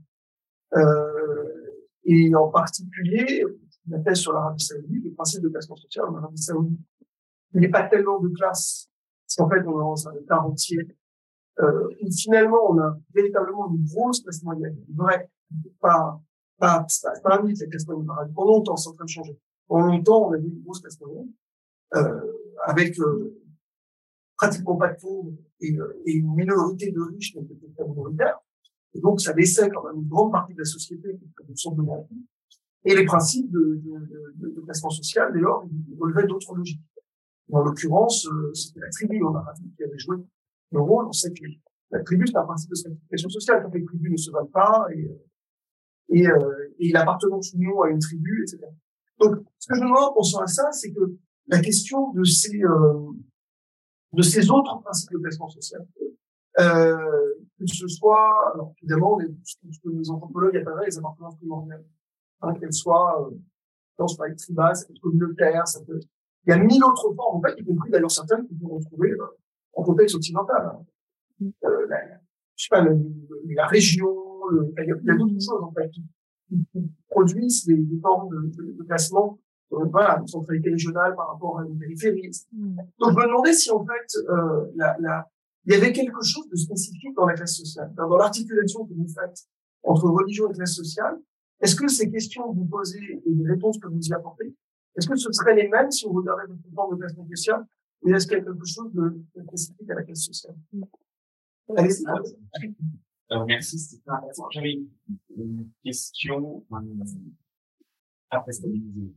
Euh, et en particulier, je m'appelle sur l'Arabie Saoudite, le principe de classement social en Arabie Saoudite. Il n'est pas tellement de classe, parce qu'en fait, on est dans un état entier, euh, où finalement, on a véritablement une grosse classe moyenne, vrai, pas, pas, pas, pas un mythe, la classe moyenne, pendant longtemps, c'est en train de changer. Pendant longtemps, on avait une grosse classe moyenne, euh, avec, euh, pratiquement pas de pauvres et, euh, et une minorité de riches, mais peut-être pas minoritaire. Et donc, ça laissait quand même une grande partie de la société qui était de son de Et les principes de, de, de, de classement social, dès lors, ils relevaient d'autres logiques. En l'occurrence, euh, c'était la tribu, on a dit, qui avait joué le rôle. On sait que la tribu, c'est un principe de stratification sociale, quand les tribus ne se valent pas, et, et, euh, et l'appartenance ou non à une tribu, et cetera. Donc, ce que je me demande en pensant à ça, c'est que la question de ces, euh, de ces autres principes de classement social, euh, que ce soit, alors, évidemment, les, ce que les anthropologues appelleraient les appartenances primordiales, hein, qu'elles soient, euh, dans ce tribal, ça peut être communautaire, ça peut être, il y a mille autres formes, en fait, y compris d'ailleurs certaines qu'on peut retrouver euh, en contexte occidental. Hein. Euh, la, je sais pas, le, le, la région, le, il y a, il y a d'autres choses, en fait, qui, qui produisent des, des formes de, de, de classement, euh, voilà, de centralité régionale par rapport à une périphérie. Donc, je me demandais si, en fait, euh, la, la, il y avait quelque chose de spécifique dans la classe sociale, dans, dans l'articulation que vous faites entre religion et classe sociale. Est-ce que ces questions que vous posez et les réponses que vous y apportez, est-ce que ce seraient les mêmes si on regardait votre forme de classement social, ou est-ce qu'il y a quelque chose de, de spécifique à la classe sociale? Allez-y. Euh, merci, c'était intéressant. J'avais une, une question, euh, après stabiliser,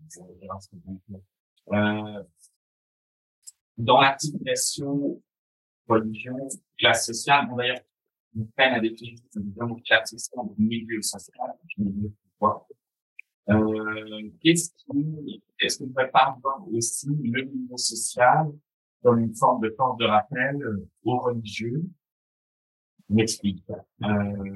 euh, dans l'articulation religion, classe sociale, bon d'ailleurs, on peine à définir évidemment classe sociale, donc milieu social, milieu pouvoir. Euh, qu'est-ce qui, est-ce qu'on ne pourrait pas voir aussi le milieu social comme une forme de force de rappel euh, aux religieux? Je m'explique. Euh,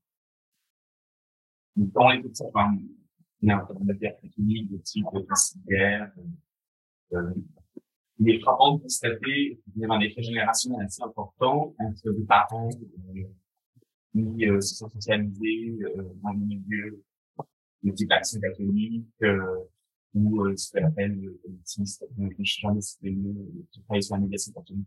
dans les autres, enfin, il y a un peu de guerre catholique, de type de guerre, euh, il est frappant de constater qu'il y a un effet générationnel assez important entre les parents euh, qui euh, se sont socialisés euh, dans le milieu de type action catholique, euh, ou euh, ce qu'on appelle le politisme, donc je suis jamais cité le mot, je travaille sur la médiation catholique.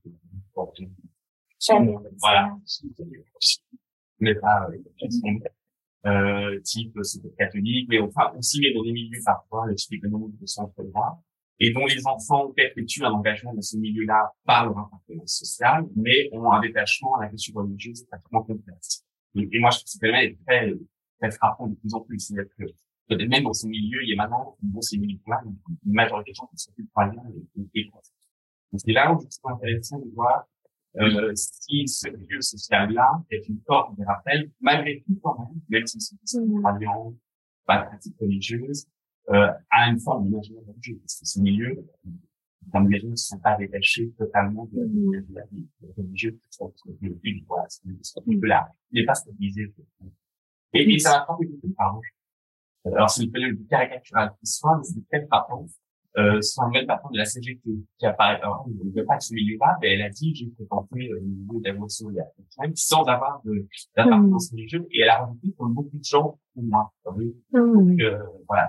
Voilà. Mais pas, euh, euh, type, c'était catholique, mais enfin, aussi, mais dans des milieux parfois, le type économique de centre droit, et dont les enfants perpétuent un engagement dans ce milieu-là par leur appartenance sociale, mais ont un détachement à la question religieuse pratiquement complexe. Et, et moi, je trouve que ce phénomène est très, très frappant de plus en plus. C'est-à-dire que, peut-être même dans ces milieux, il y a maintenant, dans ces milieux-là, une majorité de gens qui sont plus croyants et, et, et, donc, c'est là où je trouve intéressant de voir Euh, si ce milieu social-là est une forme de rappel, malgré tout quand même, même si c'est une croyance, pas de pratique religieuse, euh, à une forme d'imaginaire religieux. Parce que ce milieu, dans les gens ne sont pas détachés totalement de la vie religieuse, parce que le but, voilà, c'est que là, il n'est pas stabilisé. Et, et ça va prendre beaucoup de temps. Alors, c'est le plus caricatural qui soit, mais c'est très frappant. Euh, c'est un même patron de la C G T qui apparaît, alors, il ne veut pas de ce milieu-là, mais elle a dit, j'ai fréquenté le milieu d'Avosso il y a quelques années, sans avoir de, d'appartenance religieuse, et elle a rajouté comme beaucoup de gens, pour moi. Donc, euh, voilà.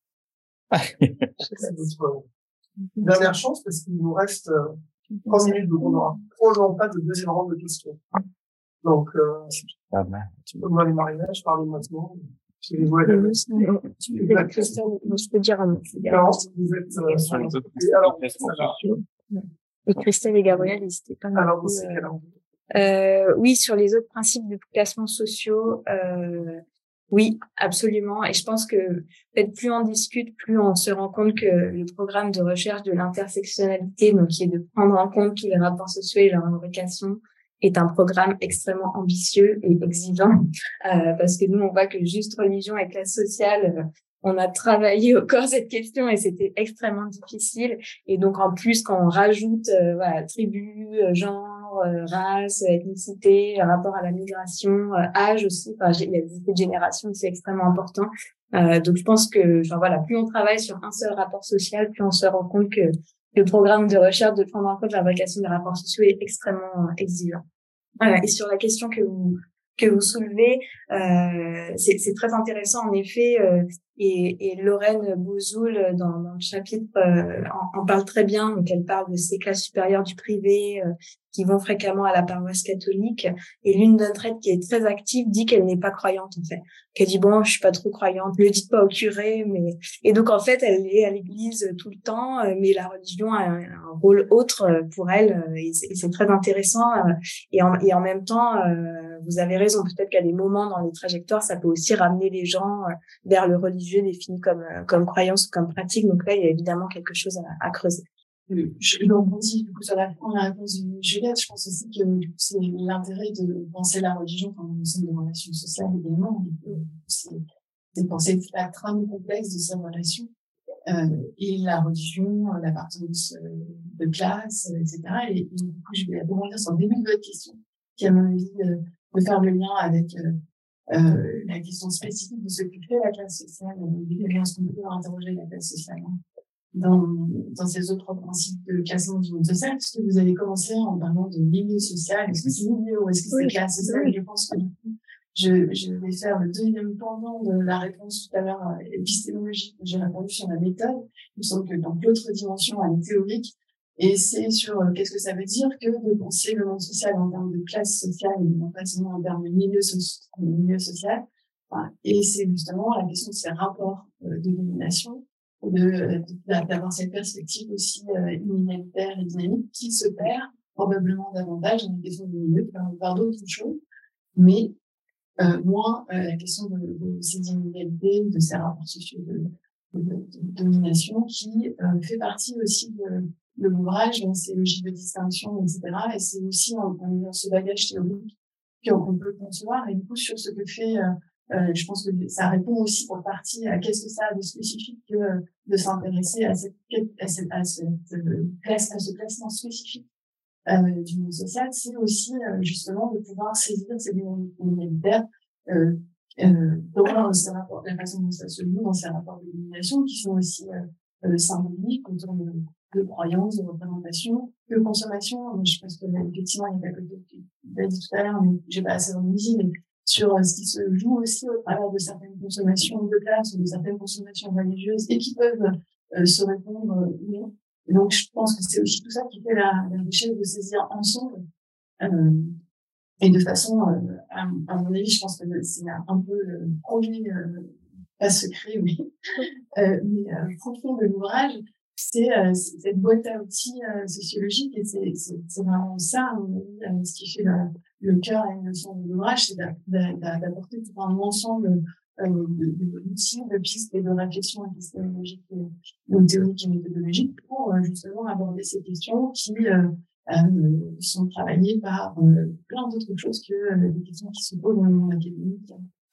Dernière chance, parce qu'il nous reste euh, trois minutes, donc on n'aura probablement pas de deuxième round de questions. Donc, euh, ah ben, moi, les mariages, parlez maintenant. Je les vois, euh, Christelle, je peux dire un mot. Non, vous êtes, euh, alors, et Christelle et Gabriel, n'hésitez pas. Alors, vous, c'est quel euh, oui, sur les autres principes de classements sociaux, euh, oui, absolument. Et je pense que peut-être plus on discute, plus on se rend compte que le programme de recherche de l'intersectionnalité, donc qui est de prendre en compte tous les rapports sociaux et leurs imbrications, est un programme extrêmement ambitieux et exigeant, euh, parce que nous, on voit que juste religion et classe sociale, euh, on a travaillé au corps cette question et c'était extrêmement difficile. Et donc, en plus, quand on rajoute euh, voilà, tribu, euh, genre, euh, race, ethnicité, rapport à la migration, euh, âge aussi, enfin, il y a des effets de génération, c'est extrêmement important. Euh, donc, je pense que, enfin, voilà, plus on travaille sur un seul rapport social, plus on se rend compte que le programme de recherche de prendre en compte l'imbrication des rapports sociaux est extrêmement exigeant. Voilà. Et sur la question que vous que vous soulevez, euh, c'est, c'est très intéressant en effet. Euh, et, et Lorraine Bouzoul dans, dans le chapitre euh, en, en parle très bien. Donc elle parle de ces classes supérieures du privé euh, qui vont fréquemment à la paroisse catholique. Et l'une d'entre elles qui est très active dit qu'elle n'est pas croyante en fait. Qu'elle dit bon, je suis pas trop croyante, ne le dites pas au curé, mais et donc en fait elle est à l'église tout le temps, mais la religion a un, un rôle autre pour elle et c'est, et c'est très intéressant. Et en, et en même temps, euh, vous avez raison, peut-être qu'à des moments dans les trajectoires, ça peut aussi ramener les gens vers le religieux religieux défini comme euh, comme croyance ou comme pratique. Donc là, il y a évidemment quelque chose à, à creuser. Je rebondis du coup sur la, la réponse de Juliette. Je pense aussi que du coup, c'est l'intérêt de penser la religion comme un ensemble de relations sociales également. C'est de penser la trame complexe de ces relations euh, et la religion, l'appartenance euh, de classe, euh, et cetera. Et, et du coup, je vais rebondir sur le début de votre question, qui à mon avis euh, de faire le lien avec euh, euh, la question spécifique de ce que fait la classe sociale. Et est-ce qu'on peut interroger la classe sociale hein, dans, dans ces autres principes de classement du monde social, puisque vous avez commencé en parlant de milieu social. Est-ce que c'est milieu ou est-ce que c'est oui, classe sociale? Oui. Je pense que du coup, je, je vais faire le deuxième pendant de la réponse tout à l'heure euh, épistémologique que j'ai répondu sur la méthode. Il me semble que donc l'autre dimension, elle est théorique, et c'est sur euh, qu'est-ce que ça veut dire que de penser le monde social en termes de classe sociale et non pas seulement en termes de milieu, so- milieu social. Enfin, et c'est justement la question de ces rapports euh, de domination, de, de, d'avoir cette perspective aussi euh, inégalitaire et dynamique qui se perd probablement davantage dans les questions de milieu par, par d'autres choses, mais Euh, moins euh, la question de, de ces inégalités, de ces rapports sociaux de, de, de, de domination qui euh, fait partie aussi de, de l'ouvrage dans ces logiques de distinction, et cetera. Et c'est aussi en, en ce bagage théorique qu'on peut concevoir. Et du coup, sur ce que fait, euh, euh, je pense que ça répond aussi pour partie à qu'est-ce que ça a de spécifique que euh, de s'intéresser à cette, à cette, à cette euh, classe, à ce classement spécifique Euh, du monde social, c'est aussi euh, justement de pouvoir saisir ces dynamiques inégalitaires euh, euh, dans ces rapports, la façon dont ça se joue dans ces rapports de domination qui sont aussi euh, euh, symboliques autour de, de croyances, de représentations, de consommation. Je pense que effectivement il y a quelque chose que vous avez dit tout à l'heure, mais j'ai pas assez remis, mais sur euh, ce qui se joue aussi au travers de certaines consommations de classe ou de certaines consommations religieuses et qui peuvent euh, se répondre ou non. Et donc, je pense que c'est aussi tout ça qui fait la, la richesse de saisir ensemble, euh, et de façon, euh, à, à mon avis, je pense que c'est un peu le projet, euh, pas secret, mais, euh, mais euh, profond de l'ouvrage, c'est, euh, c'est cette boîte à outils euh, sociologique, et c'est, c'est, c'est vraiment ça, à mon avis, euh, ce qui fait le, le cœur et le son de l'ouvrage, c'est d'apporter tout un ensemble Euh, d'outils, de, de, de pistes et de réflexion épistémologique, et théorique et méthodologique pour euh, justement aborder ces questions qui euh, euh, sont travaillées par euh, plein d'autres choses que euh, des questions qui se posent dans le monde académique.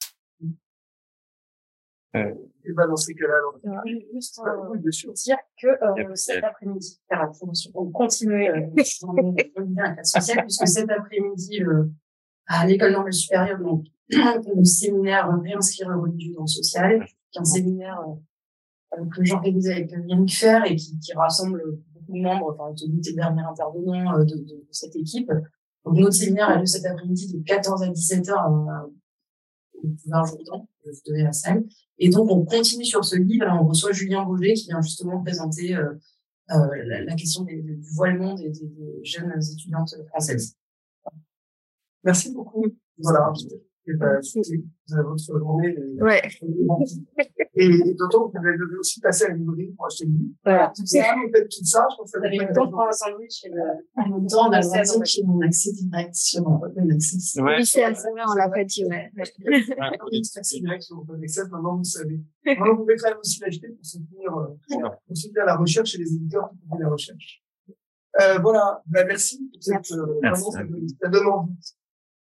Euh, et ben dans ces cas-là, alors, euh, juste bah, oui, bien sûr. dire que euh, cet après-midi, on continue euh, dans la classe sociale, puisque cet après-midi, euh, à l'école normale supérieure, donc le séminaire Réinscrire le religieux dans le social, qui est un séminaire euh, que j'organise avec Yannick Fer et qui, qui rassemble beaucoup de membres, enfin, celui des derniers intervenants euh, de, de, de cette équipe. Donc, notre séminaire a lieu cet après-midi de quatorze à dix-sept heures euh, vingt jours de temps, je vous donner la salle. Et donc, on continue sur ce livre. Alors, on reçoit Julien Bourget qui vient justement présenter euh, euh, la, la question des, du voilement des, des, des jeunes étudiantes françaises. Merci beaucoup. Voilà. Et ben, vous avez votre journée. Ouais. Et, et d'autant que vous avez aussi passé à la librairie pour acheter le livre. Voilà. Tout ça, vous faites tout ça, je pense que ça vous avez le temps pour un sandwich et le, en même temps, on a le voisin qui est mon accès direct sur Open Access. Ouais. Oui, c'est assez vrai, on l'a pas dit, ouais. Accès direct sur Open Access, maintenant vous savez. Maintenant, vous pouvez quand même aussi l'acheter pour soutenir, euh, pour soutenir la recherche et les éditeurs qui font la recherche. Euh, voilà. Ben, merci pour cette, euh, merci. Vraiment, ça donne, ça donne envie.